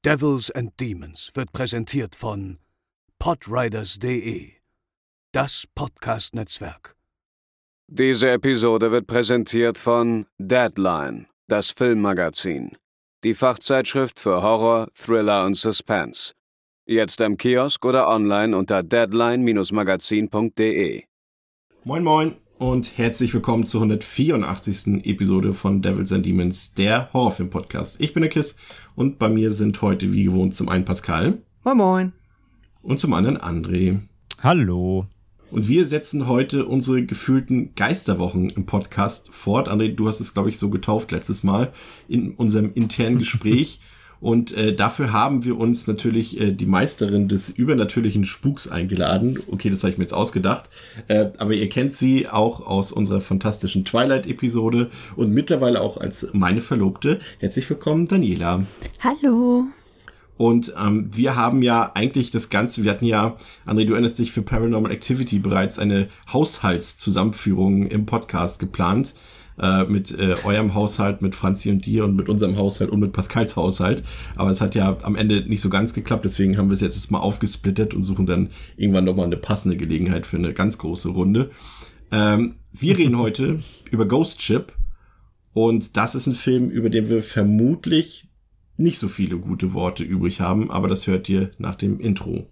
Devils and Demons wird präsentiert von podriders.de, das Podcast-Netzwerk. Diese Episode wird präsentiert von Deadline, das Filmmagazin, die Fachzeitschrift für Horror, Thriller und Suspense. Jetzt im Kiosk oder online unter deadline-magazin.de. Moin moin und herzlich willkommen zur 184. Episode von Devils and Demons, der Horrorfilm-Podcast. Ich bin der Chris und bei mir sind heute wie gewohnt zum einen Pascal. Moin moin. Und zum anderen André. Hallo. Und wir setzen heute unsere gefühlten Geisterwochen im Podcast fort. André, du hast es, glaube ich, so getauft letztes Mal in unserem internen Gespräch. Und dafür haben wir uns natürlich die Meisterin des übernatürlichen Spuks eingeladen. Okay, das habe ich mir jetzt ausgedacht. Aber ihr kennt sie auch aus unserer fantastischen Twilight-Episode und mittlerweile auch als meine Verlobte. Herzlich willkommen, Daniela. Hallo. Und wir haben ja eigentlich das Ganze, wir hatten ja, André, du erinnerst dich, für Paranormal Activity bereits eine Haushaltszusammenführung im Podcast geplant. Mit eurem Haushalt, mit Franzi und dir und mit unserem Haushalt und mit Pascals Haushalt. Aber es hat ja am Ende nicht so ganz geklappt, deswegen haben wir es jetzt mal aufgesplittet und suchen dann irgendwann nochmal eine passende Gelegenheit für eine ganz große Runde. Wir reden heute über Ghost Ship und das ist ein Film, über den wir vermutlich nicht so viele gute Worte übrig haben, aber das hört ihr nach dem Intro.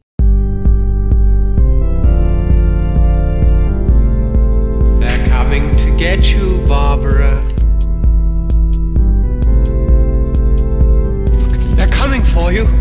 They're coming to get you, Barbara. They're coming for you.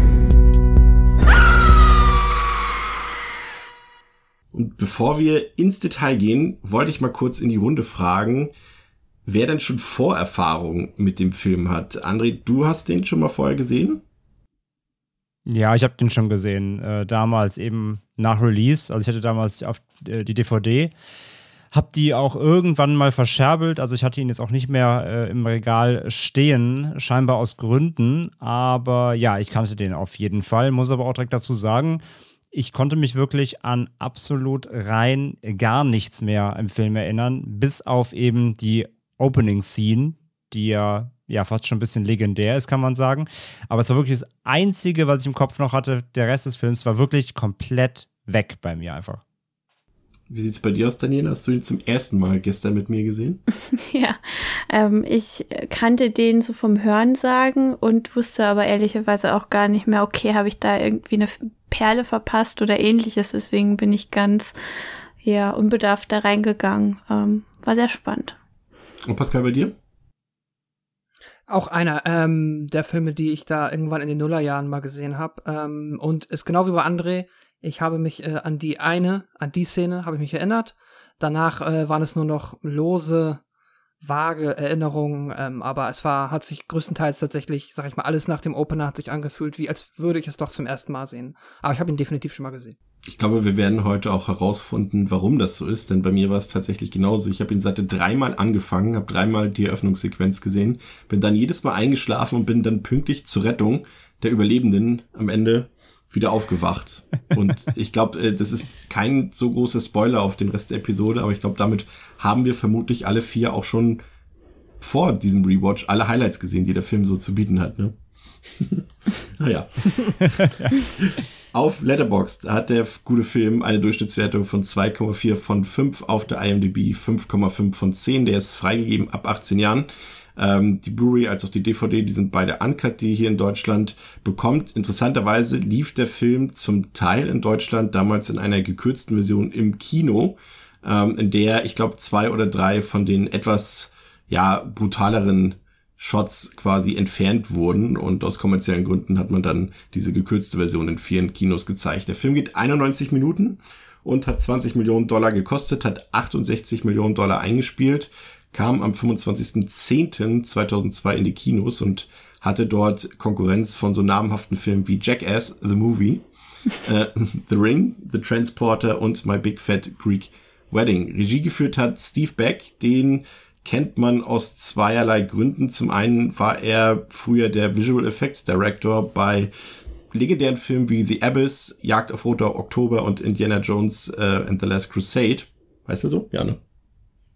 Und bevor wir ins Detail gehen, wollte ich mal kurz in die Runde fragen, wer denn schon Vorerfahrung mit dem Film hat. André, du hast den schon mal vorher gesehen? Ja, ich habe den schon gesehen, damals eben nach Release. Also ich hatte damals auf die DVD, habe die auch irgendwann mal verscherbelt. Also ich hatte ihn jetzt auch nicht mehr im Regal stehen, scheinbar aus Gründen. Aber ja, ich kannte den auf jeden Fall. Muss aber auch direkt dazu sagen, ich konnte mich wirklich an absolut rein gar nichts mehr im Film erinnern, bis auf eben die Opening Scene, die ja fast schon ein bisschen legendär ist, kann man sagen. Aber es war wirklich das Einzige, was ich im Kopf noch hatte. Der Rest des Films war wirklich komplett weg bei mir einfach. Wie sieht's bei dir aus, Daniela? Hast du ihn zum ersten Mal gestern mit mir gesehen? Ja, ich kannte den so vom Hörensagen und wusste aber ehrlicherweise auch gar nicht mehr, okay, habe ich da irgendwie eine Perle verpasst oder ähnliches. Deswegen bin ich ganz unbedarft da reingegangen. War sehr spannend. Und Pascal, bei dir? Auch einer der Filme, die ich da irgendwann in den Nullerjahren mal gesehen habe. Und ist genau wie bei André, ich habe mich an die Szene habe ich mich erinnert. Danach waren es nur noch lose, vage Erinnerungen, aber hat sich größtenteils tatsächlich, sag ich mal, alles nach dem Opener hat sich angefühlt, wie als würde ich es doch zum ersten Mal sehen. Aber ich habe ihn definitiv schon mal gesehen. Ich glaube, wir werden heute auch herausfinden, warum das so ist, denn bei mir war es tatsächlich genauso. Ich habe ihn Seite 3-mal angefangen, habe 3-mal die Eröffnungssequenz gesehen, bin dann jedes Mal eingeschlafen und bin dann pünktlich zur Rettung der Überlebenden am Ende wieder aufgewacht. Und ich glaube, das ist kein so großer Spoiler auf den Rest der Episode, aber ich glaube, damit haben wir vermutlich alle 4 auch schon vor diesem Rewatch alle Highlights gesehen, die der Film so zu bieten hat, ne? Naja. Auf Letterboxd hat der gute Film eine Durchschnittswertung von 2,4 von 5, auf der IMDb 5,5 von 10. Der ist freigegeben ab 18 Jahren. Die Blu-ray als auch die DVD, die sind beide uncut, die ihr hier in Deutschland bekommt. Interessanterweise lief der Film zum Teil in Deutschland damals in einer gekürzten Version im Kino, in der, ich glaube, 2 oder 3 von den etwas brutaleren Shots quasi entfernt wurden und aus kommerziellen Gründen hat man dann diese gekürzte Version in 4 Kinos gezeigt. Der Film geht 91 Minuten und hat $20 Millionen gekostet, hat $68 Millionen eingespielt, kam am 25.10.2002 in die Kinos und hatte dort Konkurrenz von so namhaften Filmen wie Jackass, The Movie, The Ring, The Transporter und My Big Fat Greek Wedding. Regie geführt hat Steve Beck, den kennt man aus zweierlei Gründen. Zum einen war er früher der Visual Effects Director bei legendären Filmen wie The Abyss, Jagd auf Roter Oktober und Indiana Jones and the Last Crusade. Heißt er so? Ja, ne?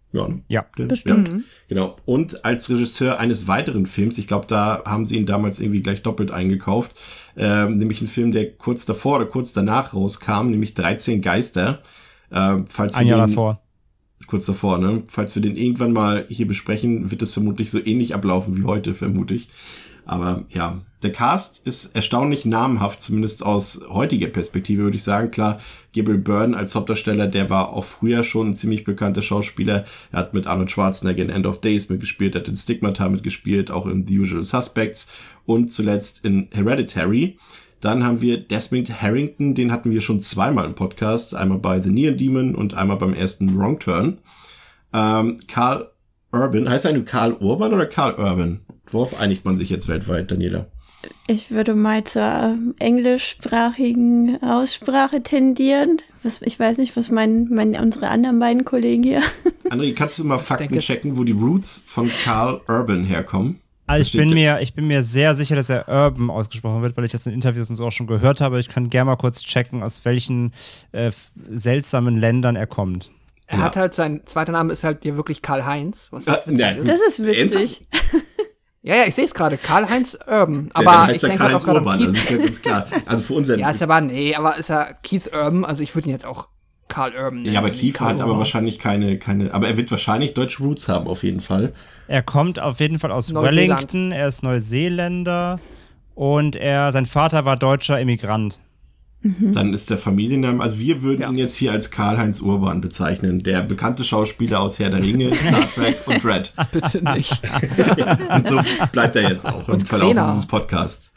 Ja, bestimmt. Ja. Genau. Und als Regisseur eines weiteren Films, ich glaube, da haben sie ihn damals irgendwie gleich doppelt eingekauft, nämlich ein Film, der kurz davor oder kurz danach rauskam, nämlich 13 Geister. Falls ein Jahr davor. Kurz davor, ne? Falls wir den irgendwann mal hier besprechen, wird es vermutlich so ähnlich ablaufen wie heute, vermute ich. Aber ja, der Cast ist erstaunlich namenhaft, zumindest aus heutiger Perspektive, würde ich sagen. Klar, Gabriel Byrne als Hauptdarsteller, der war auch früher schon ein ziemlich bekannter Schauspieler. Er hat mit Arnold Schwarzenegger in End of Days mitgespielt, er hat in Stigmata mitgespielt, auch in The Usual Suspects und zuletzt in Hereditary. Dann haben wir Desmond Harrington, den hatten wir schon zweimal im Podcast, einmal bei The Neon Demon und einmal beim ersten Wrong Turn. Karl Urban, heißt er eigentlich Karl Urban oder Karl Urban? Worauf einigt man sich jetzt weltweit, Daniela? Ich würde mal zur englischsprachigen Aussprache tendieren. Ich weiß nicht, was unsere anderen beiden Kollegen hier. André, kannst du mal Fakten checken, wo die Roots von Karl Urban herkommen? Also ich bin mir sehr sicher, dass er Urban ausgesprochen wird, weil ich das in Interviews und so auch schon gehört habe. Ich kann gerne mal kurz checken, aus welchen seltsamen Ländern er kommt. Er hat halt, sein zweiter Name ist halt hier wirklich Karl-Heinz. Was halt ist. Das ist witzig. Ja, ich sehe es gerade. Karl-Heinz Urban. Aber ich denke halt auch gerade an Keith. Das ist ja ganz klar. Also für unseren. Ja, aber ist ja Keith Urban. Also ich würde ihn jetzt auch Karl Urban nennen. Ja, aber Keith hat aber wahrscheinlich keine, aber er wird wahrscheinlich deutsche Roots haben, auf jeden Fall. Er kommt auf jeden Fall aus Wellington. Er ist Neuseeländer und sein Vater war deutscher Immigrant. Dann ist der Familienname, also wir würden ihn jetzt hier als Karl-Heinz Urban bezeichnen, der bekannte Schauspieler aus Herr der Ringe, Star Trek und Red. Bitte nicht. Ja, und so bleibt er jetzt auch im Verlauf dieses Podcasts.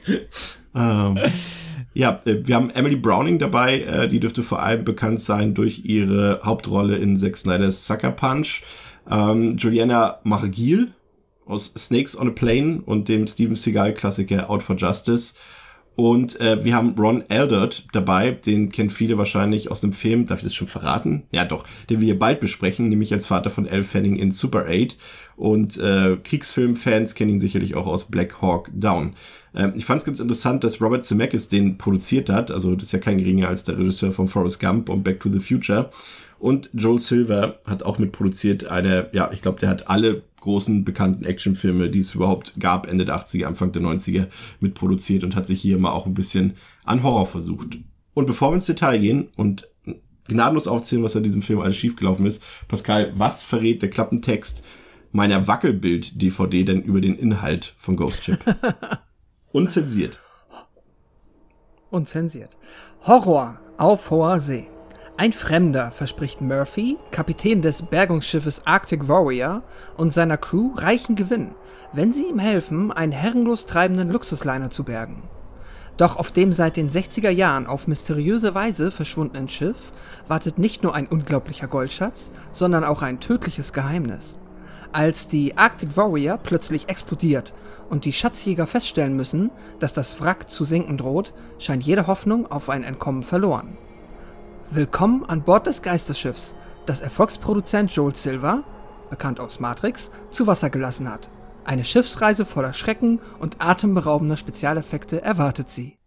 Ja, wir haben Emily Browning dabei, die dürfte vor allem bekannt sein durch ihre Hauptrolle in Zack Snyder's Sucker Punch. Juliana Marguil aus Snakes on a Plane und dem Steven Seagal-Klassiker Out for Justice. Und wir haben Ron Eldard dabei, den kennen viele wahrscheinlich aus dem Film, darf ich das schon verraten? Ja doch, den wir bald besprechen, nämlich als Vater von Elle Fanning in Super 8. Und Kriegsfilmfans kennen ihn sicherlich auch aus Black Hawk Down. Ich fand es ganz interessant, dass Robert Zemeckis den produziert hat, also das ist ja kein geringer als der Regisseur von Forrest Gump und Back to the Future. Und Joel Silver hat auch mitproduziert ich glaube, der hat alle großen bekannten Actionfilme, die es überhaupt gab, Ende der 80er, Anfang der 90er, mitproduziert und hat sich hier mal auch ein bisschen an Horror versucht. Und bevor wir ins Detail gehen und gnadenlos aufzählen, was an diesem Film alles schiefgelaufen ist, Pascal, was verrät der Klappentext meiner Wackelbild-DVD denn über den Inhalt von Ghost Ship? Unzensiert. Unzensiert. Horror auf hoher See. Ein Fremder verspricht Murphy, Kapitän des Bergungsschiffes Arctic Warrior, und seiner Crew reichen Gewinn, wenn sie ihm helfen, einen herrenlos treibenden Luxusliner zu bergen. Doch auf dem seit den 60er Jahren auf mysteriöse Weise verschwundenen Schiff wartet nicht nur ein unglaublicher Goldschatz, sondern auch ein tödliches Geheimnis. Als die Arctic Warrior plötzlich explodiert und die Schatzjäger feststellen müssen, dass das Wrack zu sinken droht, scheint jede Hoffnung auf ein Entkommen verloren. Willkommen an Bord des Geisterschiffs, das Erfolgsproduzent Joel Silver, bekannt aus Matrix, zu Wasser gelassen hat. Eine Schiffsreise voller Schrecken und atemberaubender Spezialeffekte erwartet sie.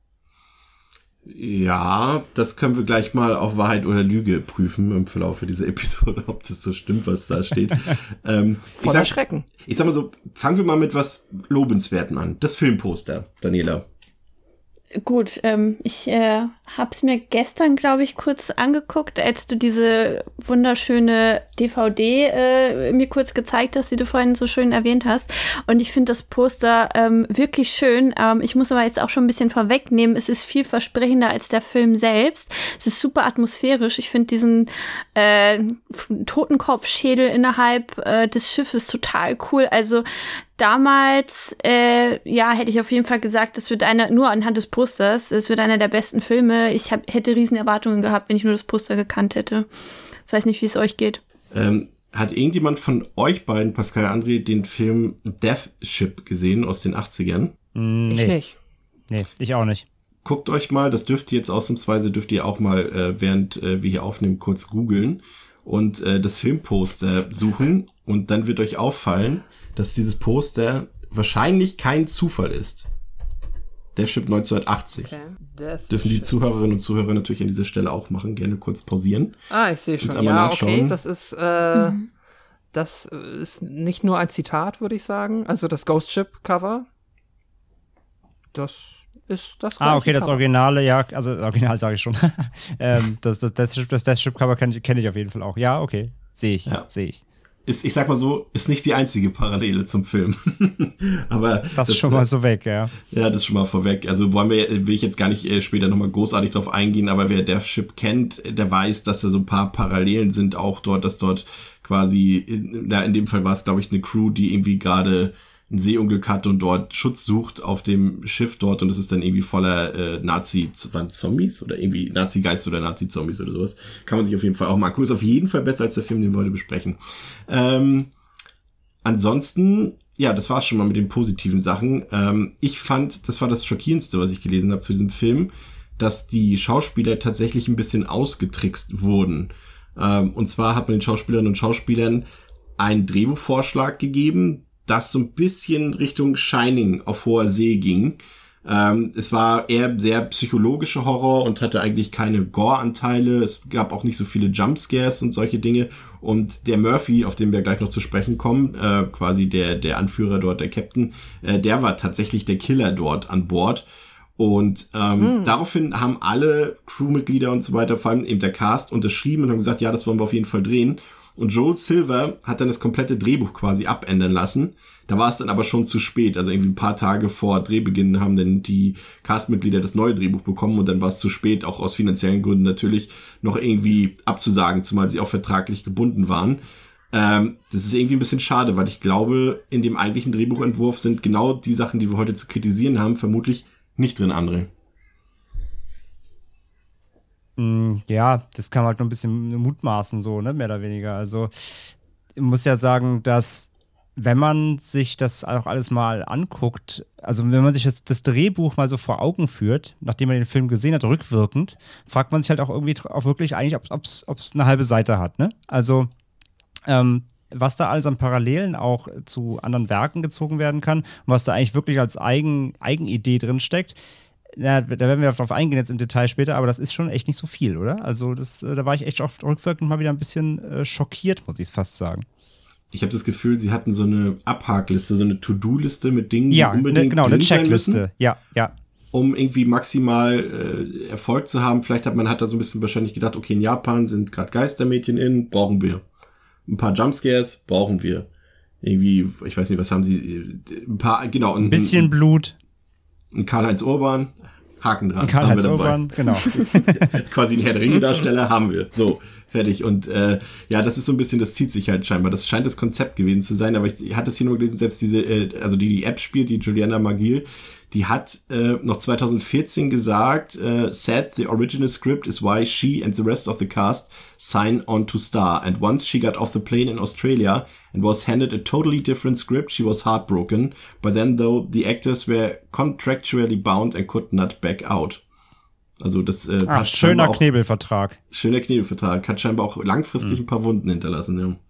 Ja, das können wir gleich mal auf Wahrheit oder Lüge prüfen im Verlauf dieser Episode, ob das so stimmt, was da steht. Voller Schrecken. Ich sag mal so, fangen wir mal mit was Lobenswerten an. Das Filmposter, Daniela. Gut, ich hab's mir gestern, glaube ich, kurz angeguckt, als du diese wunderschöne DVD mir kurz gezeigt hast, die du vorhin so schön erwähnt hast. Und ich finde das Poster wirklich schön. Ich muss aber jetzt auch schon ein bisschen vorwegnehmen, es ist vielversprechender als der Film selbst. Es ist super atmosphärisch. Ich finde diesen Totenkopfschädel innerhalb des Schiffes total cool. Also damals, hätte ich auf jeden Fall gesagt, es wird nur anhand des Posters, es wird einer der besten Filme. Ich hätte riesen Erwartungen gehabt, wenn ich nur das Poster gekannt hätte. Ich weiß nicht, wie es euch geht. Hat irgendjemand von euch beiden, Pascal, André, den Film Death Ship gesehen aus den 80ern? Nee. Ich nicht. Nee, ich auch nicht. Guckt euch mal, das dürft ihr auch mal, während wir hier aufnehmen, kurz googeln und das Filmposter suchen. Und dann wird euch auffallen, dass dieses Poster wahrscheinlich kein Zufall ist. Death Ship 1980. Okay. Dürfen die Zuhörerinnen und Zuhörer natürlich an dieser Stelle auch machen. Gerne kurz pausieren. Ich sehe schon. Ja, nachschauen. Okay, das ist das ist nicht nur ein Zitat, würde ich sagen. Also das Ghost Ship Cover, das ist das gleiche okay, das Cover. Originale, ja, also Original sage ich schon. Das Death Ship Cover kenn ich auf jeden Fall auch. Ja, okay, sehe ich. Ich sag mal so, ist nicht die einzige Parallele zum Film. Aber das ist schon mal so weg, ja. Ja, das ist schon mal vorweg. Also will ich jetzt gar nicht später nochmal großartig drauf eingehen, aber wer Death Ship kennt, der weiß, dass da so ein paar Parallelen sind auch dort, dass dort quasi, in dem Fall war es, glaube ich, eine Crew, die irgendwie gerade ein Seeunglück hat und dort Schutz sucht auf dem Schiff dort und es ist dann irgendwie voller Nazi-Zombies oder irgendwie Nazi-Geist oder Nazi-Zombies oder sowas. Kann man sich auf jeden Fall auch mal angucken. Ist auf jeden Fall besser als der Film, den wir heute besprechen. Ansonsten, ja, das war's schon mal mit den positiven Sachen. Ich fand, das war das Schockierendste, was ich gelesen habe zu diesem Film, dass die Schauspieler tatsächlich ein bisschen ausgetrickst wurden. Und zwar hat man den Schauspielerinnen und Schauspielern einen Drehbuchvorschlag gegeben, das so ein bisschen Richtung Shining auf hoher See ging. Es war eher sehr psychologischer Horror und hatte eigentlich keine Gore-Anteile. Es gab auch nicht so viele Jumpscares und solche Dinge. Und der Murphy, auf den wir gleich noch zu sprechen kommen, quasi der Anführer dort, der Captain, der war tatsächlich der Killer dort an Bord. Und daraufhin haben alle Crewmitglieder und so weiter, vor allem eben der Cast, unterschrieben und haben gesagt, ja, das wollen wir auf jeden Fall drehen. Und Joel Silver hat dann das komplette Drehbuch quasi abändern lassen. Da war es dann aber schon zu spät. Also irgendwie ein paar Tage vor Drehbeginn haben dann die Castmitglieder das neue Drehbuch bekommen und dann war es zu spät, auch aus finanziellen Gründen natürlich, noch irgendwie abzusagen, zumal sie auch vertraglich gebunden waren. Das ist irgendwie ein bisschen schade, weil ich glaube, in dem eigentlichen Drehbuchentwurf sind genau die Sachen, die wir heute zu kritisieren haben, vermutlich nicht drin, André. Ja, das kann man halt nur ein bisschen mutmaßen, so, ne, mehr oder weniger. Also, ich muss ja sagen, dass, wenn man sich das auch alles mal anguckt, also wenn man sich das Drehbuch mal so vor Augen führt, nachdem man den Film gesehen hat, rückwirkend, fragt man sich halt auch irgendwie auch wirklich eigentlich, ob es eine halbe Seite hat, ne? Also, was da alles an Parallelen auch zu anderen Werken gezogen werden kann und was da eigentlich wirklich als Eigenidee drin steckt. Ja, da werden wir darauf eingehen jetzt im Detail später, aber das ist schon echt nicht so viel, oder? Also da war ich echt oft rückwirkend mal wieder ein bisschen schockiert, muss ich fast sagen. Ich habe das Gefühl, sie hatten so eine Abhakliste, so eine To-Do-Liste mit Dingen, die unbedingt genau, drin eine Checkliste. Sein müssen, ja. Um irgendwie maximal Erfolg zu haben. Vielleicht hat man da so ein bisschen wahrscheinlich gedacht, okay, in Japan sind gerade Geistermädchen brauchen wir. Ein paar Jumpscares brauchen wir. Irgendwie, ich weiß nicht, was haben sie, ein paar, genau. Ein bisschen Blut. Ein Karl-Heinz Urban, Haken dran. Karl-Heinz Urban, genau. Quasi ein Herr der Ringe-Darsteller haben wir. So, fertig. Und ja, das ist so ein bisschen, das zieht sich halt scheinbar. Das scheint das Konzept gewesen zu sein, aber ich hatte es hier nur gelesen, selbst diese, also die App spielt, die Juliana Magil, die hat noch 2014 gesagt, said the original script is why she and the rest of the cast sign on to star. And once she got off the plane in Australia and was handed a totally different script, she was heartbroken. But then, though, the actors were contractually bound and could not back out. Also das schöner Knebelvertrag. Schöner Knebelvertrag. Hat scheinbar auch langfristig ein paar Wunden hinterlassen. Ja.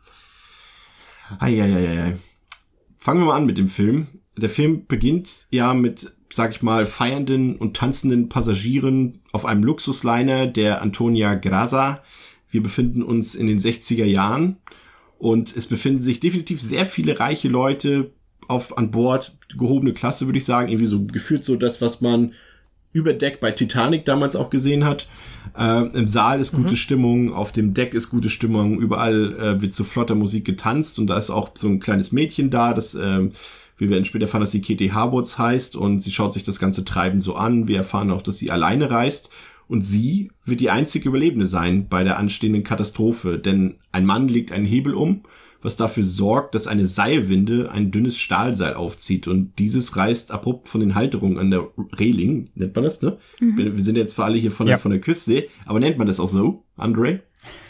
Eieieiei. Fangen wir mal an mit dem Film. Der Film beginnt ja mit, sag ich mal, feiernden und tanzenden Passagieren auf einem Luxusliner der Antonia Grasa. Wir befinden uns in den 60er Jahren und es befinden sich definitiv sehr viele reiche Leute an Bord, gehobene Klasse, würde ich sagen, irgendwie so gefühlt so das, was man über Deck bei Titanic damals auch gesehen hat. Im Saal ist gute Stimmung, auf dem Deck ist gute Stimmung, überall wird zu flotter Musik getanzt und da ist auch so ein kleines Mädchen da, das wir werden später erfahren, dass sie Katie Harwoods heißt und sie schaut sich das ganze Treiben so an. Wir erfahren auch, dass sie alleine reist und sie wird die einzige Überlebende sein bei der anstehenden Katastrophe, denn ein Mann legt einen Hebel um, was dafür sorgt, dass eine Seilwinde ein dünnes Stahlseil aufzieht und dieses reißt abrupt von den Halterungen an der Reling, nennt man das, ne? Wir sind jetzt zwar alle hier von der Küste, aber nennt man das auch so, André?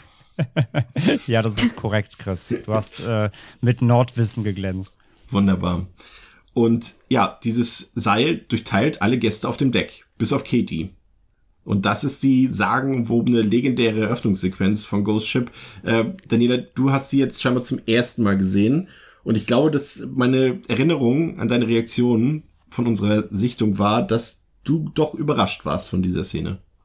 Ja, das ist korrekt, Chris. Du hast mit Nordwissen geglänzt. Wunderbar. Und ja, dieses Seil durchteilt alle Gäste auf dem Deck, bis auf Katie. Und das ist die sagenumwobene, legendäre Eröffnungssequenz von Ghost Ship. Daniela, du hast sie jetzt scheinbar zum ersten Mal gesehen. Und ich glaube, dass meine Erinnerung an deine Reaktion von unserer Sichtung war, dass du doch überrascht warst von dieser Szene.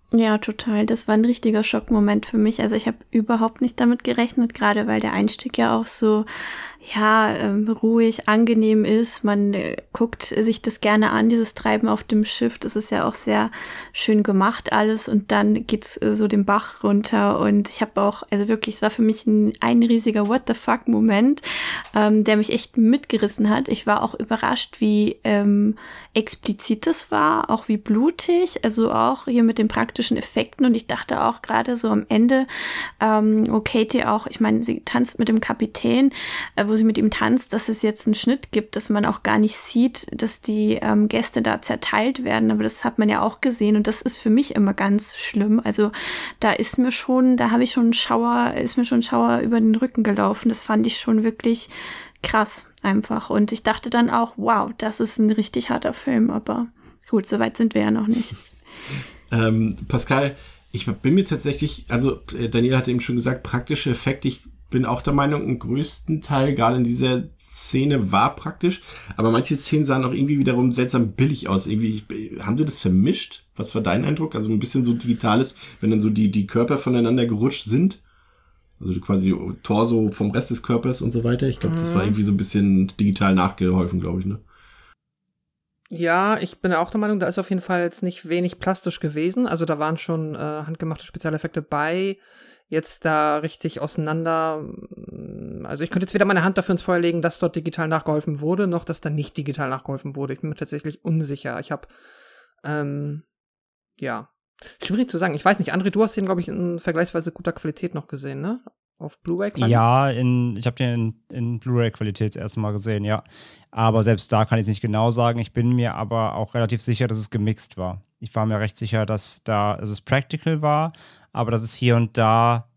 Ja, total. Das war ein richtiger Schockmoment für mich. Also ich habe überhaupt nicht damit gerechnet, gerade weil der Einstieg ja auch so, ruhig, angenehm ist. Man guckt sich das gerne an, dieses Treiben auf dem Schiff. Das ist ja auch sehr schön gemacht alles. Und dann geht's so den Bach runter. Und ich habe auch, also wirklich, es war für mich ein riesiger What the fuck Moment, der mich echt mitgerissen hat. Ich war auch überrascht, wie explizit es war, auch wie blutig, also auch hier mit den praktischen Effekten. Und ich dachte auch gerade so am Ende, Katie auch, ich meine, sie tanzt mit dem Kapitän, wo sie mit ihm tanzt, dass es jetzt einen Schnitt gibt, dass man auch gar nicht sieht, dass die Gäste da zerteilt werden. Aber das hat man ja auch gesehen und das ist für mich immer ganz schlimm. Also ist mir schon ein Schauer über den Rücken gelaufen. Das fand ich schon wirklich krass einfach. Und ich dachte dann auch, wow, das ist ein richtig harter Film. Aber gut, so weit sind wir ja noch nicht. Pascal, ich bin mir tatsächlich, also Daniela hat eben schon gesagt, praktische Effekte, ich bin auch der Meinung, im größten Teil, gerade in dieser Szene, war praktisch, aber manche Szenen sahen auch irgendwie wiederum seltsam billig aus. Irgendwie, haben sie das vermischt? Was war dein Eindruck? Also ein bisschen so Digitales, wenn dann so die Körper voneinander gerutscht sind? Also quasi Torso vom Rest des Körpers und so weiter. Ich glaube, das war irgendwie so ein bisschen digital nachgeholfen, glaube ich, ne? Ja, ich bin auch der Meinung, da ist auf jeden Fall jetzt nicht wenig plastisch gewesen. Also da waren schon handgemachte Spezialeffekte bei. Jetzt da richtig auseinander. Also ich könnte jetzt weder meine Hand dafür ins Feuer legen, dass dort digital nachgeholfen wurde, noch dass da nicht digital nachgeholfen wurde. Ich bin mir tatsächlich unsicher. Ich habe, schwierig zu sagen. Ich weiß nicht, André, du hast den, glaube ich, in vergleichsweise guter Qualität noch gesehen, ne? Auf Blu-ray-Qualität? Ja, ich habe den in Blu-ray-Qualität das erste Mal gesehen, ja. Aber selbst da kann ich es nicht genau sagen. Ich bin mir aber auch relativ sicher, dass es gemixt war. Ich war mir recht sicher, dass es Practical war, aber dass es hier und da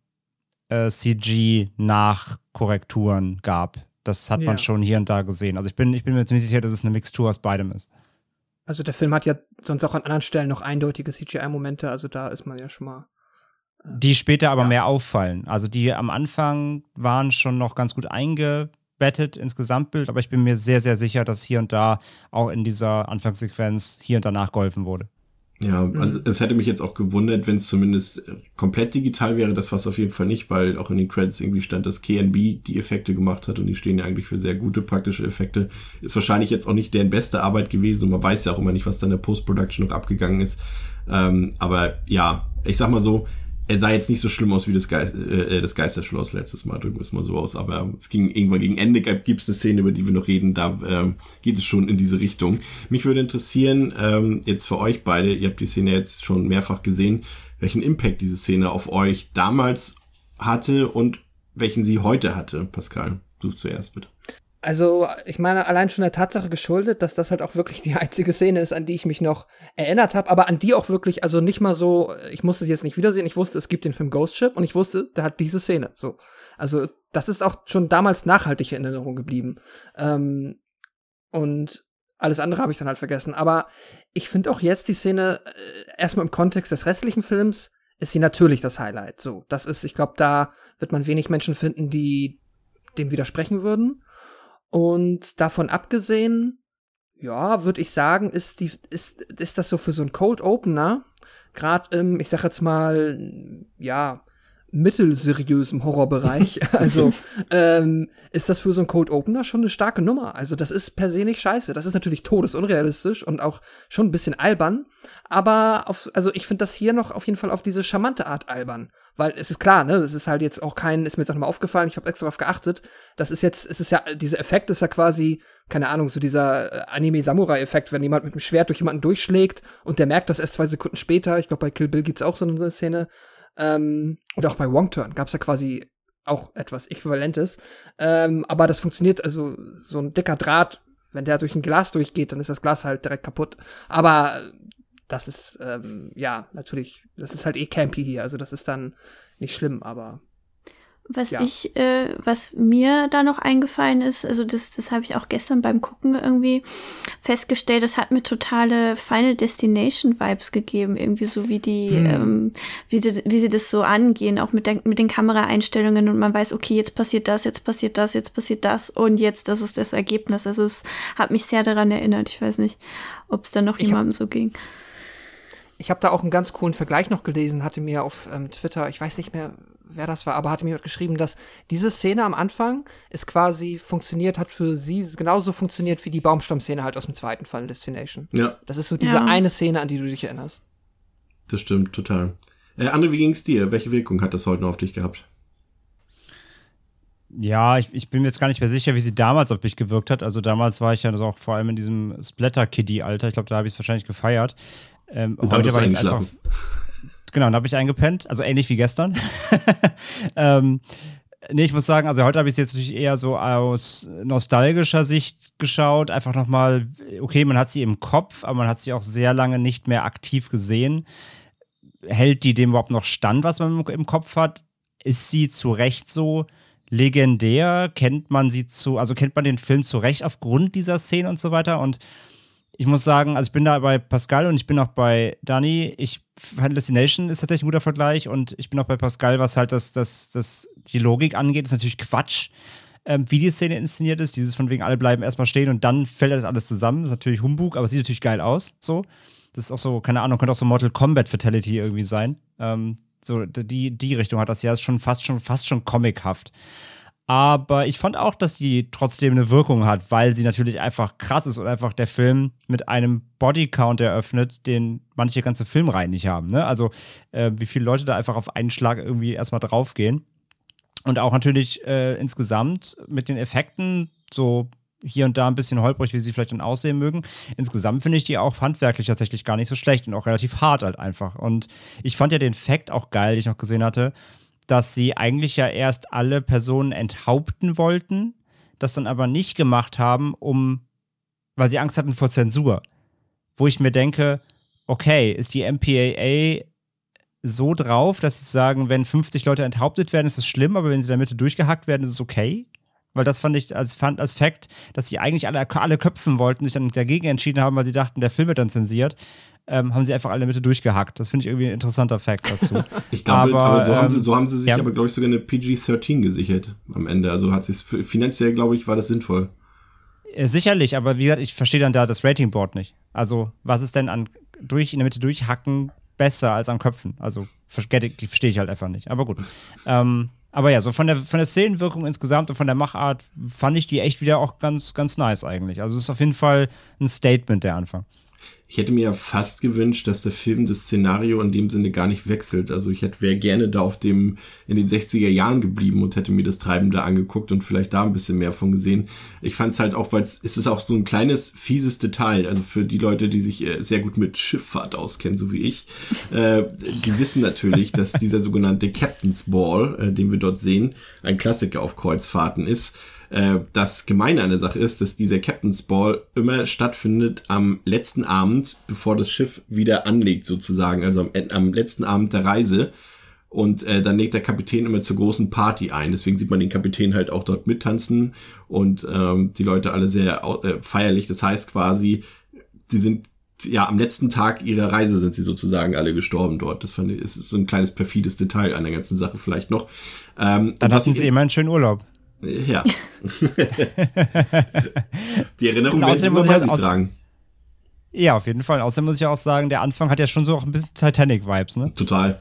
CG-Nachkorrekturen gab. Das hat man schon hier und da gesehen. Also ich bin mir ziemlich sicher, dass es eine Mixtur aus beidem ist. Also der Film hat ja sonst auch an anderen Stellen noch eindeutige CGI-Momente, also da ist man ja schon mal die später aber mehr auffallen. Also die am Anfang waren schon noch ganz gut eingebettet ins Gesamtbild, aber ich bin mir sehr, sehr sicher, dass hier und da auch in dieser Anfangssequenz hier und da nachgeholfen wurde. Ja, also es hätte mich jetzt auch gewundert, wenn es zumindest komplett digital wäre. Das war es auf jeden Fall nicht, weil auch in den Credits irgendwie stand, dass KNB die Effekte gemacht hat und die stehen ja eigentlich für sehr gute praktische Effekte. Ist wahrscheinlich jetzt auch nicht deren beste Arbeit gewesen und man weiß ja auch immer nicht, was da in der Post-Production noch abgegangen ist. Aber ja, ich sag mal so, er sah jetzt nicht so schlimm aus wie das Geisterschloss letztes Mal, drücken wir es mal so aus, aber es ging irgendwann gegen Ende, gibt es eine Szene, über die wir noch reden, da geht es schon in diese Richtung. Mich würde interessieren, jetzt für euch beide, ihr habt die Szene jetzt schon mehrfach gesehen, welchen Impact diese Szene auf euch damals hatte und welchen sie heute hatte. Pascal, du zuerst bitte. Also, ich meine, allein schon der Tatsache geschuldet, dass das halt auch wirklich die einzige Szene ist, an die ich mich noch erinnert habe, aber an die auch wirklich, also nicht mal so, ich musste sie jetzt nicht wiedersehen, ich wusste, es gibt den Film Ghost Ship und ich wusste, der hat diese Szene, so. Also, das ist auch schon damals nachhaltig in Erinnerung geblieben. Und alles andere habe ich dann halt vergessen, aber ich finde auch jetzt die Szene, erstmal im Kontext des restlichen Films, ist sie natürlich das Highlight, so. Das ist, ich glaube, da wird man wenig Menschen finden, die dem widersprechen würden. Und davon abgesehen, ja, würde ich sagen, ist das so für so einen Cold Opener, gerade im, ich sag jetzt mal, ja, mittelseriösen Horrorbereich, also ist das für so einen Cold Opener schon eine starke Nummer. Also das ist per se nicht scheiße. Das ist natürlich todesunrealistisch und auch schon ein bisschen albern, aber also ich finde das hier noch auf jeden Fall auf diese charmante Art albern. Weil es ist klar, ne, das ist halt jetzt auch ist mir jetzt auch nochmal aufgefallen, ich habe extra darauf geachtet, dieser Effekt ist ja quasi, keine Ahnung, so dieser Anime-Samurai-Effekt, wenn jemand mit dem Schwert durch jemanden durchschlägt und der merkt das erst 2 Sekunden später, ich glaube bei Kill Bill gibt's auch so eine Szene, und auch bei Wrong Turn gab's ja quasi auch etwas Äquivalentes, aber das funktioniert, also so ein dicker Draht, wenn der durch ein Glas durchgeht, dann ist das Glas halt direkt kaputt, aber das ist, natürlich, das ist halt campy hier, also das ist dann nicht schlimm, aber was mir da noch eingefallen ist, also das habe ich auch gestern beim Gucken irgendwie festgestellt, das hat mir totale Final Destination Vibes gegeben, irgendwie so wie wie sie das so angehen, auch mit den Kameraeinstellungen und man weiß, okay, jetzt passiert das, jetzt passiert das, jetzt passiert das und jetzt, das ist das Ergebnis. Also es hat mich sehr daran erinnert. Ich weiß nicht, ob es da noch jemandem so ging. ich habe da auch einen ganz coolen Vergleich noch gelesen, hatte mir auf Twitter, ich weiß nicht mehr, wer das war, aber hatte mir geschrieben, dass diese Szene am Anfang ist quasi hat für sie genauso funktioniert wie die Baumstamm-Szene halt aus dem zweiten Final Destination. Ja. Das ist so diese eine Szene, an die du dich erinnerst. Das stimmt, total. André, wie ging's dir? Welche Wirkung hat das heute noch auf dich gehabt? Ja, ich bin mir jetzt gar nicht mehr sicher, wie sie damals auf mich gewirkt hat. Also damals war ich ja auch vor allem in diesem Splatter-Kiddie-Alter. Ich glaube, da habe ich es wahrscheinlich gefeiert. Und heute war ich einfach. Genau, dann habe ich eingepennt. Also ähnlich wie gestern. Nee, ich muss sagen, also heute habe ich es jetzt natürlich eher so aus nostalgischer Sicht geschaut. Einfach nochmal, okay, man hat sie im Kopf, aber man hat sie auch sehr lange nicht mehr aktiv gesehen. Hält die dem überhaupt noch stand, was man im Kopf hat? Ist sie zu Recht so legendär? Kennt man den Film zu Recht aufgrund dieser Szene und so weiter? Und ich muss sagen, also ich bin da bei Pascal und ich bin auch bei Dani. Final Destination ist tatsächlich ein guter Vergleich und ich bin auch bei Pascal, was halt die Logik angeht, ist natürlich Quatsch, wie die Szene inszeniert ist. Dieses von wegen, alle bleiben erstmal stehen und dann fällt das alles zusammen. Das ist natürlich Humbug, aber es sieht natürlich geil aus. So. Das ist auch so, keine Ahnung, könnte auch so Mortal Kombat Fatality irgendwie sein. So die Richtung hat das ja, ist schon fast schon comichaft. Aber ich fand auch, dass die trotzdem eine Wirkung hat, weil sie natürlich einfach krass ist und einfach der Film mit einem Bodycount eröffnet, den manche ganze Filmreihen nicht haben. Ne? Also wie viele Leute da einfach auf einen Schlag irgendwie erstmal draufgehen. Und auch natürlich insgesamt mit den Effekten so hier und da ein bisschen holprig, wie sie vielleicht dann aussehen mögen. Insgesamt finde ich die auch handwerklich tatsächlich gar nicht so schlecht und auch relativ hart halt einfach. Und ich fand ja den Fact auch geil, den ich noch gesehen hatte, dass sie eigentlich ja erst alle Personen enthaupten wollten, das dann aber nicht gemacht haben, weil sie Angst hatten vor Zensur. Wo ich mir denke, okay, ist die MPAA so drauf, dass sie sagen, wenn 50 Leute enthauptet werden, ist es schlimm, aber wenn sie in der Mitte durchgehackt werden, ist es okay? Weil das fand ich als Fact, dass sie eigentlich alle köpfen wollten, sich dann dagegen entschieden haben, weil sie dachten, der Film wird dann zensiert, haben sie einfach alle in der Mitte durchgehackt. Das finde ich irgendwie ein interessanter Fact dazu. Ich glaube, aber so haben sie sich aber, glaube ich, sogar eine PG-13 gesichert am Ende. Also hat sich finanziell, glaube ich, war das sinnvoll. Sicherlich, aber wie gesagt, ich verstehe dann da das Ratingboard nicht. Also, was ist denn in der Mitte durchhacken besser als an Köpfen? Also, verstehe ich halt einfach nicht. Aber gut. Aber ja, so von der Szenenwirkung insgesamt und von der Machart fand ich die echt wieder auch ganz, ganz nice eigentlich. Also, es ist auf jeden Fall ein Statement, der Anfang. Ich hätte mir ja fast gewünscht, dass der Film das Szenario in dem Sinne gar nicht wechselt. Also ich wäre gerne da in den 60er Jahren geblieben und hätte mir das Treiben da angeguckt und vielleicht da ein bisschen mehr von gesehen. Ich fand es halt auch, weil es ist auch so ein kleines, fieses Detail. Also für die Leute, die sich sehr gut mit Schifffahrt auskennen, so wie ich, die wissen natürlich, dass dieser sogenannte Captain's Ball, den wir dort sehen, ein Klassiker auf Kreuzfahrten ist. Das Gemeine an der Sache ist, dass dieser Captain's Ball immer stattfindet am letzten Abend, bevor das Schiff wieder anlegt sozusagen, also am letzten Abend der Reise. Und dann legt der Kapitän immer zur großen Party ein. Deswegen sieht man den Kapitän halt auch dort mittanzen und die Leute alle sehr feierlich. Das heißt quasi, die sind am letzten Tag ihrer Reise sind sie sozusagen alle gestorben dort. Das fand ich, ist so ein kleines perfides Detail an der ganzen Sache vielleicht noch. Dann hatten sie immer einen schönen Urlaub. Ja. Die Erinnerung werden sie immer bei sich tragen. Ja, auf jeden Fall. Außerdem muss ich auch sagen, der Anfang hat ja schon so auch ein bisschen Titanic-Vibes, ne? Total.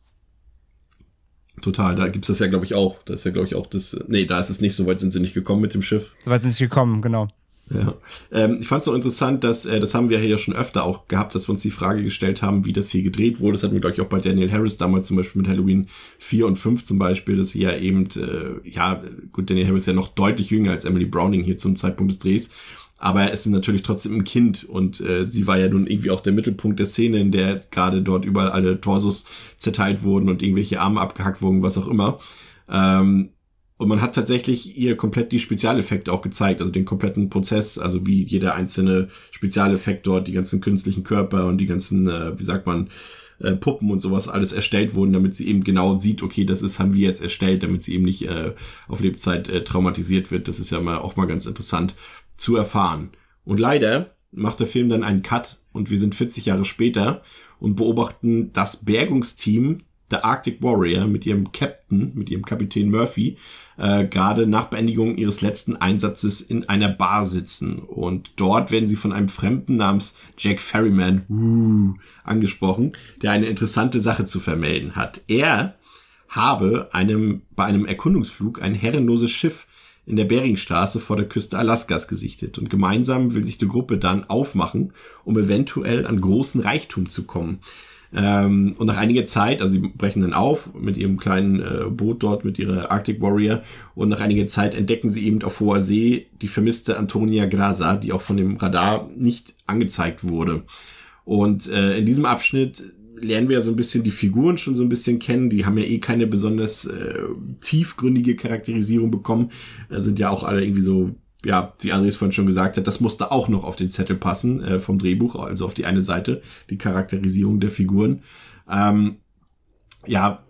Da gibt's das ja, glaube ich, auch. Da ist ja, glaube ich, auch das. Nee, da ist es nicht. So weit sind sie nicht gekommen mit dem Schiff. So weit sind sie gekommen, genau. Ja. Ich fand es auch interessant, dass, das haben wir hier ja schon öfter auch gehabt, dass wir uns die Frage gestellt haben, wie das hier gedreht wurde. Das hatten wir, glaube ich, auch bei Daniel Harris damals zum Beispiel mit Halloween 4 und 5 zum Beispiel, dass sie ja eben, gut, Daniel Harris ist ja noch deutlich jünger als Emily Browning hier zum Zeitpunkt des Drehs, aber er ist natürlich trotzdem ein Kind und sie war ja nun irgendwie auch der Mittelpunkt der Szene, in der gerade dort überall alle Torsos zerteilt wurden und irgendwelche Arme abgehackt wurden, was auch immer. Und man hat tatsächlich ihr komplett die Spezialeffekte auch gezeigt, also den kompletten Prozess, also wie jeder einzelne Spezialeffekt dort, die ganzen künstlichen Körper und die ganzen, Puppen und sowas alles erstellt wurden, damit sie eben genau sieht, okay, haben wir jetzt erstellt, damit sie eben nicht auf Lebzeit traumatisiert wird. Das ist ja auch mal ganz interessant zu erfahren. Und leider macht der Film dann einen Cut und wir sind 40 Jahre später und beobachten das Bergungsteam The Arctic Warrior mit ihrem Kapitän Murphy, gerade nach Beendigung ihres letzten Einsatzes in einer Bar sitzen. Und dort werden sie von einem Fremden namens Jack Ferryman angesprochen, der eine interessante Sache zu vermelden hat. Er habe bei einem Erkundungsflug ein herrenloses Schiff in der Beringstraße vor der Küste Alaskas gesichtet. Und gemeinsam will sich die Gruppe dann aufmachen, um eventuell an großen Reichtum zu kommen. Und nach einiger Zeit, also sie brechen dann auf mit ihrem kleinen Boot dort, mit ihrer Arctic Warrior, und nach einiger Zeit entdecken sie eben auf hoher See die vermisste Antonia Graza, die auch von dem Radar nicht angezeigt wurde. Und in diesem Abschnitt lernen wir ja so ein bisschen die Figuren schon so ein bisschen kennen. Die haben ja keine besonders tiefgründige Charakterisierung bekommen. Sind ja auch alle irgendwie so, ja, wie Andres vorhin schon gesagt hat, das musste auch noch auf den Zettel passen vom Drehbuch, also auf die eine Seite, die Charakterisierung der Figuren. Ja,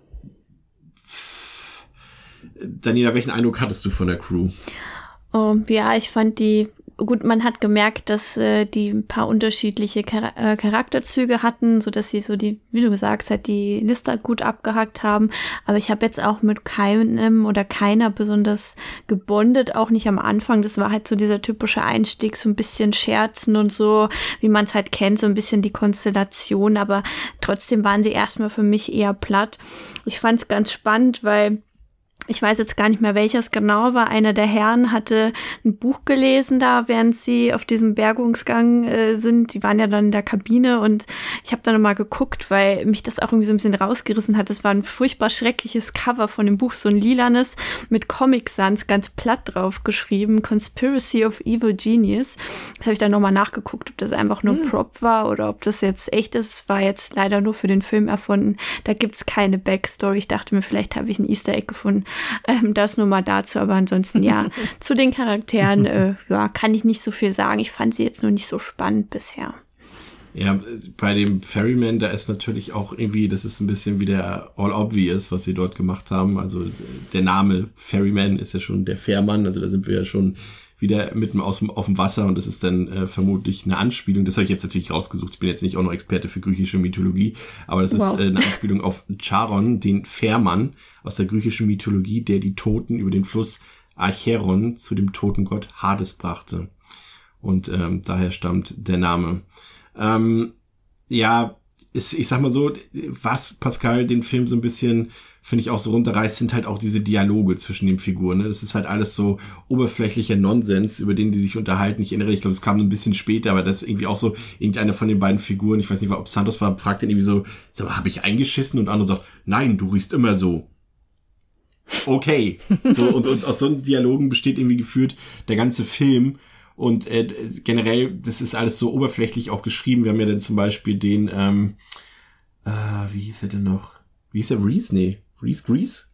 Daniela, welchen Eindruck hattest du von der Crew? Ja, ich fand gut, man hat gemerkt, dass die ein paar unterschiedliche Charakterzüge hatten, so dass sie so wie du gesagt hast, die Liste gut abgehakt haben. Aber ich habe jetzt auch mit keinem oder keiner besonders gebondet, auch nicht am Anfang. Das war halt so dieser typische Einstieg, so ein bisschen Scherzen und so, wie man es halt kennt, so ein bisschen die Konstellation. Aber trotzdem waren sie erstmal für mich eher platt. Ich fand es ganz spannend, weil ich weiß jetzt gar nicht mehr, welches genau war. Einer der Herren hatte ein Buch gelesen da, während sie auf diesem Bergungsgang sind. Die waren ja dann in der Kabine und ich habe dann nochmal geguckt, weil mich das auch irgendwie so ein bisschen rausgerissen hat. Das war ein furchtbar schreckliches Cover von dem Buch, so ein lilanes mit Comic Sans ganz platt drauf geschrieben. Conspiracy of Evil Genius. Das habe ich dann nochmal nachgeguckt, ob das einfach nur Prop war oder ob das jetzt echt ist. Es war jetzt leider nur für den Film erfunden. Da gibt's keine Backstory. Ich dachte mir, vielleicht habe ich ein Easter Egg gefunden. Das nur mal dazu, aber ansonsten ja, zu den Charakteren kann ich nicht so viel sagen. Ich fand sie jetzt nur nicht so spannend bisher. Ja, bei dem Ferryman, da ist natürlich auch irgendwie, das ist ein bisschen wie der All Obvious, was sie dort gemacht haben. Also der Name Ferryman ist ja schon der Fährmann, also da sind wir ja schon wieder mitten auf dem Wasser und das ist dann vermutlich eine Anspielung. Das habe ich jetzt natürlich rausgesucht. Ich bin jetzt nicht auch noch Experte für griechische Mythologie, aber das ist eine Anspielung auf Charon, den Fährmann aus der griechischen Mythologie, der die Toten über den Fluss Acheron zu dem Totengott Hades brachte. Und daher stammt der Name. Ich sag mal so, was Pascal den Film so ein bisschen, finde ich, auch so runterreißt, sind halt auch diese Dialoge zwischen den Figuren. Ne? Das ist halt alles so oberflächlicher Nonsens, über den die sich unterhalten. Ich erinnere, ich glaube, es kam ein bisschen später, aber das ist irgendwie auch so, irgendeiner von den beiden Figuren, ich weiß nicht, ob Santos war, fragt dann irgendwie so, sag mal, habe ich eingeschissen? Und andere sagt, nein, du riechst immer so. Okay. So, und aus so einen Dialogen besteht irgendwie gefühlt der ganze Film. Und generell, das ist alles so oberflächlich auch geschrieben. Wir haben ja dann zum Beispiel den, wie hieß er denn noch? Wie hieß er? Reese? Nee. Greer?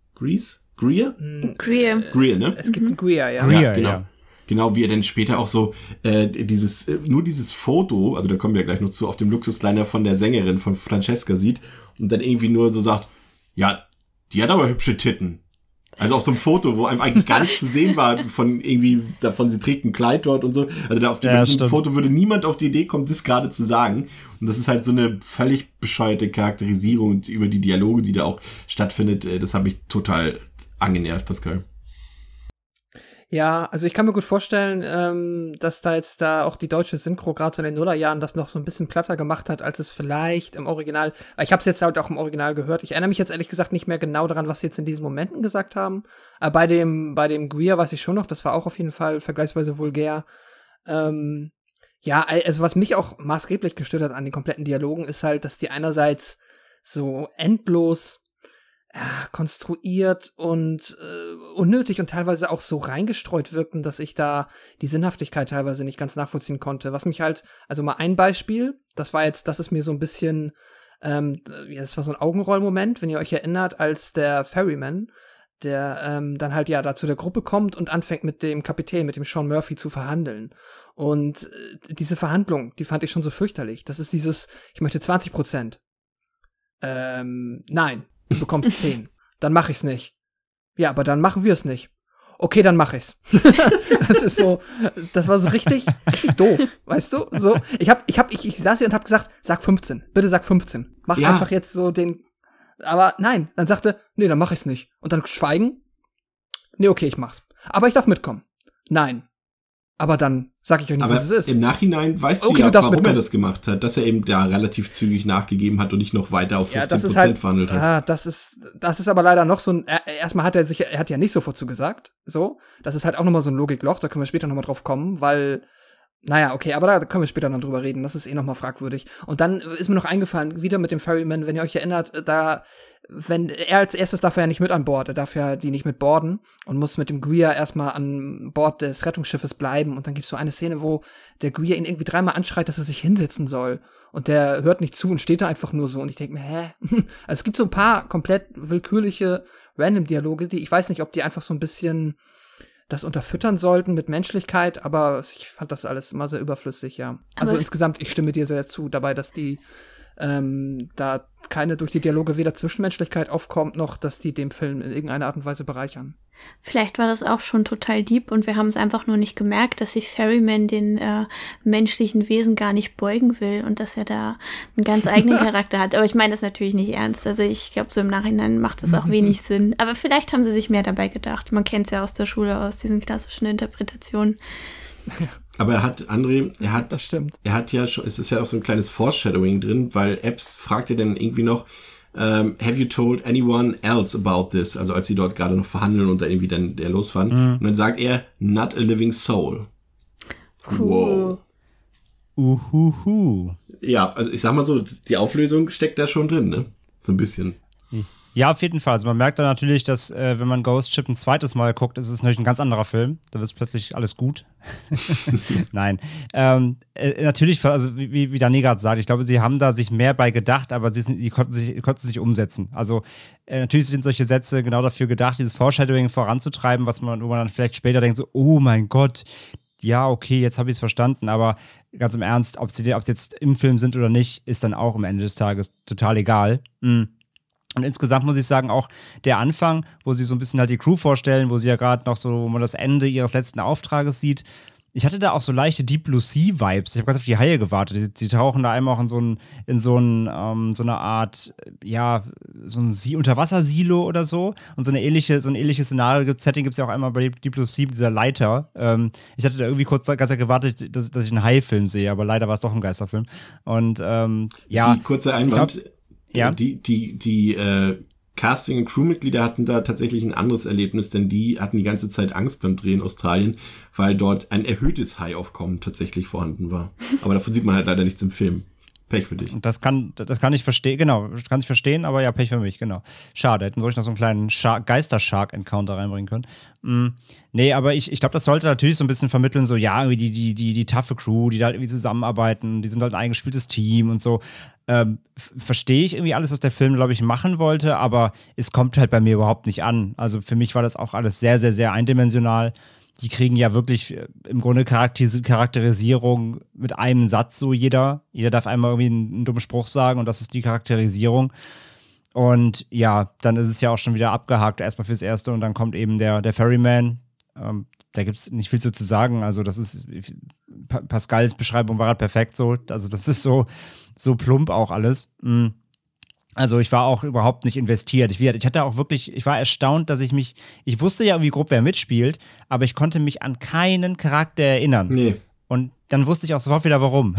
Greer, ne? Es gibt einen Greer, ja. Greer, genau. ja. Genau, wie er dann später auch so dieses Foto, also da kommen wir gleich noch zu, auf dem Luxusliner von der Sängerin von Francesca sieht und dann irgendwie nur so sagt, ja, die hat aber hübsche Titten. Also auf so einem Foto, wo einem eigentlich gar nichts zu sehen war, sie trägt ein Kleid dort und so. Also da auf dem Foto würde niemand auf die Idee kommen, das gerade zu sagen. Und das ist halt so eine völlig bescheuerte Charakterisierung und über die Dialoge, die da auch stattfindet, das habe ich total angenervt, Pascal. Ja, also ich kann mir gut vorstellen, dass da auch die deutsche Synchro gerade so in den Nullerjahren das noch so ein bisschen platter gemacht hat, als es vielleicht im Original, ich habe es jetzt halt auch im Original gehört, ich erinnere mich jetzt ehrlich gesagt nicht mehr genau daran, was sie jetzt in diesen Momenten gesagt haben, aber bei dem Greer weiß ich schon noch, das war auch auf jeden Fall vergleichsweise vulgär. Ja, also was mich auch maßgeblich gestört hat an den kompletten Dialogen, ist halt, dass die einerseits so endlos konstruiert und unnötig und teilweise auch so reingestreut wirkten, dass ich da die Sinnhaftigkeit teilweise nicht ganz nachvollziehen konnte. Was mich halt, also mal ein Beispiel, das ist mir so ein bisschen, das war so ein Augenrollmoment, wenn ihr euch erinnert, als der Ferryman, der dann halt ja da zu der Gruppe kommt und anfängt mit dem Kapitän, mit dem Sean Murphy zu verhandeln. Und diese Verhandlung, die fand ich schon so fürchterlich. Das ist dieses, ich möchte 20%. Nein. Du bekommst 10. Dann mach ich's nicht. Ja, aber dann machen wir es nicht. Okay, dann mach ich's. Das war so richtig doof, weißt du? So, ich saß hier und hab gesagt, sag 15. Bitte sag 15. Mach einfach jetzt so Aber nein, dann sagte, nee, dann mach ich's nicht. Und dann schweigen. Nee, okay, ich mach's. Aber ich darf mitkommen. Nein. Aber dann sag ich euch nicht, aber was es ist. Im Nachhinein weißt okay, du ja, warum mitkommen. er das gemacht hat. Dass er eben da relativ zügig nachgegeben hat und nicht noch weiter auf 15% halt, verhandelt hat. Ah, das ist aber leider noch so ein, erstmal hat er hat ja nicht sofort zugesagt. So. Das ist halt auch nochmal so ein Logikloch, da können wir später nochmal drauf kommen, weil, naja, okay, aber da können wir später noch drüber reden. Das ist nochmal fragwürdig. Und dann ist mir noch eingefallen, wieder mit dem Ferryman, wenn ihr euch erinnert, wenn er als erstes darf er ja nicht mit an Bord, er darf ja die nicht mit boarden und muss mit dem Greer erstmal an Bord des Rettungsschiffes bleiben. Und dann gibt's so eine Szene, wo der Greer ihn irgendwie 3-mal anschreit, dass er sich hinsetzen soll. Und der hört nicht zu und steht da einfach nur so. Und ich denke mir, hä? Also es gibt so ein paar komplett willkürliche Random-Dialoge, die ich weiß nicht, ob die einfach so ein bisschen das unterfüttern sollten mit Menschlichkeit, aber ich fand das alles immer sehr überflüssig, ja. Also insgesamt, ich stimme dir sehr zu dabei, dass die da keine durch die Dialoge weder Zwischenmenschlichkeit aufkommt, noch dass die dem Film in irgendeiner Art und Weise bereichern. Vielleicht war das auch schon total deep und wir haben es einfach nur nicht gemerkt, dass sich Ferryman den menschlichen Wesen gar nicht beugen will und dass er da einen ganz eigenen Charakter hat. Aber ich meine das natürlich nicht ernst. Also ich glaube, so im Nachhinein macht das auch wenig Sinn. Aber vielleicht haben sie sich mehr dabei gedacht. Man kennt es ja aus der Schule, aus diesen klassischen Interpretationen. Aber das stimmt. Er hat ja schon, es ist ja auch so ein kleines Foreshadowing drin, weil Epps fragt ja dann irgendwie noch, have you told anyone else about this? Also als sie dort gerade noch verhandeln und da irgendwie dann der losfahren. Und dann sagt er, not a living soul. Wow. Ja, also ich sag mal so, die Auflösung steckt da schon drin, ne? So ein bisschen. Ja, auf jeden Fall. Also man merkt dann natürlich, dass wenn man Ghost Ship ein zweites Mal guckt, ist es natürlich ein ganz anderer Film. Da wird plötzlich alles gut. Nein. Natürlich, also wie Dani gerade sagt, ich glaube, sie haben da sich mehr bei gedacht, aber die konnten sich umsetzen. Also natürlich sind solche Sätze genau dafür gedacht, dieses Foreshadowing voranzutreiben, wo man dann vielleicht später denkt, so, oh mein Gott, ja, okay, jetzt habe ich es verstanden, aber ganz im Ernst, ob sie jetzt im Film sind oder nicht, ist dann auch am Ende des Tages total egal. Und insgesamt muss ich sagen, auch der Anfang, wo sie so ein bisschen halt die Crew vorstellen, wo sie ja gerade noch so, wo man das Ende ihres letzten Auftrages sieht. Ich hatte da auch so leichte Deep Blue Sea Vibes. Ich habe ganz auf die Haie gewartet. Die tauchen da einmal auch in so eine Art, ja, so ein Unterwassersilo oder so. Und so ein ähnliches Setting gibt es ja auch einmal bei Deep Blue Sea, dieser Leiter. Ich hatte da irgendwie ganz gewartet, dass ich einen Hai-Film sehe, aber leider war es doch ein Geisterfilm. Und ja. Die kurze Einwand. Ja. Die Casting- und Crewmitglieder hatten da tatsächlich ein anderes Erlebnis, denn die hatten die ganze Zeit Angst beim Dreh in Australien, weil dort ein erhöhtes Haiaufkommen tatsächlich vorhanden war. Aber davon sieht man halt leider nichts im Film. Pech für dich. Das kann ich verstehen, genau. Das kann ich verstehen, aber ja, Pech für mich, genau. Schade, hätten solch noch so einen kleinen Geister-Shark-Encounter reinbringen können. Nee, aber ich glaube, das sollte natürlich so ein bisschen vermitteln, so, ja, irgendwie die taffe Crew, die da irgendwie zusammenarbeiten, die sind halt ein eingespieltes Team und so. Verstehe ich irgendwie alles, was der Film, glaube ich, machen wollte, aber es kommt halt bei mir überhaupt nicht an. Also für mich war das auch alles sehr, sehr, sehr eindimensional. Die kriegen ja wirklich im Grunde Charakterisierung mit einem Satz, so jeder. Jeder darf einmal irgendwie einen dummen Spruch sagen und das ist die Charakterisierung. Und ja, dann ist es ja auch schon wieder abgehakt, erstmal fürs Erste und dann kommt eben der Ferryman. Da gibt es nicht viel zu sagen. Also das ist, Pascals Beschreibung war halt perfekt so. Also das ist so plump auch alles. Also ich war auch überhaupt nicht investiert. Ich war erstaunt, dass ich wusste ja irgendwie grob, wer mitspielt, aber ich konnte mich an keinen Charakter erinnern. Nee. Und dann wusste ich auch sofort wieder, warum.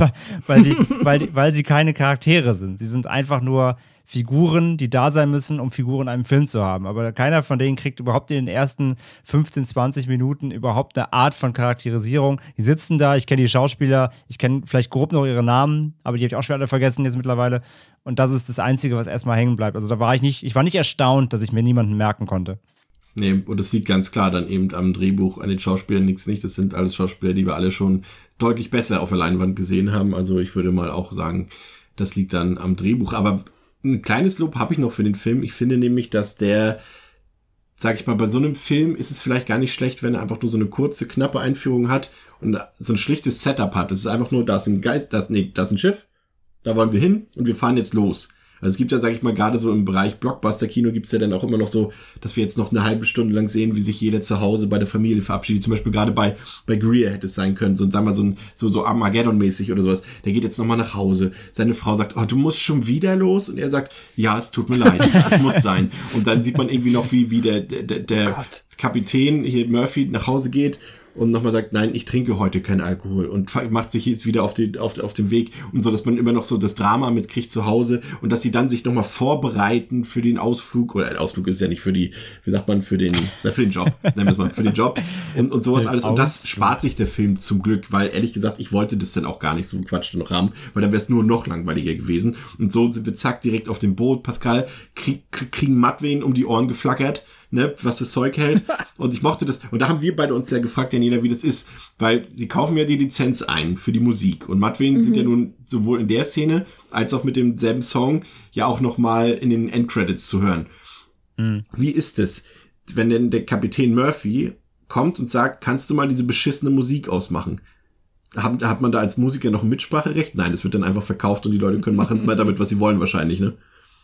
weil sie keine Charaktere sind. Sie sind einfach nur Figuren, die da sein müssen, um Figuren in einem Film zu haben. Aber keiner von denen kriegt überhaupt in den ersten 15, 20 Minuten überhaupt eine Art von Charakterisierung. Die sitzen da, ich kenne die Schauspieler, ich kenne vielleicht grob noch ihre Namen, aber die habe ich auch schon alle vergessen jetzt mittlerweile. Und das ist das Einzige, was erstmal hängen bleibt. Also ich war nicht erstaunt, dass ich mir niemanden merken konnte. Nee, und das liegt ganz klar dann eben am Drehbuch, an den Schauspielern nichts nicht. Das sind alles Schauspieler, die wir alle schon deutlich besser auf der Leinwand gesehen haben. Also ich würde mal auch sagen, das liegt dann am Drehbuch. Aber ein kleines Lob habe ich noch für den Film. Ich finde nämlich, dass der, sag ich mal, bei so einem Film ist es vielleicht gar nicht schlecht, wenn er einfach nur so eine kurze, knappe Einführung hat und so ein schlichtes Setup hat. Es ist einfach nur, da ist ein Schiff, da wollen wir hin und wir fahren jetzt los. Also es gibt ja, sag ich mal, gerade so im Bereich Blockbuster-Kino gibt's ja dann auch immer noch so, dass wir jetzt noch eine halbe Stunde lang sehen, wie sich jeder zu Hause bei der Familie verabschiedet. Zum Beispiel gerade bei Greer hätte es sein können, so, sagen wir so Armageddon-mäßig oder sowas. Der geht jetzt nochmal nach Hause. Seine Frau sagt, oh, du musst schon wieder los? Und er sagt, ja, es tut mir leid, es muss sein. Und dann sieht man irgendwie noch, wie der Kapitän hier Murphy nach Hause geht und nochmal sagt, nein, ich trinke heute keinen Alkohol und macht sich jetzt wieder auf den Weg und so, dass man immer noch so das Drama mitkriegt zu Hause und dass sie dann sich nochmal vorbereiten für den Ausflug, oder ein Ausflug ist ja nicht für die, wie sagt man, für den Job, nennen wir es mal, für den Job und sowas alles. Und das spart sich der Film zum Glück, weil ehrlich gesagt, ich wollte das dann auch gar nicht so Quatsch noch haben, weil dann wäre es nur noch langweiliger gewesen. Und so sind wir zack direkt auf dem Boot. Pascal kriegen Mattwen um die Ohren geflackert, ne, was das Zeug hält. Und ich mochte das. Und da haben wir beide uns ja gefragt, Daniela, wie das ist. Weil sie kaufen ja die Lizenz ein für die Musik. Und Mattwen sind ja nun sowohl in der Szene als auch mit demselben Song ja auch nochmal in den Endcredits zu hören. Wie ist es, wenn denn der Kapitän Murphy kommt und sagt, kannst du mal diese beschissene Musik ausmachen? Hat man da als Musiker noch ein Mitspracherecht? Nein, das wird dann einfach verkauft und die Leute können machen mal damit, was sie wollen wahrscheinlich, ne?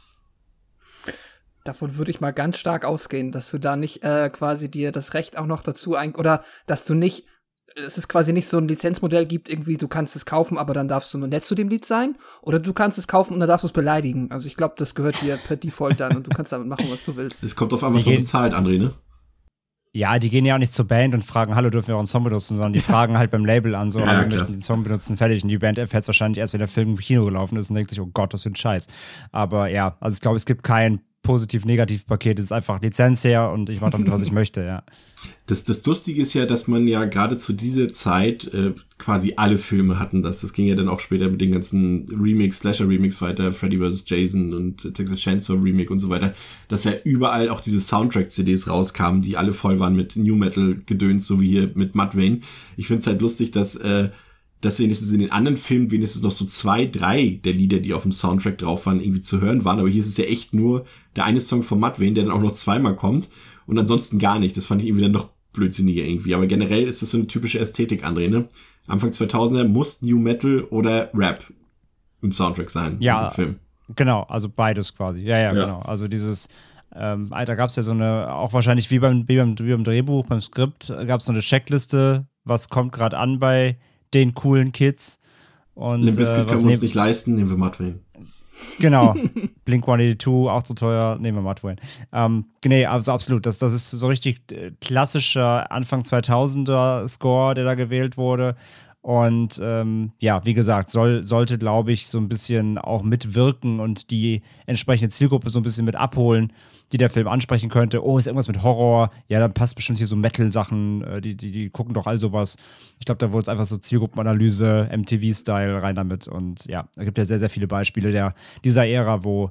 Davon würde ich mal ganz stark ausgehen, dass du da nicht quasi dir das Recht auch noch dazu oder dass du nicht, dass es quasi nicht so ein Lizenzmodell gibt, irgendwie du kannst es kaufen, aber dann darfst du nur nett zu dem Lied sein, oder du kannst es kaufen und dann darfst du es beleidigen. Also ich glaube, das gehört dir per Default dann und du kannst damit machen, was du willst. Es kommt auf einmal, was man bezahlt, André, ne? Ja, die gehen ja auch nicht zur Band und fragen, hallo, dürfen wir euren Song benutzen, sondern die fragen halt beim Label an, so, ja, wir möchten den Song benutzen, fertig. Und die Band erfährt es wahrscheinlich erst, wenn der Film im Kino gelaufen ist und denkt sich, oh Gott, was für ein Scheiß. Aber ja, also ich glaube, es gibt kein Positiv-Negativ-Paket, es ist einfach Lizenz her und ich mache damit, was ich möchte, ja. Das Lustige ist ja, dass man ja gerade zu dieser Zeit quasi alle Filme hatten. Das ging ja dann auch später mit den ganzen Slasher-Remix weiter, Freddy vs. Jason und Texas Chainsaw Remake und so weiter, dass ja überall auch diese Soundtrack-CDs rauskamen, die alle voll waren mit New Metal-Gedöns, so wie hier mit Mattwen. Ich find's halt lustig, dass wenigstens in den anderen Filmen wenigstens noch so 2, 3 der Lieder, die auf dem Soundtrack drauf waren, irgendwie zu hören waren. Aber hier ist es ja echt nur der eine Song von Mattwen, der dann auch noch zweimal kommt und ansonsten gar nicht. Das fand ich irgendwie dann noch blödsinniger irgendwie. Aber generell ist das so eine typische Ästhetik, André, ne? Anfang 2000er muss New Metal oder Rap im Soundtrack sein. Ja, im Film. Genau, also beides quasi. Ja, genau. Also dieses da gab es ja so eine, auch wahrscheinlich wie beim Drehbuch, beim Skript, gab es so eine Checkliste, was kommt gerade an bei den coolen Kids. Und Limp Bizkit können wir uns nicht leisten, nehmen wir Mattwen. Genau. Blink-182, auch zu teuer, nehmen wir Mattwen. Nee, also absolut. Das ist so richtig klassischer Anfang 2000er Score, der da gewählt wurde. Und ja, wie gesagt, sollte, glaube ich, so ein bisschen auch mitwirken und die entsprechende Zielgruppe so ein bisschen mit abholen, die der Film ansprechen könnte. Oh, ist irgendwas mit Horror? Ja, dann passt bestimmt hier so Metal-Sachen, die gucken doch all sowas. Ich glaube, da wurde es einfach so Zielgruppenanalyse, MTV-Style rein damit. Und ja, da gibt ja sehr, sehr viele Beispiele dieser Ära, wo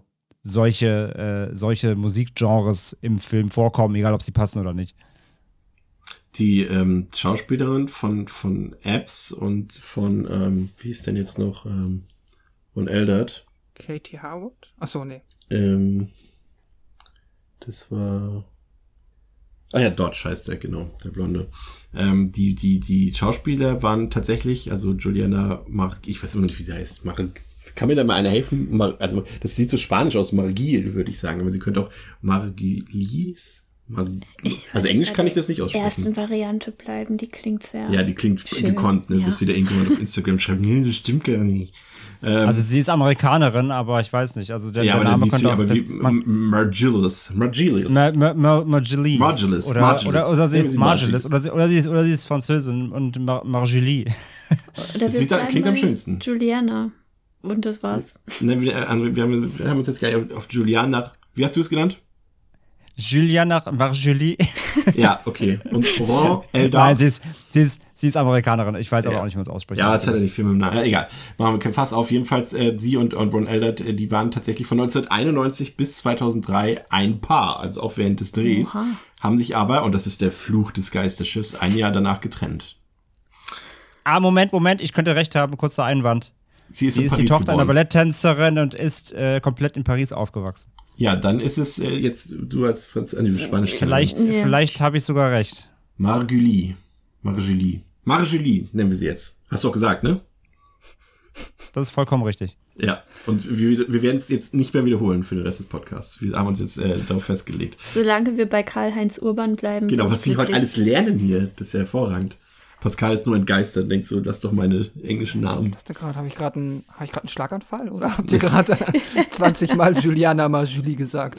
solche Musikgenres im Film vorkommen, egal ob sie passen oder nicht. Die Schauspielerin von Apps und von, wie ist denn jetzt noch, von Eldad? Katie Howard? Achso, nee. Das war... Ah ja, Dodge heißt der, genau, der Blonde. Die Schauspieler waren tatsächlich, also Juliana ich weiß immer nicht, wie sie heißt, kann mir da mal einer helfen? Also, das sieht so spanisch aus, Margil, würde ich sagen, aber sie könnte auch Margilis? Also Englisch kann ich das nicht aussprechen. Ersten Variante bleiben, die klingt sehr. Ja, die klingt schön, gekonnt, ne? Ja. Bis wieder irgendjemand auf Instagram schreibt, nee, das stimmt gar nicht. Also sie ist Amerikanerin, aber ich weiß nicht. Also der Name könnte auch... Margilis. Margilis. Oder sie ist Margilis. Oder sie ist Französin und Margilie. Klingt am schönsten. Juliana. Und das war's. Wir haben uns jetzt gleich auf Juliana wie hast du es genannt? Juliana Marjulie. Ja, okay. Und Ron Eldad. Nein, sie ist Amerikanerin. Ich weiß aber auch nicht, wie man es ausspricht. Ja, das hat er nicht viel mit dem Namen. Egal. Machen wir fast auf. Jedenfalls, sie und Ron Eldad, die waren tatsächlich von 1991 bis 2003 ein Paar. Also auch während des Drehs. Oha. Haben sich aber, und das ist der Fluch des Geisterschiffs, ein Jahr danach getrennt. Moment. Ich könnte recht haben. Kurzer Einwand. Sie ist die Tochter einer Balletttänzerin und ist komplett in Paris aufgewachsen. Ja, dann ist es jetzt, du als Spanisch. Vielleicht habe ich sogar recht. Marjulie nennen wir sie jetzt. Hast du auch gesagt, ne? Das ist vollkommen richtig. Ja, und wir werden es jetzt nicht mehr wiederholen für den Rest des Podcasts. Wir haben uns jetzt darauf festgelegt. Solange wir bei Karl-Heinz Urban bleiben. Genau, was wir heute alles lernen hier, das ist ja hervorragend. Pascal ist nur entgeistert, denkt so, lass doch meine englischen Namen. Habe ich gerade einen Schlaganfall? Oder habt ihr gerade 20 Mal Juliana mal Julie gesagt?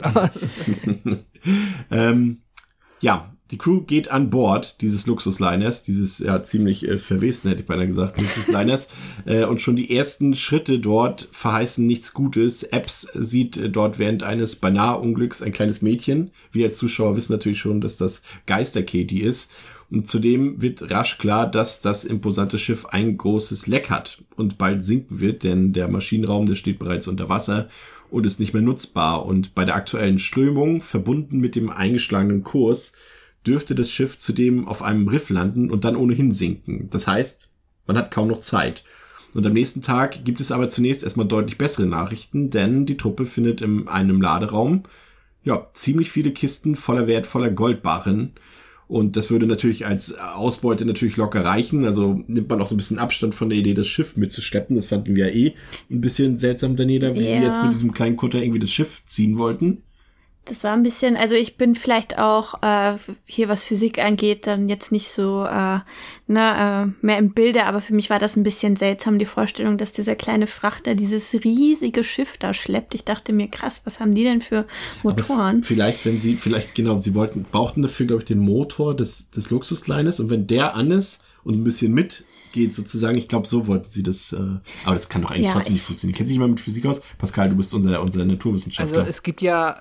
Ja, die Crew geht an Bord dieses Luxusliners, dieses ja ziemlich verwesten, hätte ich beinahe gesagt, Luxusliners. Und schon die ersten Schritte dort verheißen nichts Gutes. Epps sieht dort während eines Beinahe-Unglücks ein kleines Mädchen. Wir als Zuschauer wissen natürlich schon, dass das Geister-Katie ist. Und zudem wird rasch klar, dass das imposante Schiff ein großes Leck hat und bald sinken wird, denn der Maschinenraum, der steht bereits unter Wasser und ist nicht mehr nutzbar. Und bei der aktuellen Strömung, verbunden mit dem eingeschlagenen Kurs, dürfte das Schiff zudem auf einem Riff landen und dann ohnehin sinken. Das heißt, man hat kaum noch Zeit. Und am nächsten Tag gibt es aber zunächst erstmal deutlich bessere Nachrichten, denn die Truppe findet in einem Laderaum ja ziemlich viele Kisten voller wertvoller Goldbarren. Und das würde natürlich als Ausbeute natürlich locker reichen. Also nimmt man auch so ein bisschen Abstand von der Idee, das Schiff mitzuschleppen. Das fanden wir ja ein bisschen seltsam, Daniela, wie sie jetzt mit diesem kleinen Kutter irgendwie das Schiff ziehen wollten. Das war ein bisschen, also ich bin vielleicht auch hier, was Physik angeht, dann jetzt nicht so mehr im Bilde, aber für mich war das ein bisschen seltsam, die Vorstellung, dass dieser kleine Frachter dieses riesige Schiff da schleppt. Ich dachte mir, krass, was haben die denn für Motoren? Aber sie brauchten dafür, glaube ich, den Motor des Luxusliners, und wenn der an ist und ein bisschen mitgeht sozusagen, ich glaube, so wollten sie das, aber das kann doch eigentlich trotzdem nicht funktionieren. Kennt sich jemand mit Physik aus? Pascal, du bist unser Naturwissenschaftler. Also es gibt ja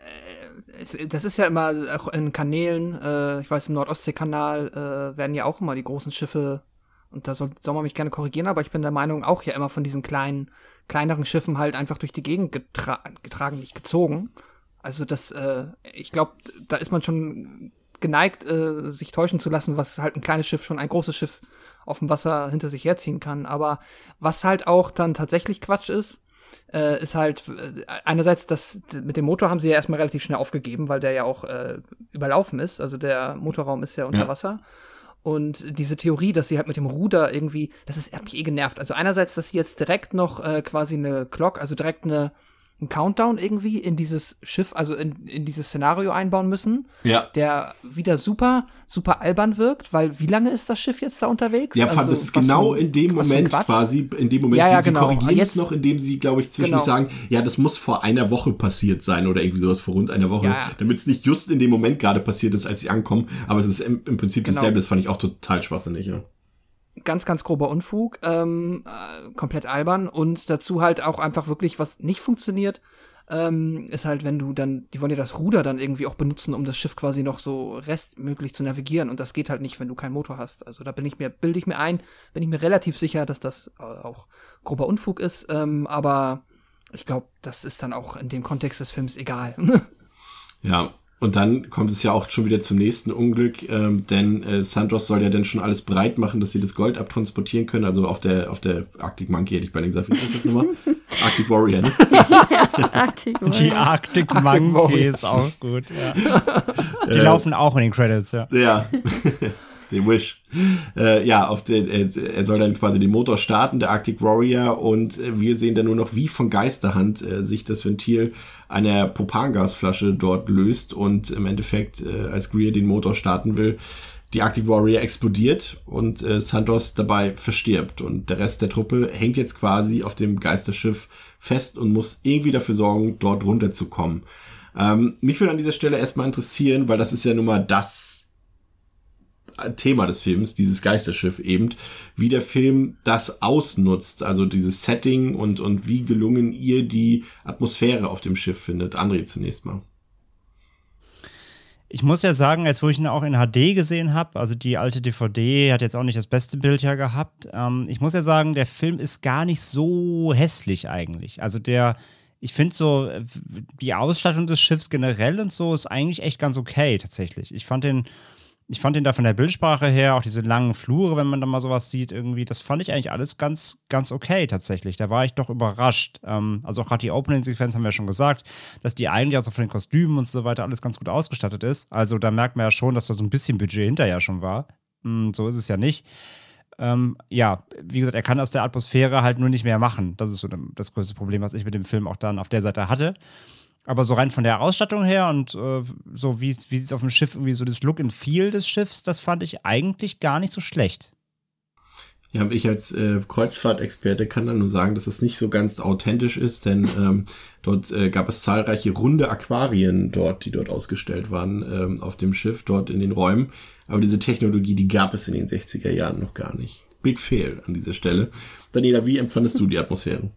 das ist ja immer auch in Kanälen, ich weiß, im Nord-Ostsee-Kanal werden ja auch immer die großen Schiffe, und da soll man mich gerne korrigieren, aber ich bin der Meinung, auch ja immer von diesen kleineren Schiffen halt einfach durch die Gegend getragen, nicht gezogen. Also das, ich glaube, da ist man schon geneigt, sich täuschen zu lassen, was halt ein kleines Schiff schon ein großes Schiff auf dem Wasser hinter sich herziehen kann. Aber was halt auch dann tatsächlich Quatsch ist halt einerseits, das mit dem Motor haben sie ja erstmal relativ schnell aufgegeben, weil der ja auch überlaufen ist. Also der Motorraum ist ja unter Wasser. Und diese Theorie, dass sie halt mit dem Ruder irgendwie, hat mich genervt. Also einerseits, dass sie jetzt direkt noch quasi eine Clock, also direkt einen Countdown irgendwie in dieses Schiff, also in dieses Szenario einbauen müssen, der wieder super, super albern wirkt, weil wie lange ist das Schiff jetzt da unterwegs? Ja, also, das ist genau in dem Moment quasi, sie korrigieren es noch, indem sie, glaube ich, zwischendurch sagen, ja, das muss vor einer Woche passiert sein oder irgendwie sowas, vor rund einer Woche, damit es nicht just in dem Moment gerade passiert ist, als sie ankommen, aber es ist im Prinzip dasselbe, das fand ich auch total schwachsinnig, ja. Ganz, ganz grober Unfug, komplett albern, und dazu halt auch einfach wirklich, was nicht funktioniert, ist halt, wenn du dann, die wollen ja das Ruder dann irgendwie auch benutzen, um das Schiff quasi noch so restmöglich zu navigieren, und das geht halt nicht, wenn du keinen Motor hast. Also da bin ich mir relativ sicher, dass das auch grober Unfug ist, aber ich glaube, das ist dann auch in dem Kontext des Films egal. Ja. Und dann kommt es ja auch schon wieder zum nächsten Unglück, denn Santos soll ja dann schon alles bereit machen, dass sie das Gold abtransportieren können. Also auf der Arctic Monkey hätte ich bei denen gesagt, wie ist das nochmal? Arctic Warrior, ne? Arctic Warrior. Die Arctic Monkey ist auch gut, ja. Die laufen auch in den Credits, ja. Ja. They wish. Er soll dann quasi den Motor starten, der Arctic Warrior, und wir sehen dann nur noch, wie von Geisterhand sich das Ventil einer Propangasflasche dort löst, und im Endeffekt, als Greer den Motor starten will, die Arctic Warrior explodiert und Santos dabei verstirbt, und der Rest der Truppe hängt jetzt quasi auf dem Geisterschiff fest und muss irgendwie dafür sorgen, dort runterzukommen. Mich würde an dieser Stelle erstmal interessieren, weil das ist ja nun mal das Thema des Films, dieses Geisterschiff eben, wie der Film das ausnutzt, also dieses Setting und wie gelungen ihr die Atmosphäre auf dem Schiff findet. André zunächst mal. Ich muss ja sagen, als wo ich ihn auch in HD gesehen habe, also die alte DVD hat jetzt auch nicht das beste Bild ja gehabt, ich muss ja sagen, der Film ist gar nicht so hässlich eigentlich. Also ich finde so, die Ausstattung des Schiffs generell und so ist eigentlich echt ganz okay tatsächlich. Ich fand den da von der Bildsprache her, auch diese langen Flure, wenn man da mal sowas sieht, irgendwie, das fand ich eigentlich alles ganz, ganz okay tatsächlich. Da war ich doch überrascht. Also auch gerade die Opening-Sequenz haben wir ja schon gesagt, dass die eigentlich auch so von den Kostümen und so weiter alles ganz gut ausgestattet ist. Also da merkt man ja schon, dass da so ein bisschen Budget hinterher schon war. So ist es ja nicht. Ja, wie gesagt, er kann aus der Atmosphäre halt nur nicht mehr machen. Das ist so das größte Problem, was ich mit dem Film auch dann auf der Seite hatte. Aber so rein von der Ausstattung her und so wie sieht es auf dem Schiff, irgendwie so das Look and Feel des Schiffs, das fand ich eigentlich gar nicht so schlecht. Ja, ich als Kreuzfahrtexperte kann dann nur sagen, dass es nicht so ganz authentisch ist, denn dort gab es zahlreiche runde Aquarien die dort ausgestellt waren auf dem Schiff, dort in den Räumen. Aber diese Technologie, die gab es in den 60er Jahren noch gar nicht. Big Fail an dieser Stelle. Daniela, wie empfandest du die Atmosphäre?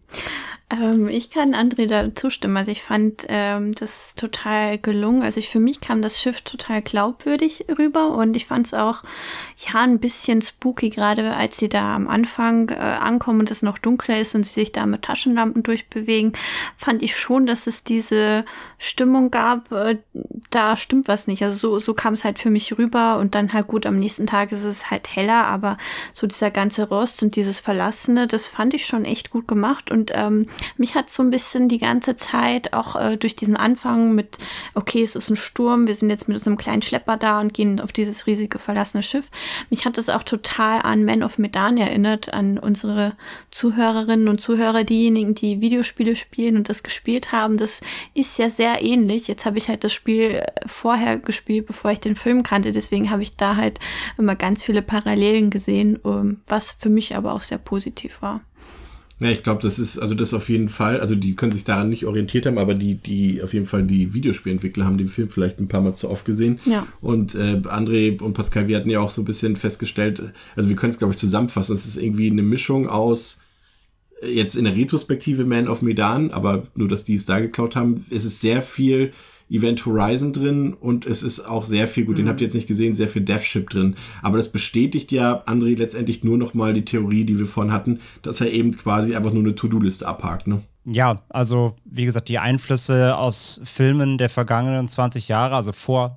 Ich kann André da zustimmen. Also ich fand das total gelungen. Also für mich kam das Schiff total glaubwürdig rüber und ich fand es auch ein bisschen spooky, gerade als sie da am Anfang ankommen und es noch dunkler ist und sie sich da mit Taschenlampen durchbewegen, fand ich schon, dass es diese Stimmung gab, da stimmt was nicht. Also so kam es halt für mich rüber und dann halt gut, am nächsten Tag ist es halt heller, aber so dieser ganze Rost und dieses Verlassene, das fand ich schon echt gut gemacht und mich hat so ein bisschen die ganze Zeit auch durch diesen Anfang mit, okay, es ist ein Sturm, wir sind jetzt mit unserem kleinen Schlepper da und gehen auf dieses riesige verlassene Schiff. Mich hat das auch total an Man of Medan erinnert, an unsere Zuhörerinnen und Zuhörer, diejenigen, die Videospiele spielen und das gespielt haben. Das ist ja sehr ähnlich. Jetzt habe ich halt das Spiel vorher gespielt, bevor ich den Film kannte. Deswegen habe ich da halt immer ganz viele Parallelen gesehen, was für mich aber auch sehr positiv war. Ja, ich glaube, das auf jeden Fall, also die können sich daran nicht orientiert haben, aber die auf jeden Fall die Videospielentwickler haben den Film vielleicht ein paar Mal zu oft gesehen. Ja. Und André und Pascal, wir hatten ja auch so ein bisschen festgestellt, also wir können es, glaube ich, zusammenfassen, es ist irgendwie eine Mischung aus jetzt in der Retrospektive Man of Medan, aber nur, dass die es da geklaut haben, es ist sehr viel Event Horizon drin und es ist auch sehr viel, gut, den habt ihr jetzt nicht gesehen, sehr viel Deathship drin. Aber das bestätigt ja, André, letztendlich nur noch mal die Theorie, die wir vorhin hatten, dass er eben quasi einfach nur eine To-Do-Liste abhakt, ne? Ja, also wie gesagt, die Einflüsse aus Filmen der vergangenen 20 Jahre, also vor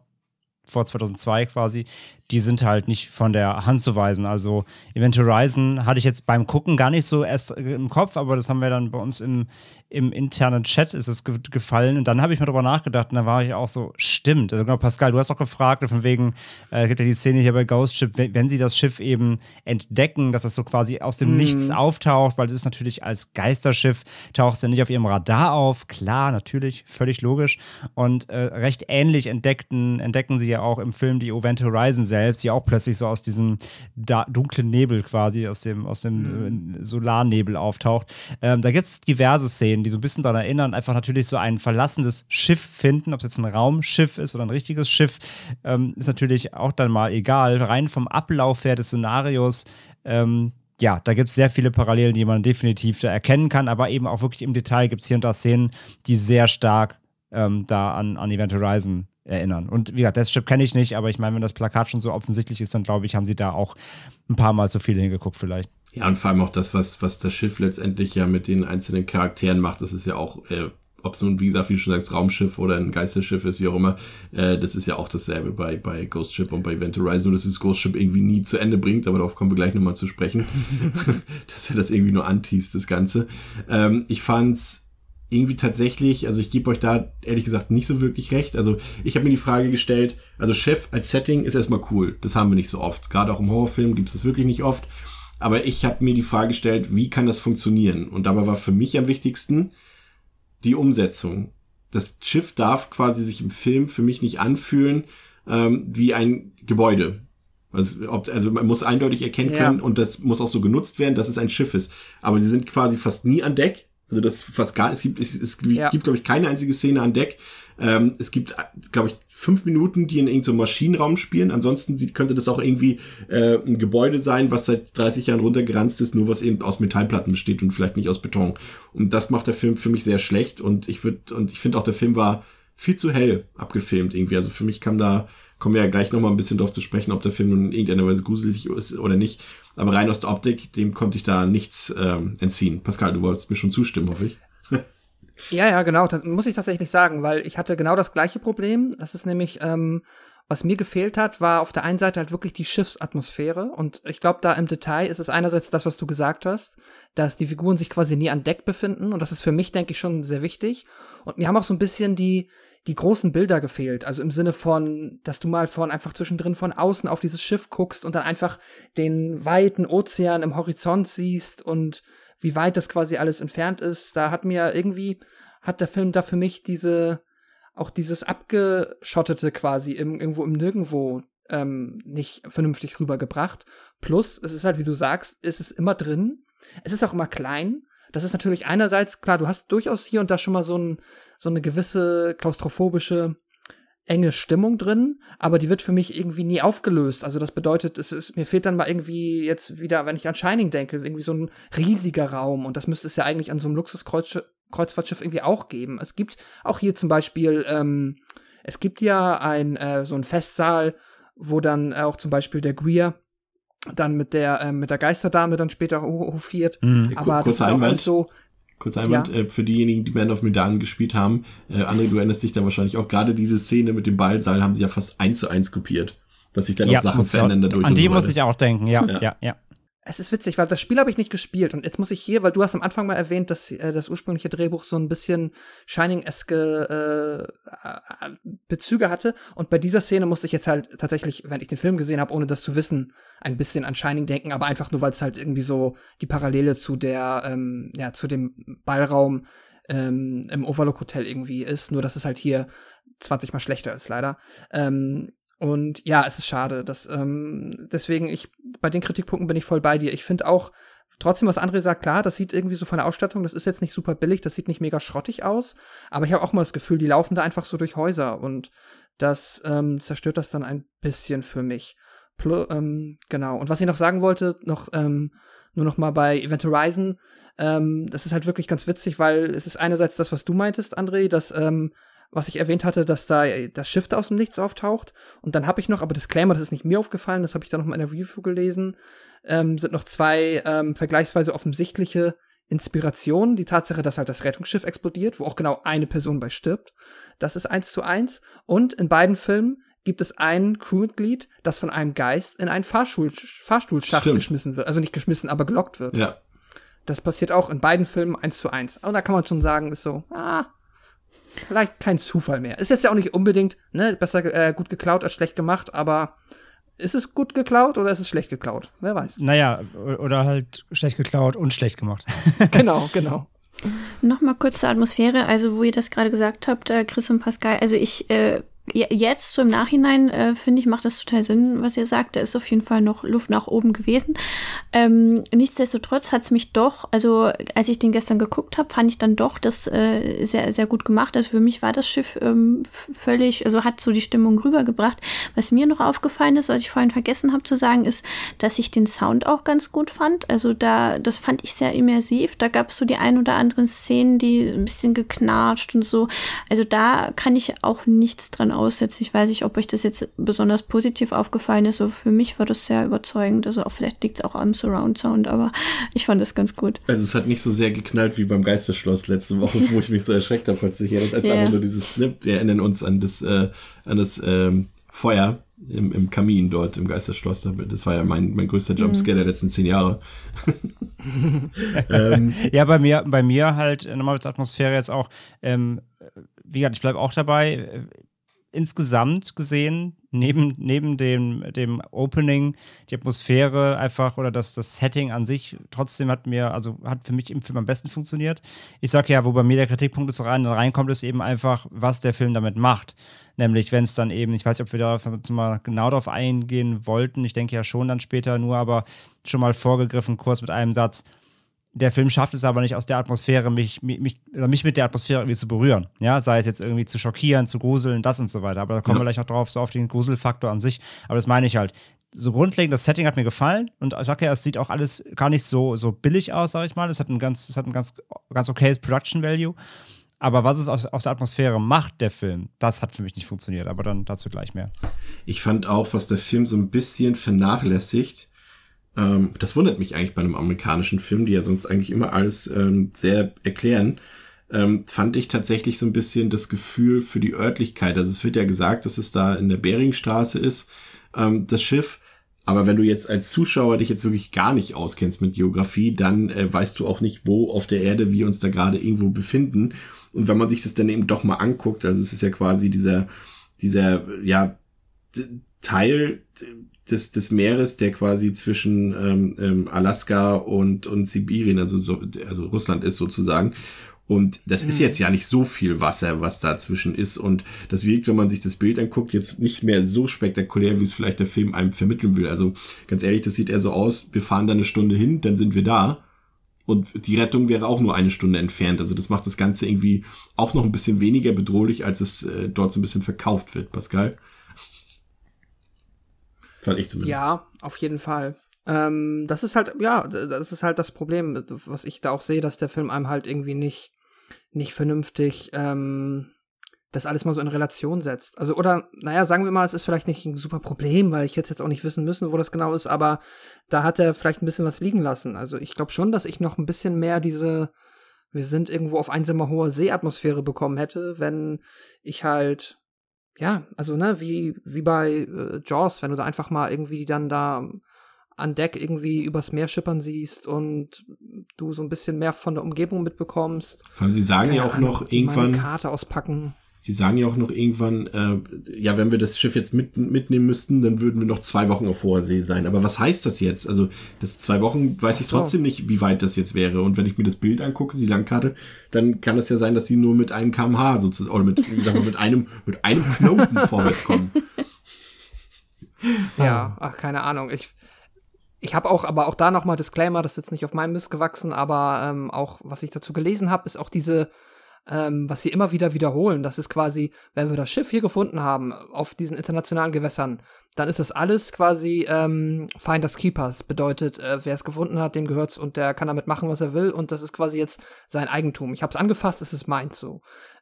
2002 quasi, die sind halt nicht von der Hand zu weisen. Also Event Horizon hatte ich jetzt beim Gucken gar nicht so erst im Kopf, aber das haben wir dann bei uns im internen Chat ist es gefallen und dann habe ich mal drüber nachgedacht und dann war ich auch so, stimmt. Also genau, Pascal, du hast auch gefragt, von wegen, gibt ja die Szene hier bei Ghost Ship, wenn sie das Schiff eben entdecken, dass das so quasi aus dem Nichts auftaucht, weil das ist natürlich als Geisterschiff, taucht es ja nicht auf ihrem Radar auf, klar, natürlich, völlig logisch und recht ähnlich entdecken sie ja auch im Film die Event Horizon selbst, die auch plötzlich so aus diesem dunklen Nebel quasi, aus dem Solarnebel auftaucht. Da gibt es diverse Szenen, die so ein bisschen daran erinnern, einfach natürlich so ein verlassenes Schiff finden, ob es jetzt ein Raumschiff ist oder ein richtiges Schiff, ist natürlich auch dann mal egal. Rein vom Ablauf her des Szenarios, ja, da gibt es sehr viele Parallelen, die man definitiv da erkennen kann, aber eben auch wirklich im Detail gibt es hier und da Szenen, die sehr stark da an Event Horizon erinnern. Und wie gesagt, Deathship kenne ich nicht, aber ich meine, wenn das Plakat schon so offensichtlich ist, dann glaube ich, haben sie da auch ein paar Mal zu viel hingeguckt vielleicht. Ja, und vor allem auch das, was das Schiff letztendlich ja mit den einzelnen Charakteren macht, das ist ja auch, ob es nun, wie gesagt, wie du schon sagst, Raumschiff oder ein Geisterschiff ist, wie auch immer, das ist ja auch dasselbe bei Ghost Ship und bei Event Horizon, nur dass das Ghost Ship irgendwie nie zu Ende bringt, aber darauf kommen wir gleich nochmal zu sprechen, dass er das irgendwie nur anteast, das Ganze. Ich fand's irgendwie tatsächlich, also ich gebe euch da ehrlich gesagt nicht so wirklich recht. Also ich habe mir die Frage gestellt, also Chef als Setting ist erstmal cool, das haben wir nicht so oft. Gerade auch im Horrorfilm gibt es das wirklich nicht oft. Aber ich habe mir die Frage gestellt, wie kann das funktionieren? Und dabei war für mich am wichtigsten die Umsetzung. Das Schiff darf quasi sich im Film für mich nicht anfühlen wie ein Gebäude. Also man muss eindeutig erkennen können und das muss auch so genutzt werden, dass es ein Schiff ist. Aber sie sind quasi fast nie an Deck. Also das fast gar, es gibt glaube ich, keine einzige Szene an Deck. Es gibt, glaube ich, 5 Minuten, die in irgendeinem so Maschinenraum spielen. Ansonsten könnte das auch irgendwie ein Gebäude sein, was seit 30 Jahren runtergeranzt ist, nur was eben aus Metallplatten besteht und vielleicht nicht aus Beton. Und das macht der Film für mich sehr schlecht. Und ich finde auch, der Film war viel zu hell abgefilmt irgendwie. Also für mich kommen wir ja gleich nochmal ein bisschen drauf zu sprechen, ob der Film in irgendeiner Weise gruselig ist oder nicht. Aber rein aus der Optik, dem konnte ich da nichts entziehen. Pascal, du wolltest mir schon zustimmen, hoffe ich. Ja, genau, das muss ich tatsächlich sagen, weil ich hatte genau das gleiche Problem. Das ist nämlich, was mir gefehlt hat, war auf der einen Seite halt wirklich die Schiffsatmosphäre. Und ich glaube, da im Detail ist es einerseits das, was du gesagt hast, dass die Figuren sich quasi nie an Deck befinden. Und das ist für mich, denke ich, schon sehr wichtig. Und mir haben auch so ein bisschen die großen Bilder gefehlt. Also im Sinne von, dass du mal einfach zwischendrin von außen auf dieses Schiff guckst und dann einfach den weiten Ozean im Horizont siehst und wie weit das quasi alles entfernt ist. Da hat der Film da für mich dieses Abgeschottete quasi irgendwo im Nirgendwo nicht vernünftig rübergebracht. Plus, es ist halt, wie du sagst, es ist immer drin. Es ist auch immer klein. Das ist natürlich einerseits, klar, du hast durchaus hier und da schon mal so eine gewisse klaustrophobische, enge Stimmung drin, aber die wird für mich irgendwie nie aufgelöst. Also das bedeutet, mir fehlt dann mal irgendwie jetzt wieder, wenn ich an Shining denke, irgendwie so ein riesiger Raum und das müsste es ja eigentlich an so einem Luxuskreuzfahrtschiff irgendwie auch geben. Es gibt auch hier zum Beispiel, es gibt ja so einen Festsaal, wo dann auch zum Beispiel der Greer dann mit der Geisterdame dann später hofiert. Aber das ist auch alles so. Kurzer Einwand, für diejenigen, die Man of Medan gespielt haben, André, du erinnerst dich dann wahrscheinlich auch, gerade diese Szene mit dem Ballsaal haben sie ja fast 1:1 kopiert, dass sich dann auch Sachen verändern dadurch. An die muss ich auch denken, ja. Es ist witzig, weil das Spiel habe ich nicht gespielt und jetzt muss ich hier, weil du hast am Anfang mal erwähnt, dass das ursprüngliche Drehbuch so ein bisschen Shining-eske Bezüge hatte und bei dieser Szene musste ich jetzt halt tatsächlich, wenn ich den Film gesehen habe, ohne das zu wissen, ein bisschen an Shining denken, aber einfach nur, weil es halt irgendwie so die Parallele zu zu dem Ballraum im Overlook Hotel irgendwie ist, nur dass es halt hier 20 mal schlechter ist, leider. Und ja, es ist schade, dass deswegen bei den Kritikpunkten bin ich voll bei dir. Ich finde auch trotzdem, was André sagt, klar, das sieht irgendwie so von der Ausstattung, das ist jetzt nicht super billig, das sieht nicht mega schrottig aus, aber ich habe auch mal das Gefühl, die laufen da einfach so durch Häuser und das zerstört das dann ein bisschen für mich. Genau. Und was ich noch sagen wollte, nur noch mal bei Event Horizon, das ist halt wirklich ganz witzig, weil es ist einerseits das, was du meintest, André, dass was ich erwähnt hatte, dass da das Schiff da aus dem Nichts auftaucht. Und dann habe ich noch, aber Disclaimer, das ist nicht mir aufgefallen, das habe ich dann noch mal in der Review gelesen, sind noch zwei vergleichsweise offensichtliche Inspirationen. Die Tatsache, dass halt das Rettungsschiff explodiert, wo auch genau eine Person bei stirbt. Das ist 1:1. Und in beiden Filmen gibt es ein Crewmitglied, das von einem Geist in einen Fahrstuhlschacht geschmissen wird. Also nicht geschmissen, aber gelockt wird. Ja. Das passiert auch in beiden Filmen 1:1. Aber da kann man schon sagen, ist so, vielleicht kein Zufall mehr. Ist jetzt ja auch nicht unbedingt, besser gut geklaut als schlecht gemacht, aber ist es gut geklaut oder ist es schlecht geklaut? Wer weiß. Naja, oder halt schlecht geklaut und schlecht gemacht. Genau. Nochmal kurz zur Atmosphäre, also wo ihr das gerade gesagt habt, Chris und Pascal, also ich jetzt so im Nachhinein finde ich, macht das total Sinn, was ihr sagt. Da ist auf jeden Fall noch Luft nach oben gewesen. Nichtsdestotrotz hat es mich doch, also als ich den gestern geguckt habe, fand ich dann doch das sehr, sehr gut gemacht. Also für mich war das Schiff völlig, also hat so die Stimmung rübergebracht. Was mir noch aufgefallen ist, was ich vorhin vergessen habe zu sagen, ist, dass ich den Sound auch ganz gut fand. Also das fand ich sehr immersiv. Da gab es so die ein oder anderen Szenen, die ein bisschen geknatscht und so. Also da kann ich auch nichts dran aussetzen. Ich weiß nicht, ob euch das jetzt besonders positiv aufgefallen ist. So für mich war das sehr überzeugend. Also auch vielleicht liegt es auch am Surround-Sound, aber ich fand das ganz gut. Also es hat nicht so sehr geknallt wie beim Geisterschloss letzte Woche, wo ich mich so erschreckt habe, falls ich erinnere. Als einfach nur dieses, wir erinnern uns an das Feuer im Kamin dort im Geisterschloss. Das war ja mein größter Jumpscare der letzten 10 Jahre. Ja, bei mir halt nochmal zur Atmosphäre jetzt auch, wie gesagt, ich bleibe auch dabei. Insgesamt gesehen, neben dem Opening, die Atmosphäre einfach oder das Setting an sich trotzdem hat für mich im Film am besten funktioniert. Ich sag ja, wo bei mir der Kritikpunkt reinkommt, ist eben einfach, was der Film damit macht. Nämlich, wenn es dann eben, ich weiß nicht, ob wir da mal genau drauf eingehen wollten, ich denke ja schon dann später nur, aber schon mal vorgegriffen, kurz mit einem Satz. Der Film schafft es aber nicht aus der Atmosphäre, mich mit der Atmosphäre irgendwie zu berühren. Ja, sei es jetzt irgendwie zu schockieren, zu gruseln, das und so weiter. Aber da kommen wir gleich noch drauf, so auf den Gruselfaktor an sich. Aber das meine ich halt. So grundlegend, das Setting hat mir gefallen und ich sag ja, es sieht auch alles gar nicht so billig aus, sag ich mal. Es hat ein ganz okayes Production Value. Aber was es aus der Atmosphäre macht, der Film, das hat für mich nicht funktioniert. Aber dann dazu gleich mehr. Ich fand auch, was der Film so ein bisschen vernachlässigt, das wundert mich eigentlich bei einem amerikanischen Film, die ja sonst eigentlich immer alles sehr erklären. fand ich tatsächlich so ein bisschen das Gefühl für die Örtlichkeit. Also es wird ja gesagt, dass es da in der Beringstraße ist, das Schiff. Aber wenn du jetzt als Zuschauer dich jetzt wirklich gar nicht auskennst mit Geografie, dann weißt du auch nicht, wo auf der Erde wir uns da gerade irgendwo befinden. Und wenn man sich das dann eben doch mal anguckt, also es ist ja quasi dieser Teil des Meeres, der quasi zwischen Alaska und Sibirien, also Russland ist sozusagen. Und das ist jetzt ja nicht so viel Wasser, was dazwischen ist. Und das wirkt, wenn man sich das Bild anguckt, jetzt nicht mehr so spektakulär, wie es vielleicht der Film einem vermitteln will. Also ganz ehrlich, das sieht eher so aus, wir fahren da eine Stunde hin, dann sind wir da. Und die Rettung wäre auch nur eine Stunde entfernt. Also das macht das Ganze irgendwie auch noch ein bisschen weniger bedrohlich, als es dort so ein bisschen verkauft wird, Pascal. Fand ich zumindest. Ja, auf jeden Fall. Das ist halt das Problem, was ich da auch sehe, dass der Film einem halt irgendwie nicht vernünftig das alles mal so in Relation setzt. Also, oder, sagen wir mal, es ist vielleicht nicht ein super Problem, weil ich jetzt auch nicht wissen müssen, wo das genau ist, aber da hat er vielleicht ein bisschen was liegen lassen. Also, ich glaube schon, dass ich noch ein bisschen mehr wir sind irgendwo auf einsamer hoher See-Atmosphäre bekommen hätte, wenn ich halt, wie bei Jaws, wenn du da einfach mal irgendwie dann da an Deck irgendwie übers Meer schippern siehst und du so ein bisschen mehr von der Umgebung mitbekommst. Vor allem, sie sagen ja auch noch irgendwann, eine Karte auspacken. Sie sagen ja auch noch irgendwann, wenn wir das Schiff jetzt mitnehmen müssten, dann würden wir noch 2 Wochen auf hoher See sein. Aber was heißt das jetzt? Also, das 2 Wochen weiß ich trotzdem nicht, wie weit das jetzt wäre. Und wenn ich mir das Bild angucke, die Landkarte, dann kann es ja sein, dass sie nur mit einem km/h sozusagen, oder mit einem Knoten vorwärts kommen. Ja, keine Ahnung. Ich habe aber auch da nochmal Disclaimer, das ist jetzt nicht auf meinem Mist gewachsen, aber auch, was ich dazu gelesen habe, ist auch diese, was sie immer wieder wiederholen, das ist quasi, wenn wir das Schiff hier gefunden haben, auf diesen internationalen Gewässern, dann ist das alles quasi Finders Keepers, bedeutet, wer es gefunden hat, dem gehört's und der kann damit machen, was er will und das ist quasi jetzt sein Eigentum. Ich habe es angefasst, es ist meins so.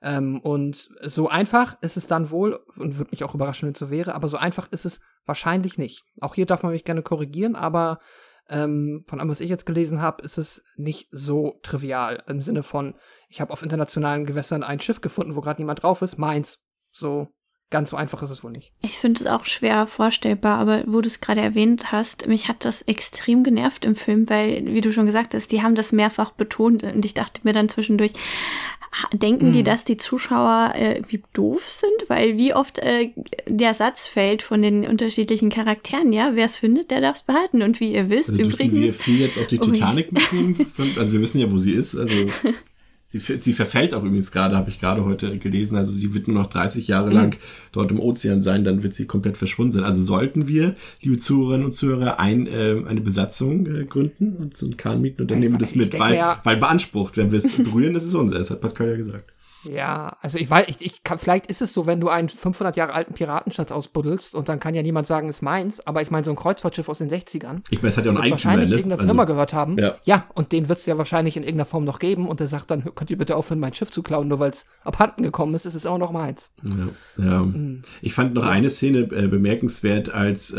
Und so einfach ist es dann wohl, und würde mich auch überraschen, wenn es so wäre, aber so einfach ist es wahrscheinlich nicht. Auch hier darf man mich gerne korrigieren, aber von allem, was ich jetzt gelesen habe, ist es nicht so trivial. Im Sinne von, ich habe auf internationalen Gewässern ein Schiff gefunden, wo gerade niemand drauf ist, meins. So ganz so einfach ist es wohl nicht. Ich finde es auch schwer vorstellbar, aber wo du es gerade erwähnt hast, mich hat das extrem genervt im Film, weil, wie du schon gesagt hast, die haben das mehrfach betont und ich dachte mir dann zwischendurch, denken die, dass die Zuschauer wie doof sind? Weil wie oft der Satz fällt von den unterschiedlichen Charakteren, ja, wer es findet, der darf es behalten. Und wie ihr wisst, also übrigens... wir viel jetzt auch die Titanic mitnehmen. Also wir wissen ja, wo sie ist. Also sie verfällt auch übrigens gerade, habe ich gerade heute gelesen. Also sie wird nur noch 30 Jahre lang dort im Ozean sein, dann wird sie komplett verschwunden sein. Also sollten wir, liebe Zuhörerinnen und Zuhörer, eine Besatzung gründen und so einen Kahn mieten und dann nehmen wir das mit, weil beansprucht, wenn wir es berühren, das ist unser, das hat Pascal ja gesagt. Ja, also ich weiß, vielleicht ist es so, wenn du einen 500 Jahre alten Piratenschatz ausbuddelst und dann kann ja niemand sagen, ist meins, aber ich meine, so ein Kreuzfahrtschiff aus den 60ern. Ich meine, es hat ja auch einen Eigentümer, wahrscheinlich irgendeine Firma gehört haben. Ja, und den wird es ja wahrscheinlich in irgendeiner Form noch geben und der sagt dann, könnt ihr bitte aufhören, mein Schiff zu klauen, nur weil es abhanden gekommen ist es auch noch meins. Ja. Ich fand noch eine Szene bemerkenswert, als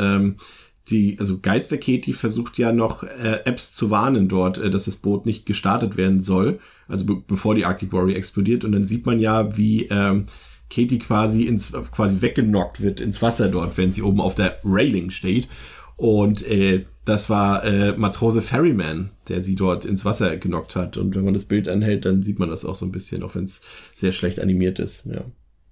Geister Katie versucht ja noch Epps zu warnen dort, dass das Boot nicht gestartet werden soll, also bevor die Arctic Warrior explodiert und dann sieht man ja, wie Katie quasi weggenockt wird ins Wasser dort, wenn sie oben auf der Railing steht und das war Matrose Ferryman, der sie dort ins Wasser genockt hat und wenn man das Bild anhält, dann sieht man das auch so ein bisschen, auch wenn es sehr schlecht animiert ist, ja.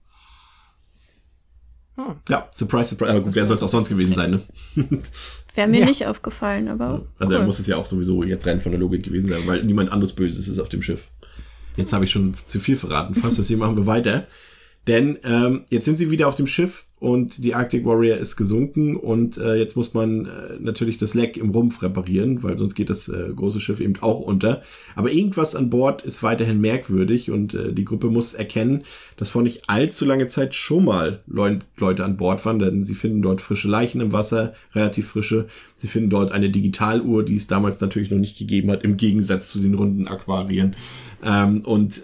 Ja, surprise, surprise. Aber gut, wer soll es auch sonst gewesen sein, ne? Wäre mir nicht aufgefallen, aber Also er muss es ja auch sowieso jetzt rein von der Logik gewesen sein, weil niemand anderes Böses ist auf dem Schiff. Jetzt habe ich schon zu viel verraten fast, deswegen machen wir weiter. Denn jetzt sind sie wieder auf dem Schiff und die Arctic Warrior ist gesunken und jetzt muss man natürlich das Leck im Rumpf reparieren, weil sonst geht das große Schiff eben auch unter. Aber irgendwas an Bord ist weiterhin merkwürdig und die Gruppe muss erkennen, dass vor nicht allzu lange Zeit schon mal Leute an Bord waren, denn sie finden dort frische Leichen im Wasser, relativ frische. Sie finden dort eine Digitaluhr, die es damals natürlich noch nicht gegeben hat, im Gegensatz zu den runden Aquarien. Dann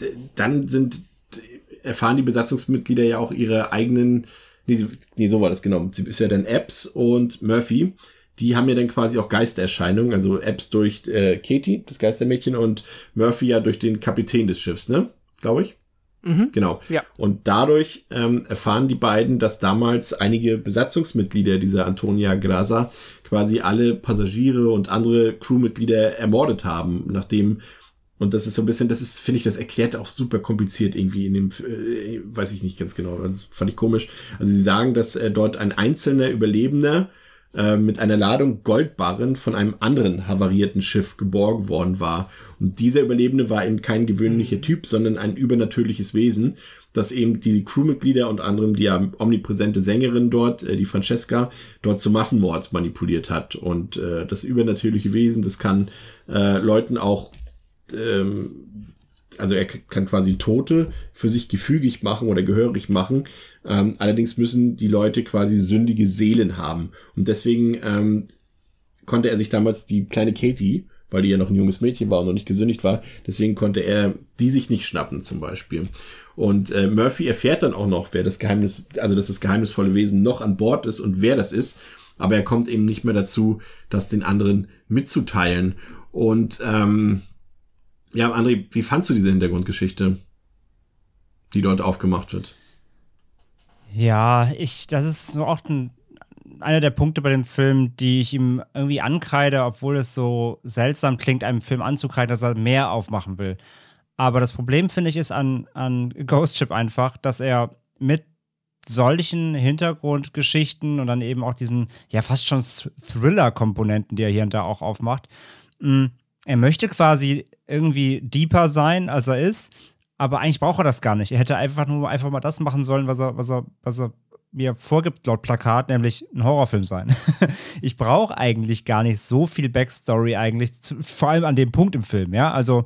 erfahren die Besatzungsmitglieder ja auch ihre eigenen, nee, so war das genau. Sie ist ja dann Epps und Murphy, die haben ja dann quasi auch Geistererscheinungen, also Epps durch Katie, das Geistermädchen, und Murphy ja durch den Kapitän des Schiffs, ne? Glaube ich. Mhm. Genau. Ja. Und dadurch erfahren die beiden, dass damals einige Besatzungsmitglieder dieser Antonia Graza quasi alle Passagiere und andere Crewmitglieder ermordet haben, nachdem, und das ist so ein bisschen, finde ich, das erklärt auch super kompliziert irgendwie in dem, weiß ich nicht ganz genau, also fand ich komisch. Also sie sagen, dass dort ein einzelner Überlebender mit einer Ladung Goldbarren von einem anderen havarierten Schiff geborgen worden war. Und dieser Überlebende war eben kein gewöhnlicher Typ, sondern ein übernatürliches Wesen, das eben die Crewmitglieder, unter anderem die omnipräsente Sängerin dort, die Francesca, dort zum Massenmord manipuliert hat. Und das übernatürliche Wesen, das kann Leuten auch, also er kann quasi Tote für sich gefügig machen oder gehörig machen. Allerdings müssen die Leute quasi sündige Seelen haben. Und deswegen konnte er sich damals die kleine Katie, weil die ja noch ein junges Mädchen war und noch nicht gesündigt war, deswegen konnte er die sich nicht schnappen zum Beispiel. Und Murphy erfährt dann auch noch, wer das Geheimnis, also dass das geheimnisvolle Wesen noch an Bord ist und wer das ist. Aber er kommt eben nicht mehr dazu, das den anderen mitzuteilen. Und ja, André, wie fandst du diese Hintergrundgeschichte, die dort aufgemacht wird? Ja, das ist so auch einer der Punkte bei dem Film, die ich ihm irgendwie ankreide, obwohl es so seltsam klingt, einem Film anzukreiden, dass er mehr aufmachen will. Aber das Problem, finde ich, ist an Ghost Ship einfach, dass er mit solchen Hintergrundgeschichten und dann eben auch diesen, ja, fast schon Thriller-Komponenten, die er hier und da auch aufmacht, er möchte quasi irgendwie deeper sein, als er ist, aber eigentlich braucht er das gar nicht. Er hätte einfach mal das machen sollen, was er mir vorgibt laut Plakat, nämlich ein Horrorfilm sein. Ich brauche eigentlich gar nicht so viel Backstory eigentlich, vor allem an dem Punkt im Film, ja, also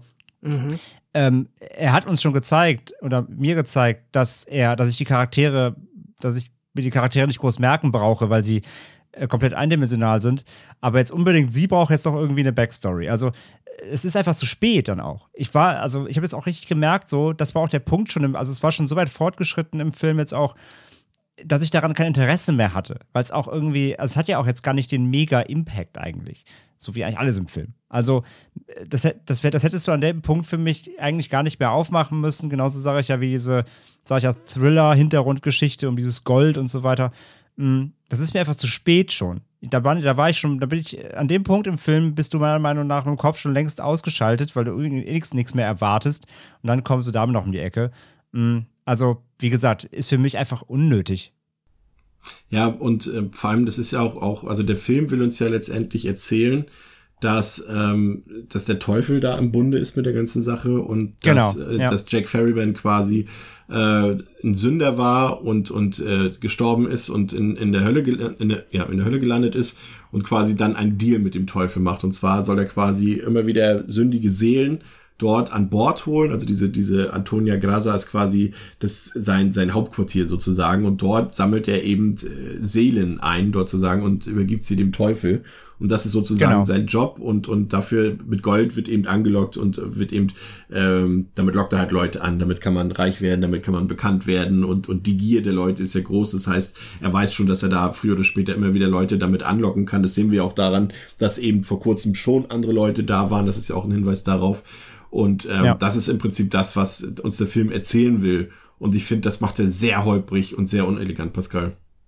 er hat uns schon gezeigt oder mir gezeigt, dass ich mir die Charaktere nicht groß merken brauche, weil sie komplett eindimensional sind, aber jetzt unbedingt sie braucht jetzt doch irgendwie eine Backstory. Also es ist einfach zu spät dann auch. Ich habe jetzt auch richtig gemerkt, so, das war auch der Punkt schon, also es war schon so weit fortgeschritten im Film jetzt auch, dass ich daran kein Interesse mehr hatte, weil es auch irgendwie, also es hat ja auch jetzt gar nicht den Mega-Impact eigentlich, so wie eigentlich alles im Film. Also das hättest du an dem Punkt für mich eigentlich gar nicht mehr aufmachen müssen, genauso sage ich ja wie diese, Thriller-Hintergrundgeschichte um dieses Gold und so weiter. Das ist mir einfach zu spät schon. Da bin ich an dem Punkt im Film, bist du meiner Meinung nach im Kopf schon längst ausgeschaltet, weil du nichts mehr erwartest und dann kommst du damit noch um die Ecke. Also, wie gesagt, ist für mich einfach unnötig. Ja, und vor allem, das ist ja auch, also der Film will uns ja letztendlich erzählen, dass der Teufel da im Bunde ist mit der ganzen Sache und dass Jack Ferryman quasi ein Sünder war und gestorben ist und in der Hölle gelandet ist und quasi dann einen Deal mit dem Teufel macht. Und zwar soll er quasi immer wieder sündige Seelen dort an Bord holen. Also diese Antonia Graza ist quasi sein Hauptquartier sozusagen. Und dort sammelt er eben Seelen ein, dort sozusagen, und übergibt sie dem Teufel. Und das ist sozusagen sein Job. Und dafür mit Gold wird eben angelockt und wird eben, damit lockt er halt Leute an. Damit kann man reich werden, damit kann man bekannt werden. Und die Gier der Leute ist ja groß. Das heißt, er weiß schon, dass er da früher oder später immer wieder Leute damit anlocken kann. Das sehen wir auch daran, dass eben vor kurzem schon andere Leute da waren. Das ist ja auch ein Hinweis darauf. Und das ist im Prinzip das, was uns der Film erzählen will. Und ich finde, das macht er sehr holprig und sehr unelegant, Pascal.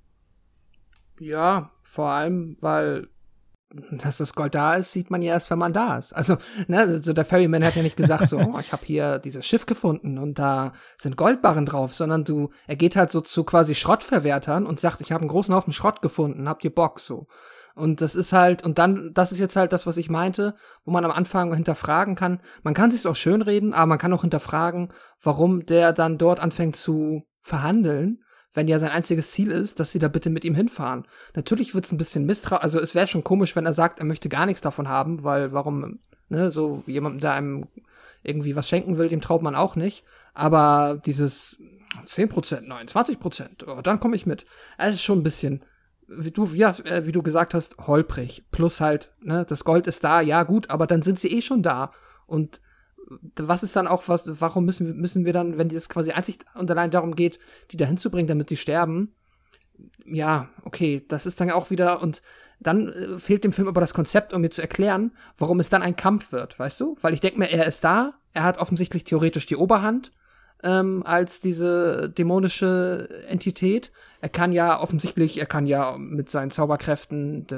Ja, vor allem, weil dass das Gold da ist, sieht man ja erst, wenn man da ist. Also, so der Ferryman hat ja nicht gesagt so, ich habe hier dieses Schiff gefunden und da sind Goldbarren drauf, sondern er geht halt so zu quasi Schrottverwertern und sagt, ich habe einen großen Haufen Schrott gefunden, habt ihr Bock, so. Und das ist halt, und dann, das ist jetzt halt das, was ich meinte, wo man am Anfang hinterfragen kann. Man kann sich's auch schönreden, aber man kann auch hinterfragen, warum der dann dort anfängt zu verhandeln, wenn ja sein einziges Ziel ist, dass sie da bitte mit ihm hinfahren. Natürlich wird's ein bisschen also es wäre schon komisch, wenn er sagt, er möchte gar nichts davon haben, weil warum, so jemandem, der einem irgendwie was schenken will, dem traut man auch nicht. Aber dieses 10%, nein, 20%, dann komme ich mit. Es ist schon ein bisschen, wie du gesagt hast, holprig. Plus halt, das Gold ist da, ja gut, aber dann sind sie schon da. Und was ist dann auch, warum müssen wir dann, wenn es quasi einzig und allein darum geht, die da hinzubringen, damit sie sterben, ja, okay, das ist dann auch wieder, und dann fehlt dem Film aber das Konzept, um mir zu erklären, warum es dann ein Kampf wird, weißt du? Weil ich denke mir, er ist da, er hat offensichtlich theoretisch die Oberhand als diese dämonische Entität. Er kann ja mit seinen Zauberkräften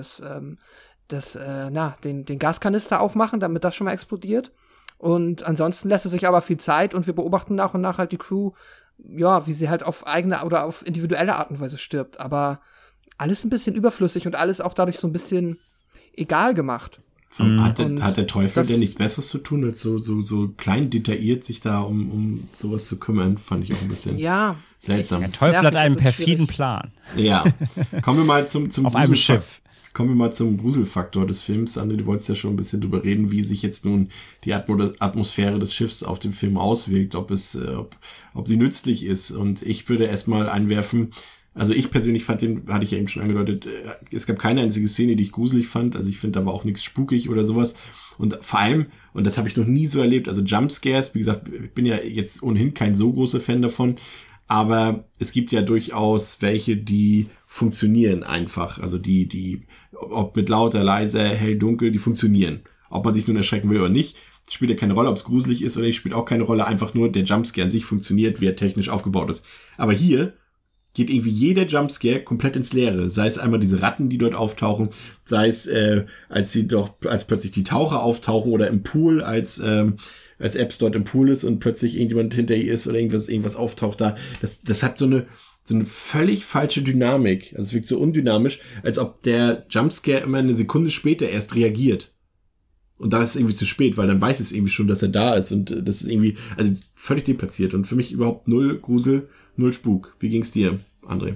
den Gaskanister aufmachen, damit das schon mal explodiert. Und ansonsten lässt er sich aber viel Zeit und wir beobachten nach und nach halt die Crew, ja, wie sie halt auf eigene oder auf individuelle Art und Weise stirbt. Aber alles ein bisschen überflüssig und alles auch dadurch so ein bisschen egal gemacht. Hat der Teufel denn nichts Besseres zu tun, als so klein detailliert sich da um sowas zu kümmern? Fand ich auch ein bisschen seltsam. Der Teufel hat einen perfiden Plan. Ja. Kommen wir mal zum auf einem Schiff. Kommen wir mal zum Gruselfaktor des Films. André, du wolltest ja schon ein bisschen drüber reden, wie sich jetzt nun die Atmosphäre des Schiffs auf den Film auswirkt, ob sie nützlich ist. Und ich würde erstmal einwerfen, also ich persönlich fand den, hatte ich ja eben schon angedeutet, es gab keine einzige Szene, die ich gruselig fand. Also ich finde, da war auch nichts spukig oder sowas. Und vor allem, und das habe ich noch nie so erlebt, also Jumpscares, wie gesagt, ich bin ja jetzt ohnehin kein so großer Fan davon, aber es gibt ja durchaus welche, die funktionieren einfach. Also die, ob mit lauter, leiser, hell, dunkel, die funktionieren. Ob man sich nun erschrecken will oder nicht, spielt ja keine Rolle, ob es gruselig ist oder nicht, spielt auch keine Rolle. Einfach nur, der Jumpscare an sich funktioniert, wie er technisch aufgebaut ist. Aber hier geht irgendwie jeder Jumpscare komplett ins Leere. Sei es einmal diese Ratten, die dort auftauchen, sei es, als plötzlich die Taucher auftauchen oder im Pool, als Epps dort im Pool ist und plötzlich irgendjemand hinter ihr ist oder irgendwas auftaucht da. Das hat so eine völlig falsche Dynamik. Also es wirkt so undynamisch, als ob der Jumpscare immer eine Sekunde später erst reagiert. Und da ist es irgendwie zu spät, weil dann weiß es irgendwie schon, dass er da ist. Und das ist irgendwie, also völlig deplatziert. Und für mich überhaupt null Grusel, null Spuk. Wie ging's dir, André?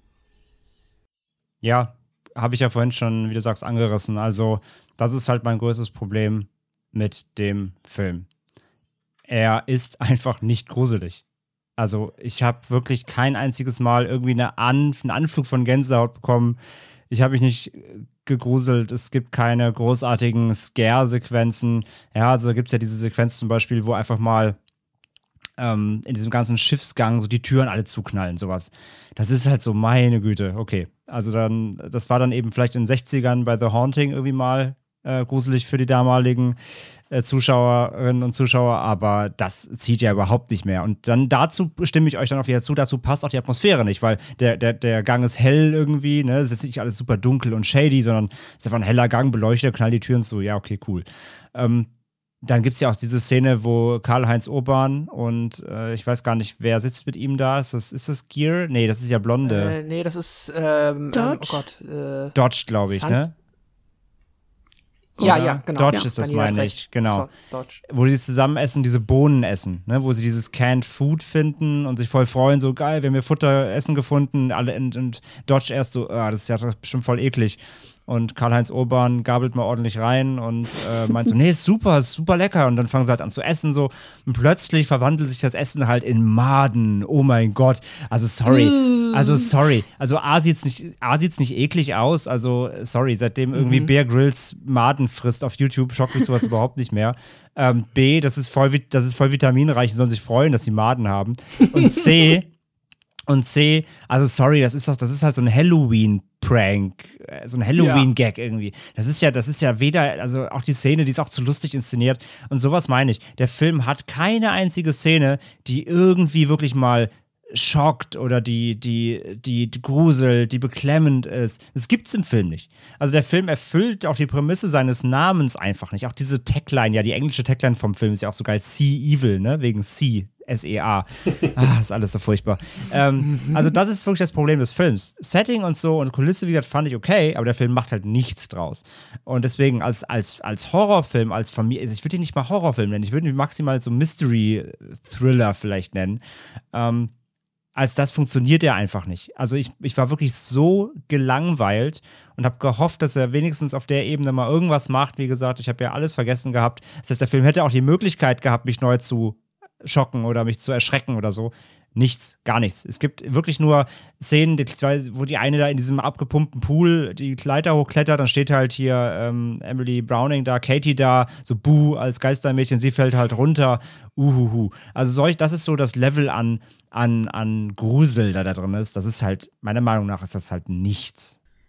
Ja, habe ich ja vorhin schon, wie du sagst, angerissen. Also das ist halt mein größtes Problem mit dem Film. Er ist einfach nicht gruselig. Also ich habe wirklich kein einziges Mal irgendwie einen Anflug von Gänsehaut bekommen. Ich habe mich nicht gegruselt. Es gibt keine großartigen Scare-Sequenzen. Ja, also da gibt es ja diese Sequenz zum Beispiel, wo einfach mal in diesem ganzen Schiffsgang so die Türen alle zuknallen, sowas. Das ist halt so, meine Güte, okay. Also das war dann eben vielleicht in den 60ern bei The Haunting irgendwie mal gruselig für die damaligen Zuschauerinnen und Zuschauer, aber das zieht ja überhaupt nicht mehr. Und dann dazu stimme ich euch dann auch wieder zu, dazu passt auch die Atmosphäre nicht, weil der Gang ist hell irgendwie, ne? Es ist nicht alles super dunkel und shady, sondern es ist einfach ein heller Gang, beleuchtet, knallt die Türen zu, ja, okay, cool. Dann gibt es ja auch diese Szene, wo Karl-Heinz Urban und ich weiß gar nicht, wer sitzt mit ihm da. Ist das Gear? Nee, das ist ja Blonde. Nee, das ist Dodge. Oh Gott. Dodge, glaube ich, ne? Ja, genau. Dodge ja, ist das, meine ich, genau. So, Dodge. Wo die zusammen essen, diese Bohnen essen, ne? Wo sie dieses Canned Food finden und sich voll freuen, so geil, wir haben hier Futteressen gefunden, alle und Dodge erst so, das ist ja bestimmt voll eklig. Und Karl-Heinz Urban gabelt mal ordentlich rein und meint so, nee, ist super lecker. Und dann fangen sie halt an zu essen so. Und plötzlich verwandelt sich das Essen halt in Maden. Oh mein Gott. Also sorry. Also A sieht's nicht eklig aus. Also sorry, seitdem irgendwie Bear Grylls Maden frisst auf YouTube, schockt mich sowas überhaupt nicht mehr. B, das ist voll vitaminreich, die sollen sich freuen, dass sie Maden haben. Und C, also sorry, das ist halt so ein Halloween-Prank, so ein Halloween-Gag irgendwie. Das ist ja weder, also auch die Szene, die ist auch zu lustig inszeniert und sowas meine ich. Der Film hat keine einzige Szene, die irgendwie wirklich mal schockt oder die gruselt, die beklemmend ist. Das gibt's im Film nicht. Also der Film erfüllt auch die Prämisse seines Namens einfach nicht. Auch diese Tagline, ja, die englische Tagline vom Film ist ja auch so geil, See Evil, ne, wegen See. SEA. Ist alles so furchtbar. Also das ist wirklich das Problem des Films. Setting und so und Kulisse, wie gesagt, fand ich okay, aber der Film macht halt nichts draus. Und deswegen als Horrorfilm, als Familie, also ich würde ihn nicht mal Horrorfilm nennen, ich würde ihn maximal so Mystery-Thriller vielleicht nennen. Als das funktioniert er einfach nicht. Also ich war wirklich so gelangweilt und habe gehofft, dass er wenigstens auf der Ebene mal irgendwas macht. Wie gesagt, ich habe ja alles vergessen gehabt. Das heißt, der Film hätte auch die Möglichkeit gehabt, mich neu zu schocken oder mich zu erschrecken oder so. Nichts, gar nichts. Es gibt wirklich nur Szenen, wo die eine da in diesem abgepumpten Pool die Leiter hochklettert, dann steht halt hier Emily Browning da, Katie da, so Boo als Geistermädchen, sie fällt halt runter, Also das ist so das Level an Grusel, da drin ist. Das ist halt, meiner Meinung nach ist das halt nichts.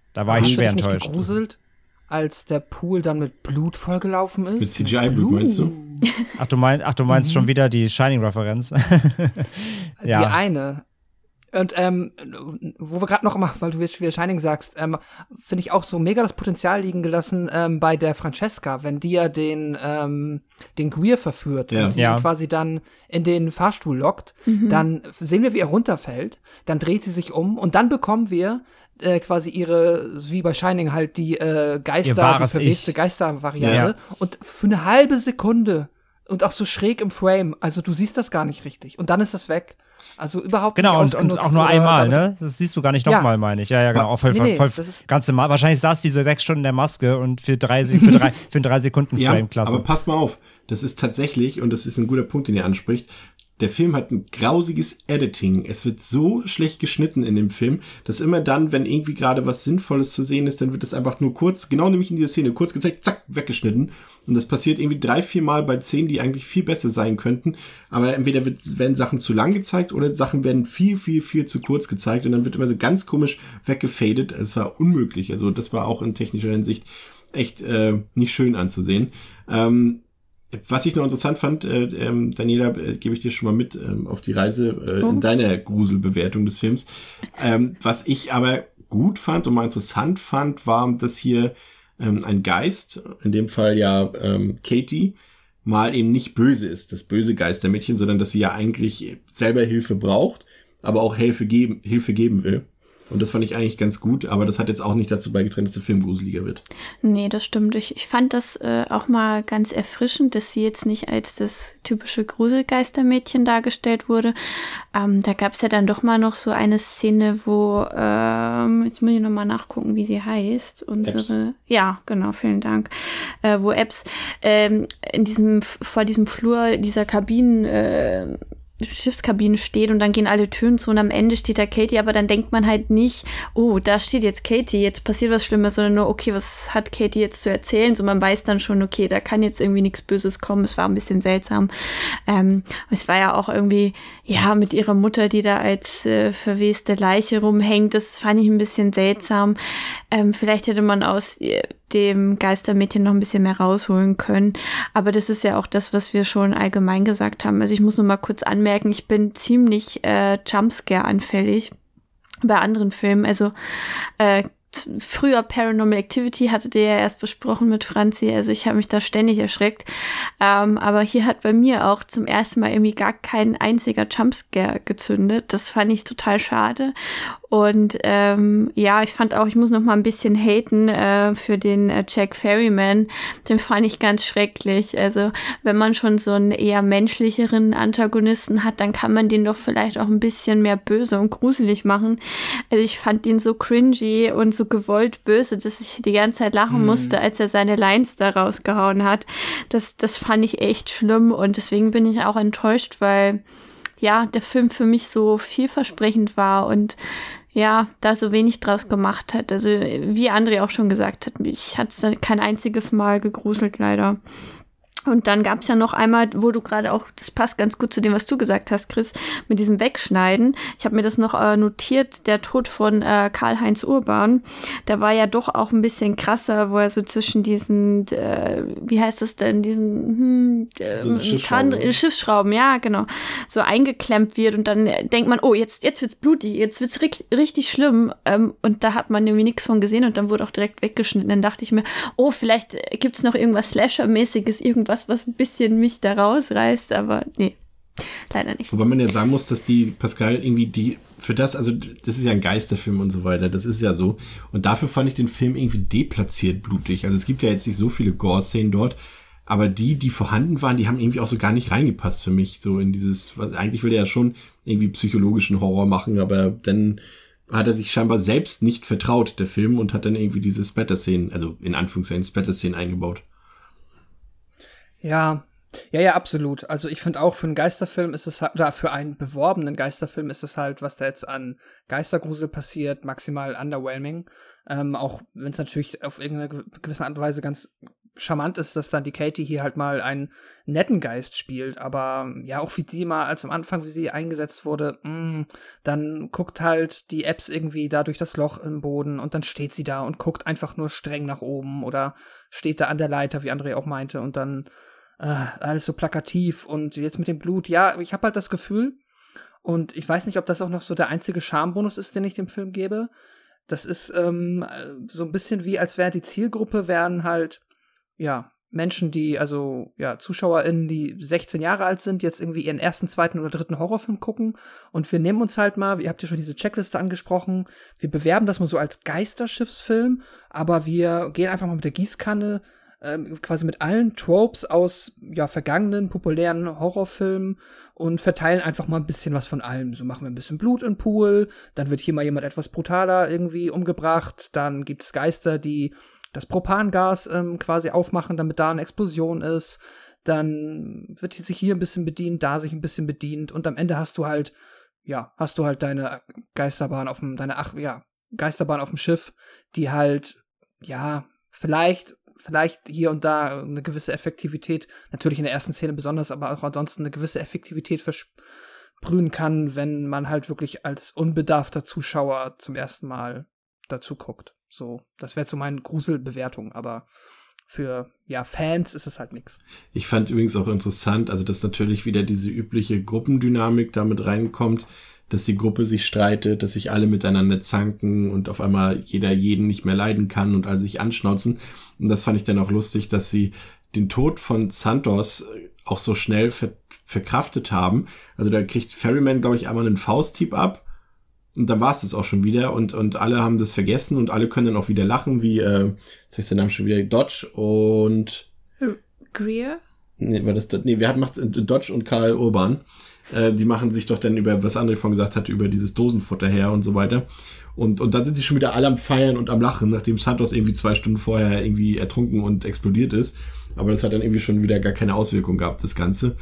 Da war ich schwer Hast du dich enttäuscht. nicht gegruselt, als der Pool dann mit Blut vollgelaufen ist? Mit CGI-Blut, meinst du? Ach, du meinst schon wieder die Shining-Referenz? Ja. Die eine. Und wo wir gerade noch mal, weil du jetzt wieder Shining sagst, finde ich auch so mega das Potenzial liegen gelassen bei der Francesca, wenn die ja den Queer verführt und sie ihn quasi dann in den Fahrstuhl lockt, dann sehen wir, wie er runterfällt, dann dreht sie sich um und dann bekommen wir quasi wie bei Shining halt die Geister, die verweste Geister-Variante und für eine halbe Sekunde und auch so schräg im Frame, also du siehst das gar nicht richtig und dann ist das weg. Also überhaupt nicht ausgenutzt. Genau, und auch nur einmal, ne? Das siehst du gar nicht nochmal, meine ich. Ja, genau. Auch voll ganze Mal. Wahrscheinlich saß die so 6 Stunden in der Maske und für 3 Sekunden Frame, klasse. Aber passt mal auf, das ist tatsächlich, und das ist ein guter Punkt, den ihr anspricht, der Film hat ein grausiges Editing. Es wird so schlecht geschnitten in dem Film, dass immer dann, wenn irgendwie gerade was Sinnvolles zu sehen ist, dann wird es einfach nur kurz, genau nämlich in dieser Szene, kurz gezeigt, zack, weggeschnitten. Und das passiert irgendwie 3-4 Mal bei Szenen, die eigentlich viel besser sein könnten. Aber entweder werden Sachen zu lang gezeigt oder Sachen werden viel, viel, viel zu kurz gezeigt. Und dann wird immer so ganz komisch weggefadet. Es war unmöglich. Also das war auch in technischer Hinsicht echt nicht schön anzusehen. Was ich noch interessant fand, Daniela, gebe ich dir schon mal mit auf die Reise in deiner Gruselbewertung des Films. Was ich aber gut fand und mal interessant fand, war, dass hier ein Geist, in dem Fall ja Katie, mal eben nicht böse ist, das böse Geistermädchen, sondern dass sie ja eigentlich selber Hilfe braucht, aber auch Hilfe geben will. Und das fand ich eigentlich ganz gut, aber das hat jetzt auch nicht dazu beigetragen, dass der Film gruseliger wird. Nee, das stimmt. Ich fand das auch mal ganz erfrischend, dass sie jetzt nicht als das typische Gruselgeistermädchen dargestellt wurde. Da gab es ja dann doch mal noch so eine Szene, wo, jetzt muss ich nochmal nachgucken, wie sie heißt. Ja, genau, vielen Dank. Wo Epps vor diesem Flur dieser Kabinen, Schiffskabine steht und dann gehen alle Türen zu und am Ende steht da Katie, aber dann denkt man halt nicht, oh, da steht jetzt Katie, jetzt passiert was Schlimmes, sondern nur, okay, was hat Katie jetzt zu erzählen? So, man weiß dann schon, okay, da kann jetzt irgendwie nichts Böses kommen. Es war ein bisschen seltsam. Es war ja auch irgendwie, ja, mit ihrer Mutter, die da als verweste Leiche rumhängt, das fand ich ein bisschen seltsam. Vielleicht hätte man aus dem Geistermädchen noch ein bisschen mehr rausholen können. Aber das ist ja auch das, was wir schon allgemein gesagt haben. Also ich muss nur mal kurz anmerken, ich bin ziemlich Jumpscare-anfällig bei anderen Filmen. Also früher Paranormal Activity hattet ihr ja erst besprochen mit Franzi, also ich habe mich da ständig erschreckt, aber hier hat bei mir auch zum ersten Mal irgendwie gar kein einziger Jumpscare gezündet, das fand ich total schade und ja, ich fand auch, ich muss noch mal ein bisschen haten für den Jack Ferryman, den fand ich ganz schrecklich, also wenn man schon so einen eher menschlicheren Antagonisten hat, dann kann man den doch vielleicht auch ein bisschen mehr böse und gruselig machen, also ich fand ihn so cringy und so gewollt böse, dass ich die ganze Zeit lachen musste, als er seine Lines da rausgehauen hat. Das fand ich echt schlimm und deswegen bin ich auch enttäuscht, weil ja, der Film für mich so vielversprechend war und ja, da so wenig draus gemacht hat. Also wie André auch schon gesagt hat, mich hat es kein einziges Mal gegruselt, leider. Und dann gab es ja noch einmal, wo du gerade auch, das passt ganz gut zu dem, was du gesagt hast, Chris, mit diesem Wegschneiden. Ich habe mir das noch notiert, der Tod von Karl-Heinz Urban. Der war ja doch auch ein bisschen krasser, wo er so zwischen diesen, wie heißt das denn, diesen Schiffsschrauben, ja, genau, so eingeklemmt wird und dann denkt man, oh, jetzt wird's blutig, jetzt wird's richtig schlimm. Und da hat man irgendwie nichts von gesehen und dann wurde auch direkt weggeschnitten. Dann dachte ich mir, oh, vielleicht gibt's noch irgendwas Slasher-mäßiges, irgendwas, was ein bisschen mich da rausreißt, aber nee, leider nicht. Wobei man ja sagen muss, dass die Pascal irgendwie also das ist ja ein Geisterfilm und so weiter, das ist ja so. Und dafür fand ich den Film irgendwie deplatziert blutig. Also es gibt ja jetzt nicht so viele Gore-Szenen dort, aber die vorhanden waren, die haben irgendwie auch so gar nicht reingepasst für mich. So in dieses, eigentlich will er ja schon irgendwie psychologischen Horror machen, aber dann hat er sich scheinbar selbst nicht vertraut, der Film, und hat dann irgendwie diese Splatter-Szenen, also in Anführungszeichen Splatter-Szenen eingebaut. Ja, Ja, absolut. Also ich finde auch, für einen Geisterfilm ist es halt, oder für einen beworbenen Geisterfilm ist es halt, was da jetzt an Geistergrusel passiert, maximal underwhelming. Auch wenn es natürlich auf irgendeine gewisse Art und Weise ganz charmant ist, dass dann die Katie hier halt mal einen netten Geist spielt, aber ja, auch wie die mal als am Anfang, wie sie eingesetzt wurde, dann guckt halt die Epps irgendwie da durch das Loch im Boden und dann steht sie da und guckt einfach nur streng nach oben oder steht da an der Leiter, wie André auch meinte, und dann alles so plakativ und jetzt mit dem Blut, ja, ich habe halt das Gefühl, und ich weiß nicht, ob das auch noch so der einzige Charmebonus ist, den ich dem Film gebe. Das ist so ein bisschen wie, als wäre die Zielgruppe, wären halt ja, Menschen, die, also, ja, ZuschauerInnen, die 16 Jahre alt sind, jetzt irgendwie ihren ersten, zweiten oder dritten Horrorfilm gucken, und wir nehmen uns halt mal, ihr habt ja schon diese Checkliste angesprochen, wir bewerben das mal so als Geisterschiffsfilm, aber wir gehen einfach mal mit der Gießkanne quasi mit allen Tropes aus, ja, vergangenen, populären Horrorfilmen und verteilen einfach mal ein bisschen was von allem. So machen wir ein bisschen Blut im Pool, dann wird hier mal jemand etwas brutaler irgendwie umgebracht, dann gibt es Geister, die das Propangas quasi aufmachen, damit da eine Explosion ist. Dann wird sich hier ein bisschen bedient, da sich ein bisschen bedient, und am Ende hast du halt deine Geisterbahn Geisterbahn auf dem Schiff, die halt, ja, vielleicht hier und da eine gewisse Effektivität, natürlich in der ersten Szene besonders, aber auch ansonsten eine gewisse Effektivität versprühen kann, wenn man halt wirklich als unbedarfter Zuschauer zum ersten Mal dazu guckt. So, das wäre so meine Gruselbewertung, aber für, ja, Fans ist es halt nix. Ich fand übrigens auch interessant, also dass natürlich wieder diese übliche Gruppendynamik damit reinkommt, dass die Gruppe sich streitet, dass sich alle miteinander zanken und auf einmal jeder jeden nicht mehr leiden kann und alle sich anschnauzen. Und das fand ich dann auch lustig, dass sie den Tod von Santos auch so schnell verkraftet haben. Also da kriegt Ferryman, glaube ich, einmal einen Fausthieb ab und dann war es das auch schon wieder, und alle haben das vergessen und alle können dann auch wieder lachen, wie, jetzt heißt der Name schon wieder, Dodge und Greer? Wer macht Dodge und Karl Urban. Die machen sich doch dann über, was André vorhin gesagt hatte, über dieses Dosenfutter her und so weiter. Und dann sind sie schon wieder alle am Feiern und am Lachen, nachdem Santos irgendwie 2 Stunden vorher irgendwie ertrunken und explodiert ist. Aber das hat dann irgendwie schon wieder gar keine Auswirkung gehabt, das Ganze.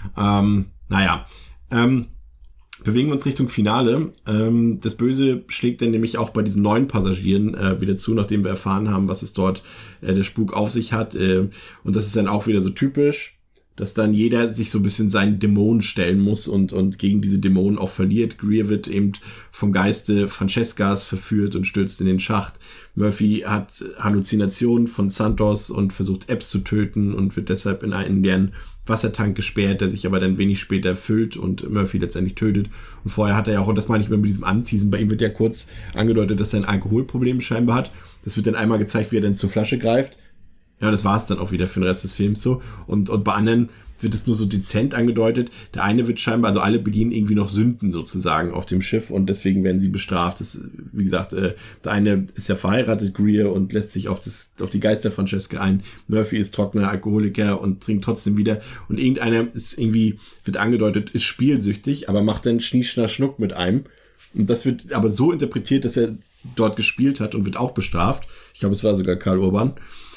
Bewegen wir uns Richtung Finale. Das Böse schlägt dann nämlich auch bei diesen neuen Passagieren wieder zu, nachdem wir erfahren haben, was es dort der Spuk auf sich hat. Und das ist dann auch wieder so typisch, dass dann jeder sich so ein bisschen seinen Dämonen stellen muss und gegen diese Dämonen auch verliert. Greer wird eben vom Geiste Francescas verführt und stürzt in den Schacht. Murphy hat Halluzinationen von Santos und versucht Epps zu töten und wird deshalb in deren Wassertank gesperrt, der sich aber dann wenig später füllt und Murphy letztendlich tötet. Und vorher hat er ja auch, und das meine ich immer mit diesem Anteasen, bei ihm wird ja kurz angedeutet, dass er ein Alkoholproblem scheinbar hat. Das wird dann einmal gezeigt, wie er dann zur Flasche greift. Ja, das war's dann auch wieder für den Rest des Films so. Und bei anderen wird es nur so dezent angedeutet. Der eine wird scheinbar, also alle begehen irgendwie noch Sünden sozusagen auf dem Schiff und deswegen werden sie bestraft. Das, wie gesagt, der eine ist ja verheiratet, Greer, und lässt sich auf die Geister Francesca ein. Murphy ist trockener Alkoholiker und trinkt trotzdem wieder. Und irgendeiner ist irgendwie, wird angedeutet, ist spielsüchtig, aber macht dann Schnick-Schnack-Schnuck mit einem. Und das wird aber so interpretiert, dass er dort gespielt hat und wird auch bestraft. Ich glaube, es war sogar Karl Urban.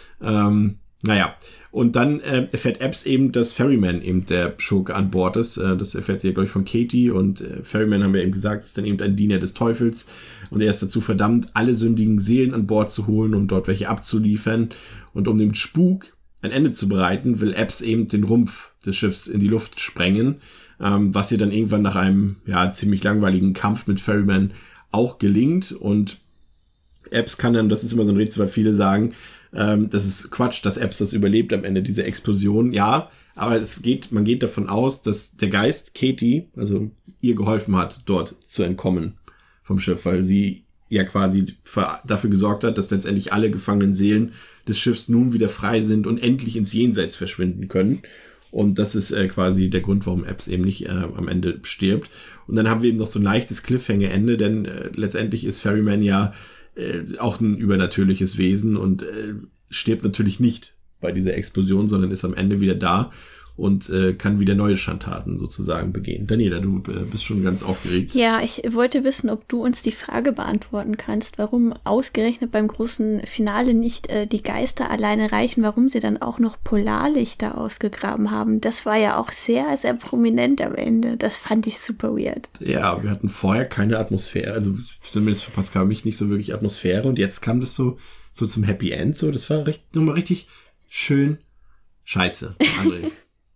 Und dann erfährt Epps eben, dass Ferryman eben der Schurke an Bord ist. Das erfährt sie ja, glaube ich, von Katie, und Ferryman, haben wir eben gesagt, ist dann eben ein Diener des Teufels, und er ist dazu verdammt, alle sündigen Seelen an Bord zu holen und dort welche abzuliefern. Und um dem Spuk ein Ende zu bereiten, will Epps eben den Rumpf des Schiffs in die Luft sprengen, was ihr dann irgendwann nach einem, ja, ziemlich langweiligen Kampf mit Ferryman auch gelingt. Und Epps kann dann, das ist immer so ein Rätsel, weil viele sagen, das ist Quatsch, dass Epps das überlebt am Ende dieser Explosion. Ja, aber man geht davon aus, dass der Geist Katie, also ihr geholfen hat, dort zu entkommen vom Schiff, weil sie ja quasi dafür gesorgt hat, dass letztendlich alle gefangenen Seelen des Schiffs nun wieder frei sind und endlich ins Jenseits verschwinden können. Und das ist quasi der Grund, warum Epps eben nicht am Ende stirbt. Und dann haben wir eben noch so ein leichtes Cliffhanger-Ende, denn letztendlich ist Ferryman ja auch ein übernatürliches Wesen und stirbt natürlich nicht bei dieser Explosion, sondern ist am Ende wieder da. und kann wieder neue Schandtaten sozusagen begehen. Daniela, du bist schon ganz aufgeregt. Ja, ich wollte wissen, ob du uns die Frage beantworten kannst, warum ausgerechnet beim großen Finale nicht die Geister alleine reichen, warum sie dann auch noch Polarlichter ausgegraben haben. Das war ja auch sehr, sehr prominent am Ende. Das fand ich super weird. Ja, wir hatten vorher keine Atmosphäre, also zumindest für Pascal mich nicht so wirklich Atmosphäre und jetzt kam das so zum Happy End, so, das war nochmal richtig schön scheiße, André.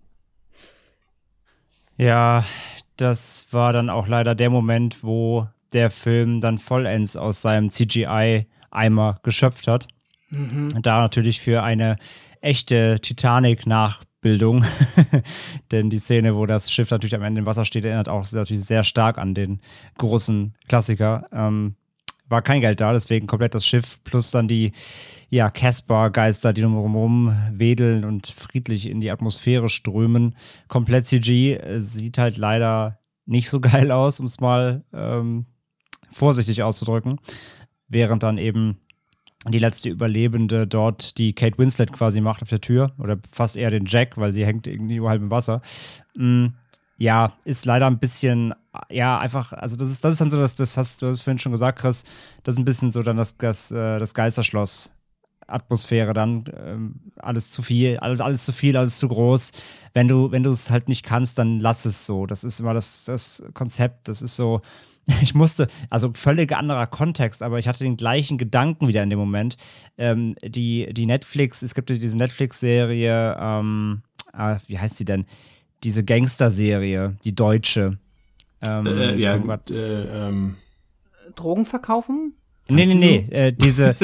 Ja, das war dann auch leider der Moment, wo der Film dann vollends aus seinem CGI-Eimer geschöpft hat. Da natürlich für eine echte Titanic-Nachbildung, denn die Szene, wo das Schiff natürlich am Ende im Wasser steht, erinnert auch natürlich sehr stark an den großen Klassiker. War kein Geld da, deswegen komplett das Schiff plus dann die Casper-Geister, die drumherum wedeln und friedlich in die Atmosphäre strömen. Komplett CG, sieht halt leider nicht so geil aus, um es mal vorsichtig auszudrücken. Während dann eben die letzte Überlebende dort die Kate Winslet quasi macht auf der Tür oder fast eher den Jack, weil sie hängt irgendwie nur halb im Wasser. Ja, ist leider ein bisschen, ja, einfach, also das ist dann so, das hast du vorhin schon gesagt, Chris, das ist ein bisschen so dann das Geisterschloss. Atmosphäre dann, alles zu viel, alles zu viel, alles zu groß. Wenn du es halt nicht kannst, dann lass es so. Das ist immer das Konzept, das ist so, also völlig anderer Kontext, aber ich hatte den gleichen Gedanken wieder in dem Moment. Die Netflix, es gibt ja diese Netflix-Serie, wie heißt die denn? Diese Gangster-Serie, die deutsche. Drogen verkaufen? Nee. Diese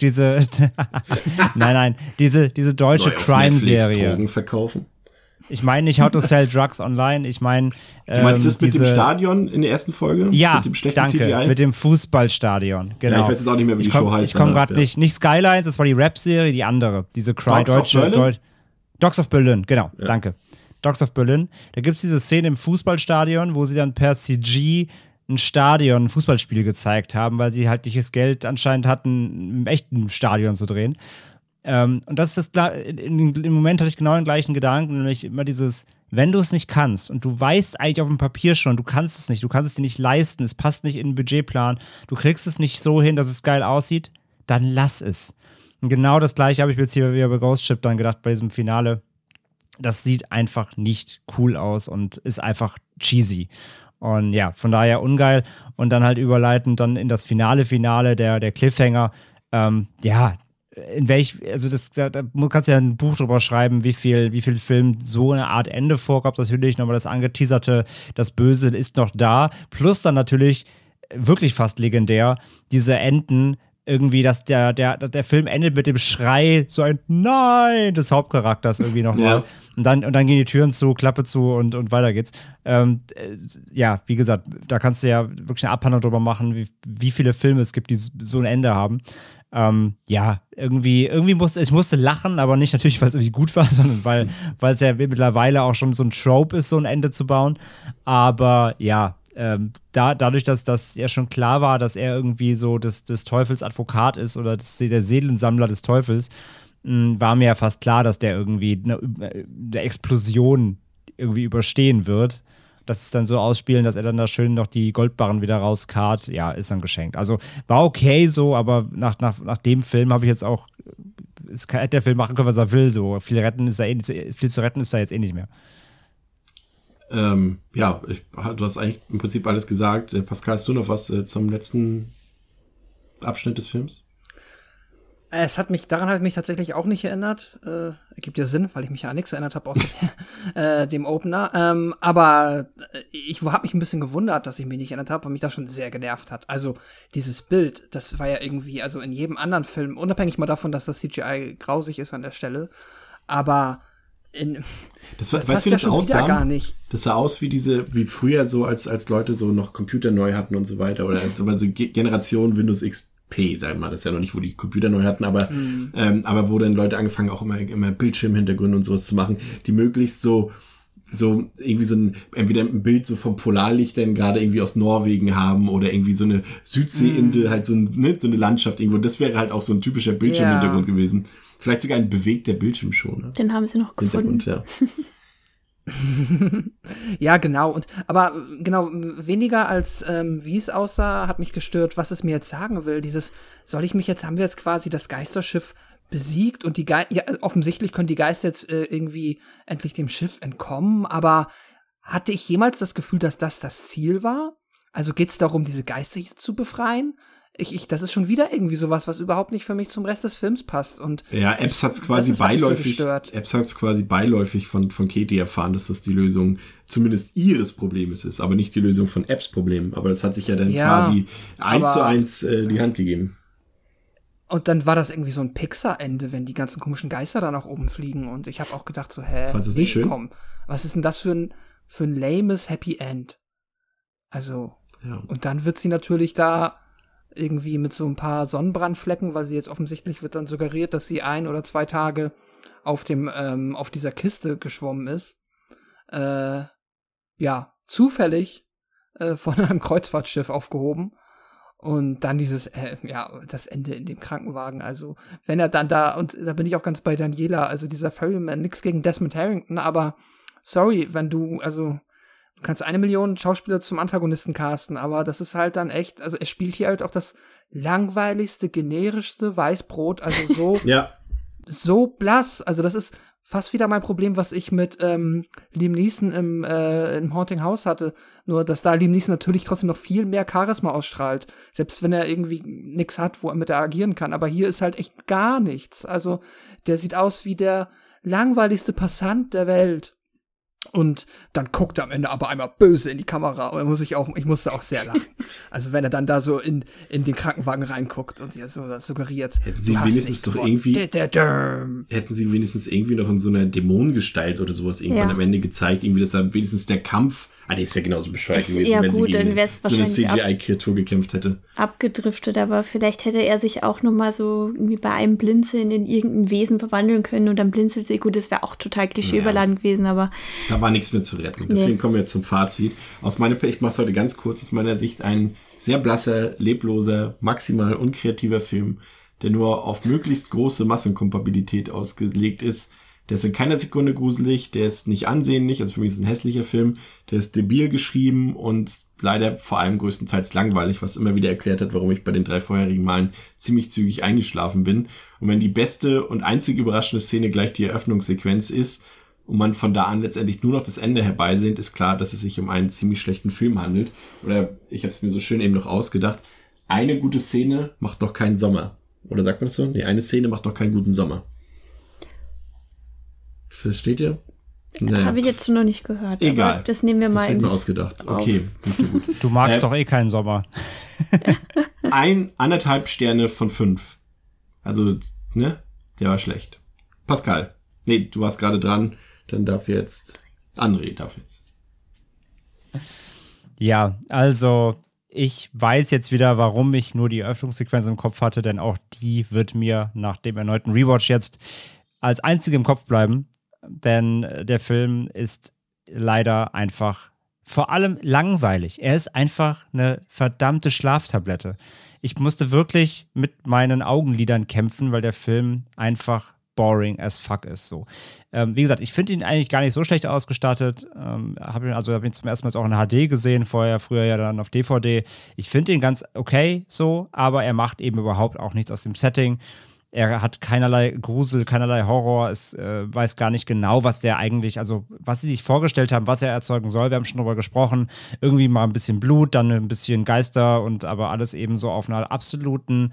nein, diese deutsche Crime-Serie. Drogen verkaufen. Ich meine nicht How to Sell Drugs Online, ich meine du meinst das mit dem Stadion in der ersten Folge? Ja, mit dem schlechten danke, CGI? mit dem Fußballstadion, genau. Ja, ich weiß jetzt auch nicht mehr, wie die Show heißt. Ich komme gerade nicht Skylines, das war die Rap-Serie, die andere, diese Dogs of Berlin, genau, ja. Danke. Dogs of Berlin, da gibt es diese Szene im Fußballstadion, wo sie dann per CG ein Fußballspiel gezeigt haben, weil sie halt nicht das Geld anscheinend hatten, im echten Stadion zu drehen. Und das ist das, im Moment hatte ich genau den gleichen Gedanken, nämlich immer dieses, wenn du es nicht kannst und du weißt eigentlich auf dem Papier schon, du kannst es dir nicht leisten, es passt nicht in den Budgetplan, du kriegst es nicht so hin, dass es geil aussieht, dann lass es. Und genau das gleiche habe ich jetzt hier wieder bei Ghost Ship dann gedacht, bei diesem Finale. Das sieht einfach nicht cool aus und ist einfach cheesy. Und ja, von daher ungeil. Und dann halt überleitend dann in das Finale, der Cliffhanger. Da kannst du ja ein Buch drüber schreiben, wie viel Film so eine Art Ende vorgab. Natürlich nochmal das angeteaserte, das Böse ist noch da. Plus dann natürlich, wirklich fast legendär, diese Enden, irgendwie, dass der Film endet mit dem Schrei, so ein Nein des Hauptcharakters irgendwie nochmal. Ja. Und dann gehen die Türen zu, Klappe zu und weiter geht's. Wie gesagt, da kannst du ja wirklich eine Abhandlung drüber machen, wie viele Filme es gibt, die so ein Ende haben. Irgendwie musste lachen, aber nicht natürlich, weil es irgendwie gut war, sondern weil es ja mittlerweile auch schon so ein Trope ist, so ein Ende zu bauen. Aber ja, dadurch, dass das ja schon klar war, dass er irgendwie so des Teufels Advokat ist oder der Seelensammler des Teufels, war mir ja fast klar, dass der irgendwie eine Explosion irgendwie überstehen wird. Dass es dann so ausspielen, dass er dann da schön noch die Goldbarren wieder rauskarrt, ja, ist dann geschenkt. Also war okay so, aber nach dem Film habe ich jetzt auch, hätte der Film machen können, was er will, so viel zu retten ist da jetzt eh nicht mehr. Du hast eigentlich im Prinzip alles gesagt. Pascal, hast du noch was zum letzten Abschnitt des Films? Daran habe ich mich tatsächlich auch nicht erinnert. Ergibt ja Sinn, weil ich mich ja an nichts erinnert habe, außer dem Opener. Aber ich habe mich ein bisschen gewundert, dass ich mich nicht erinnert habe, weil mich das schon sehr genervt hat. Also dieses Bild, das war ja irgendwie, also in jedem anderen Film, unabhängig mal davon, dass das CGI grausig ist an der Stelle, aber weißt du, wie das aussah? Gar nicht. Das sah aus wie früher so, als Leute so noch Computer neu hatten und so weiter. Oder so Generation Windows XP, sagen wir mal. Das ist ja noch nicht, wo die Computer neu hatten, aber wo dann Leute angefangen, auch immer Bildschirmhintergründe und sowas zu machen, die möglichst so irgendwie entweder ein Bild so vom Polarlichtern gerade irgendwie aus Norwegen haben oder irgendwie so eine Südseeinsel, halt so eine Landschaft irgendwo. Das wäre halt auch so ein typischer Bildschirmhintergrund gewesen. Vielleicht sogar ein bewegter Bildschirm schon. Ne? Den haben sie noch gefunden. Ja. Ja, genau. Aber genau, weniger als wie es aussah, hat mich gestört, was es mir jetzt sagen will. Haben wir jetzt quasi das Geisterschiff besiegt und offensichtlich können die Geister jetzt irgendwie endlich dem Schiff entkommen, aber hatte ich jemals das Gefühl, dass das Ziel war? Also geht's darum, diese Geister hier zu befreien? Das ist schon wieder irgendwie sowas, was überhaupt nicht für mich zum Rest des Films passt. Und ja, Epps hat's quasi beiläufig von Katie erfahren, dass das die Lösung zumindest ihres Problems ist, aber nicht die Lösung von Epps Problem. Aber das hat sich ja dann quasi 1:1 die Hand gegeben. Und dann war das irgendwie so ein Pixar-Ende, wenn die ganzen komischen Geister da nach oben fliegen. Und ich habe auch gedacht so, fandest du das nicht schön? Komm, was ist denn das für ein lames Happy End? Also, ja. Und dann wird sie natürlich da irgendwie mit so ein paar Sonnenbrandflecken, weil sie jetzt offensichtlich wird dann suggeriert, dass sie 1 oder 2 Tage auf dieser Kiste geschwommen ist. Zufällig von einem Kreuzfahrtschiff aufgehoben. Und dann das Ende in dem Krankenwagen. Also, wenn er dann und da bin ich auch ganz bei Daniela, also dieser Ferryman, nix gegen Desmond Harrington, aber sorry, du kannst 1 Million Schauspieler zum Antagonisten casten, aber das ist halt dann echt, also er spielt hier halt auch das langweiligste, generischste Weißbrot, also so, so blass, also das ist fast wieder mein Problem, was ich mit Liam Neeson im Haunting House hatte, nur dass da Liam Neeson natürlich trotzdem noch viel mehr Charisma ausstrahlt, selbst wenn er irgendwie nix hat, wo er agieren kann, aber hier ist halt echt gar nichts, also der sieht aus wie der langweiligste Passant der Welt. Und dann guckt er am Ende aber einmal böse in die Kamera und ich musste auch sehr lachen. Also wenn er dann da so in den Krankenwagen reinguckt und so das suggeriert. Hätten sie wenigstens irgendwie noch in so einer Dämonengestalt oder sowas irgendwann am Ende gezeigt, irgendwie, dass da wenigstens der Kampf, es wäre genauso bescheuert gewesen, wenn sie gegen so eine CGI-Kreatur gekämpft hätte. Abgedriftet, aber vielleicht hätte er sich auch noch mal so irgendwie bei einem Blinzeln in irgendein Wesen verwandeln können und dann blinzelt sie. Gut, das wäre auch total klischeeüberladen gewesen, aber da war nichts mehr zu retten. Deswegen kommen wir jetzt zum Fazit. Ich mache es heute ganz kurz, aus meiner Sicht ein sehr blasser, lebloser, maximal unkreativer Film, der nur auf möglichst große Massenkompatibilität ausgelegt ist. Der ist in keiner Sekunde gruselig, der ist nicht ansehnlich, also für mich ist es ein hässlicher Film, der ist debil geschrieben und leider vor allem größtenteils langweilig, was immer wieder erklärt hat, warum ich bei den 3 vorherigen Malen ziemlich zügig eingeschlafen bin. Und wenn die beste und einzige überraschende Szene gleich die Eröffnungssequenz ist und man von da an letztendlich nur noch das Ende herbeisehnt, ist klar, dass es sich um einen ziemlich schlechten Film handelt. Oder ich habe es mir so schön eben noch ausgedacht, eine gute Szene macht noch keinen Sommer. Oder sagt man das so? Nee, eine Szene macht noch keinen guten Sommer. Versteht ihr? Naja. Habe ich jetzt noch nicht gehört. Egal. Aber das nehmen wir mal ins ausgedacht. Okay, nicht so gut. Du magst doch keinen Sommer. 1,5 Sterne von 5. Also, der war schlecht. Pascal. Nee, du warst gerade dran. Dann André darf jetzt. Ja, also ich weiß jetzt wieder, warum ich nur die Eröffnungssequenz im Kopf hatte, denn auch die wird mir nach dem erneuten Rewatch jetzt als einzige im Kopf bleiben. Denn der Film ist leider einfach vor allem langweilig. Er ist einfach eine verdammte Schlaftablette. Ich musste wirklich mit meinen Augenlidern kämpfen, weil der Film einfach boring as fuck ist. So. Wie gesagt, ich finde ihn eigentlich gar nicht so schlecht ausgestattet. Hab ihn zum ersten Mal auch in HD gesehen, früher ja dann auf DVD. Ich finde ihn ganz okay so, aber er macht eben überhaupt auch nichts aus dem Setting. Er hat keinerlei Grusel, keinerlei Horror. Es weiß gar nicht genau, was der eigentlich, also was sie sich vorgestellt haben, was er erzeugen soll. Wir haben schon drüber gesprochen. Irgendwie mal ein bisschen Blut, dann ein bisschen Geister und aber alles eben so auf einer absoluten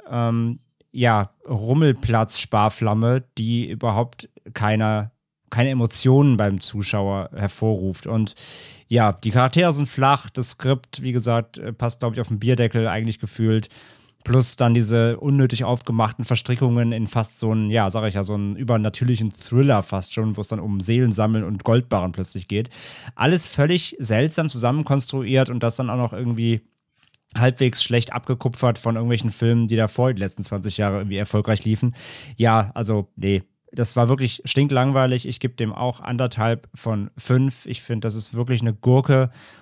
Rummelplatz-Sparflamme, die überhaupt keine Emotionen beim Zuschauer hervorruft. Und ja, die Charaktere sind flach. Das Skript, wie gesagt, passt, glaube ich, auf den Bierdeckel eigentlich gefühlt. Plus dann diese unnötig aufgemachten Verstrickungen in fast so einen, so einen übernatürlichen Thriller fast schon, wo es dann um Seelensammeln und Goldbarren plötzlich geht. Alles völlig seltsam zusammenkonstruiert und das dann auch noch irgendwie halbwegs schlecht abgekupfert von irgendwelchen Filmen, die davor die letzten 20 Jahre irgendwie erfolgreich liefen. Ja, also nee, das war wirklich stinklangweilig. Ich gebe dem auch 1,5 von 5. Ich finde, das ist wirklich eine Gurke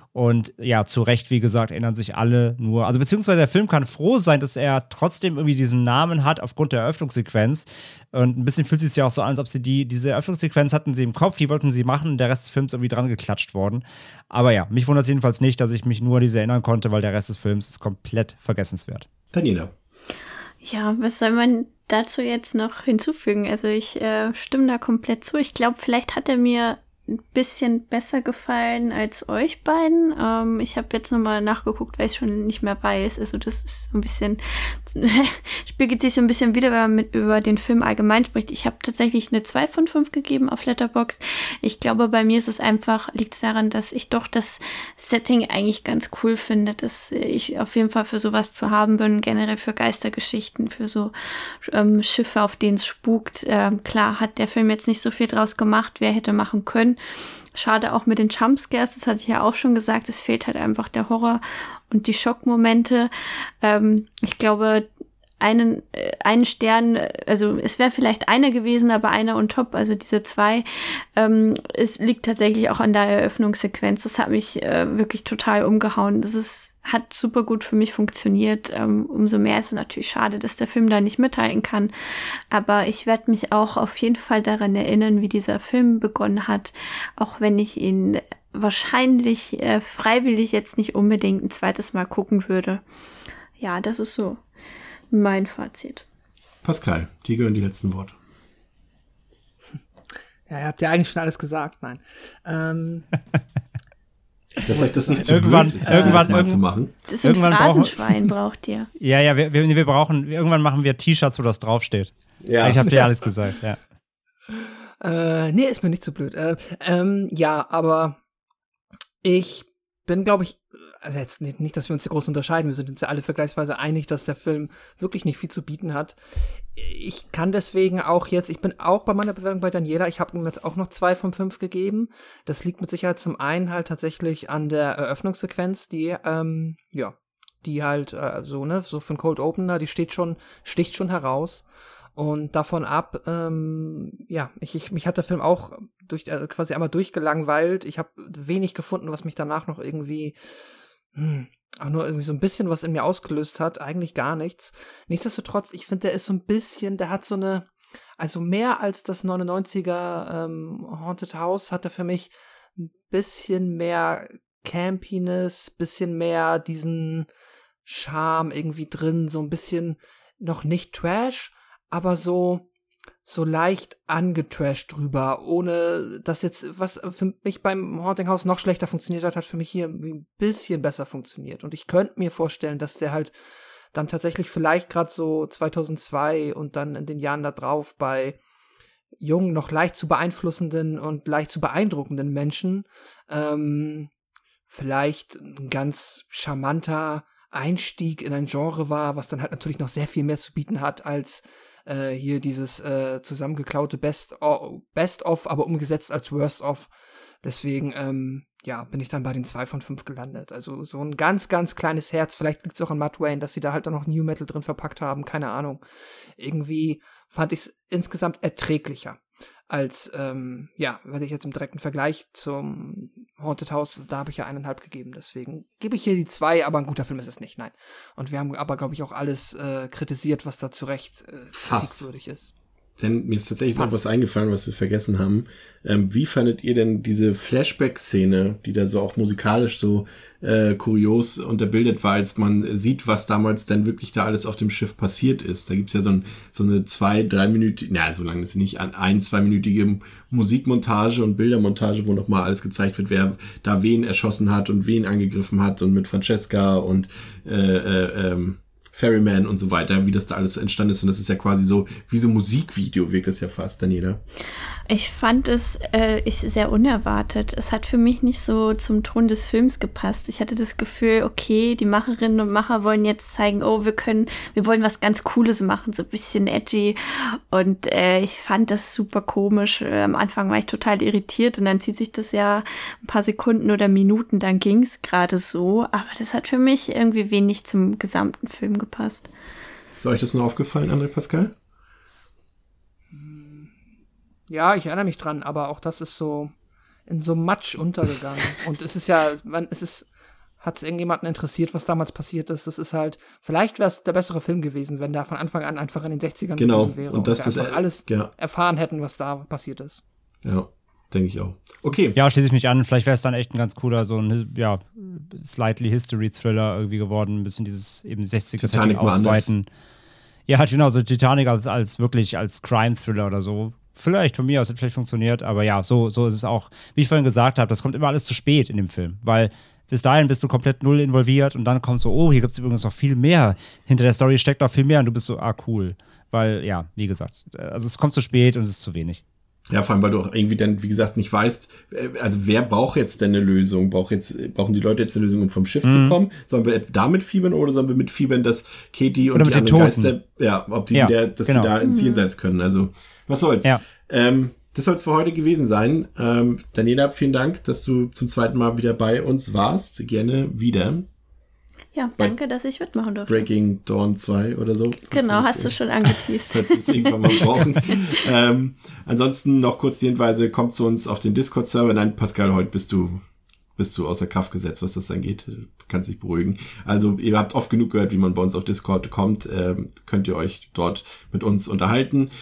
Und ja, zu Recht, wie gesagt, erinnern sich alle nur. Also beziehungsweise der Film kann froh sein, dass er trotzdem irgendwie diesen Namen hat aufgrund der Eröffnungssequenz. Und ein bisschen fühlt es sich ja auch so an, als ob sie diese Eröffnungssequenz hatten sie im Kopf, die wollten sie machen, der Rest des Films irgendwie dran geklatscht worden. Aber ja, mich wundert es jedenfalls nicht, dass ich mich nur an diese erinnern konnte, weil der Rest des Films ist komplett vergessenswert. Daniela. Ja, was soll man dazu jetzt noch hinzufügen? Also ich stimme da komplett zu. Ich glaube, vielleicht hat er mir ein bisschen besser gefallen als euch beiden. Ich habe jetzt nochmal nachgeguckt, weil ich es schon nicht mehr weiß. Also das ist so ein bisschen, spiegelt sich so ein bisschen wieder, wenn man über den Film allgemein spricht. Ich habe tatsächlich eine 2 von 5 gegeben auf Letterboxd. Ich glaube, bei mir ist es einfach, liegt es daran, dass ich doch das Setting eigentlich ganz cool finde, dass ich auf jeden Fall für sowas zu haben bin, generell für Geistergeschichten, für so Schiffe, auf denen es spukt. Klar hat der Film jetzt nicht so viel draus gemacht, wer hätte machen können. Schade auch mit den Jumpscares, das hatte ich ja auch schon gesagt, es fehlt halt einfach der Horror und die Schockmomente. Ich glaube, einen Stern, also es wäre vielleicht einer gewesen, aber einer on top, also diese 2, es liegt tatsächlich auch an der Eröffnungssequenz. Das hat mich wirklich total umgehauen. Hat super gut für mich funktioniert. Umso mehr ist es natürlich schade, dass der Film da nicht mithalten kann. Aber ich werde mich auch auf jeden Fall daran erinnern, wie dieser Film begonnen hat, auch wenn ich ihn wahrscheinlich freiwillig jetzt nicht unbedingt ein zweites Mal gucken würde. Ja, das ist so mein Fazit. Pascal, dir gehören die letzten Worte. Ja, ihr habt ja eigentlich schon alles gesagt. Nein. Dass euch das nicht zu irgendwann blöd ist, irgendwann zu machen. Das ist ein Phrasenschwein, braucht ihr. Ja, wir brauchen, irgendwann machen wir T-Shirts, wo das draufsteht. Ja. Ich habe dir alles gesagt, ja. Nee, ist mir nicht so blöd. Ja, aber ich bin, glaube ich, also jetzt nicht, dass wir uns hier groß unterscheiden, wir sind uns ja alle vergleichsweise einig, dass der Film wirklich nicht viel zu bieten hat. Ich kann deswegen auch jetzt, ich bin auch bei meiner Bewertung bei Daniela, ich habe ihm jetzt auch noch 2 von 5 gegeben. Das liegt mit Sicherheit zum einen halt tatsächlich an der Eröffnungssequenz, die halt so für einen Cold Opener, die sticht schon heraus. Und davon ab, mich hat der Film auch quasi einmal durchgelangweilt. Ich habe wenig gefunden, was mich danach noch irgendwie auch nur irgendwie so ein bisschen was in mir ausgelöst hat. Eigentlich gar nichts. Nichtsdestotrotz, ich finde, der ist so ein bisschen, der hat so eine, also mehr als das 99er Haunted House hat er für mich ein bisschen mehr Campiness, bisschen mehr diesen Charme irgendwie drin, so ein bisschen noch nicht Trash, aber so leicht angetrashed drüber, ohne dass jetzt, was für mich beim Haunting House noch schlechter funktioniert hat für mich hier ein bisschen besser funktioniert. Und ich könnte mir vorstellen, dass der halt dann tatsächlich vielleicht gerade so 2002 und dann in den Jahren da drauf bei jungen, noch leicht zu beeinflussenden und leicht zu beeindruckenden Menschen vielleicht ein ganz charmanter Einstieg in ein Genre war, was dann halt natürlich noch sehr viel mehr zu bieten hat als hier dieses zusammengeklaute Best-of, aber umgesetzt als Worst-of. Deswegen, bin ich dann bei den 2 von 5 gelandet. Also so ein ganz, ganz kleines Herz. Vielleicht liegt es auch an Matt Wayne, dass sie da halt dann noch New Metal drin verpackt haben. Keine Ahnung. Irgendwie fand ich es insgesamt erträglicher als, wenn ich jetzt im direkten Vergleich zum Haunted House, da habe ich ja 1,5 gegeben, deswegen gebe ich hier die 2, aber ein guter Film ist es nicht, nein. Und wir haben aber, glaube ich, auch alles kritisiert, was da zu Recht kritikwürdig ist. Denn mir ist tatsächlich noch was eingefallen, was wir vergessen haben. Wie fandet ihr denn diese Flashback-Szene, die da so auch musikalisch so kurios unterbildet war, als man sieht, was damals dann wirklich da alles auf dem Schiff passiert ist? Da gibt's ja so eine 2-3-minütige, so lange ist sie nicht, 1-2-minütige Musikmontage und Bildermontage, wo nochmal alles gezeigt wird, wer da wen erschossen hat und wen angegriffen hat und mit Francesca und Ferryman und so weiter, wie das da alles entstanden ist. Und das ist ja quasi so, wie so ein Musikvideo wirkt das ja fast, Daniela. Ich fand es sehr unerwartet. Es hat für mich nicht so zum Ton des Films gepasst. Ich hatte das Gefühl, okay, die Macherinnen und Macher wollen jetzt zeigen, wir wollen was ganz Cooles machen, so ein bisschen edgy. Und ich fand das super komisch. Am Anfang war ich total irritiert und dann zieht sich das ja ein paar Sekunden oder Minuten, dann ging es gerade so. Aber das hat für mich irgendwie wenig zum gesamten Film gepasst. Ist euch das noch aufgefallen, André Pascal? Ja, ich erinnere mich dran, aber auch das ist so, in so Matsch untergegangen. Und es ist ja, hat es irgendjemanden interessiert, was damals passiert ist? Das ist halt, vielleicht wäre es der bessere Film gewesen, wenn der von Anfang an einfach in den 60ern gewesen wäre. Und dass wir einfach alles erfahren hätten, was da passiert ist. Ja, denke ich auch. Okay. Ja, schließe ich mich an. Vielleicht wäre es dann echt ein ganz cooler, so ein, slightly History-Thriller irgendwie geworden. Ein bisschen dieses eben 60er-Setting ausweiten. Ja, halt genau, so Titanic als wirklich als Crime-Thriller oder so. Vielleicht von mir aus, hat vielleicht funktioniert, aber ja, so ist es auch. Wie ich vorhin gesagt habe, das kommt immer alles zu spät in dem Film, weil bis dahin bist du komplett null involviert und dann kommt so, oh, hier gibt es übrigens noch viel mehr. Hinter der Story steckt noch viel mehr und du bist so, cool. Weil, ja, wie gesagt, also es kommt zu spät und es ist zu wenig. Ja, vor allem, weil du auch irgendwie dann, wie gesagt, nicht weißt, also wer braucht jetzt denn eine Lösung? Brauchen die Leute jetzt eine Lösung, um vom Schiff zu kommen? Sollen wir damit fiebern oder sollen wir mitfiebern, dass Katie und die anderen Geister, ob die wieder, dass sie da ins Jenseits können? Also, was soll's? Ja. Das soll es für heute gewesen sein. Daniela, vielen Dank, dass du zum zweiten Mal wieder bei uns warst. Gerne wieder. Ja, danke, dass ich mitmachen durfte. Breaking Dawn 2 oder so. Genau, hast du schon angeteased. Falls wir es irgendwann mal brauchen. Ansonsten noch kurz die Hinweise, kommt zu uns auf den Discord-Server. Nein, Pascal, heute bist du außer Kraft gesetzt, was das angeht. Du kannst dich beruhigen. Also ihr habt oft genug gehört, wie man bei uns auf Discord kommt. Könnt ihr euch dort mit uns unterhalten.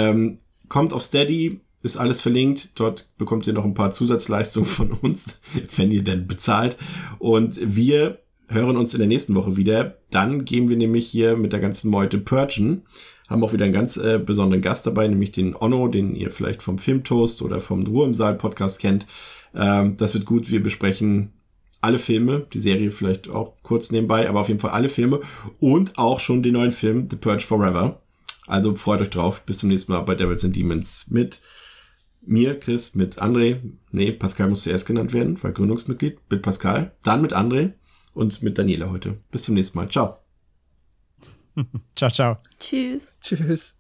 Kommt auf Steady. Ist alles verlinkt. Dort bekommt ihr noch ein paar Zusatzleistungen von uns, wenn ihr denn bezahlt. Und wir hören uns in der nächsten Woche wieder. Dann gehen wir nämlich hier mit der ganzen Meute purgen. Haben auch wieder einen ganz besonderen Gast dabei, nämlich den Onno, den ihr vielleicht vom Filmtoast oder vom Ruhe im Saal Podcast kennt. Das wird gut. Wir besprechen alle Filme, die Serie vielleicht auch kurz nebenbei, aber auf jeden Fall alle Filme und auch schon den neuen Film The Purge Forever. Also freut euch drauf. Bis zum nächsten Mal bei Devils and Demons mit mir, Chris, mit André. Nee, Pascal muss zuerst genannt werden, weil Gründungsmitglied. Mit Pascal, dann mit André und mit Daniela heute. Bis zum nächsten Mal. Ciao. Ciao, ciao. Tschüss. Tschüss.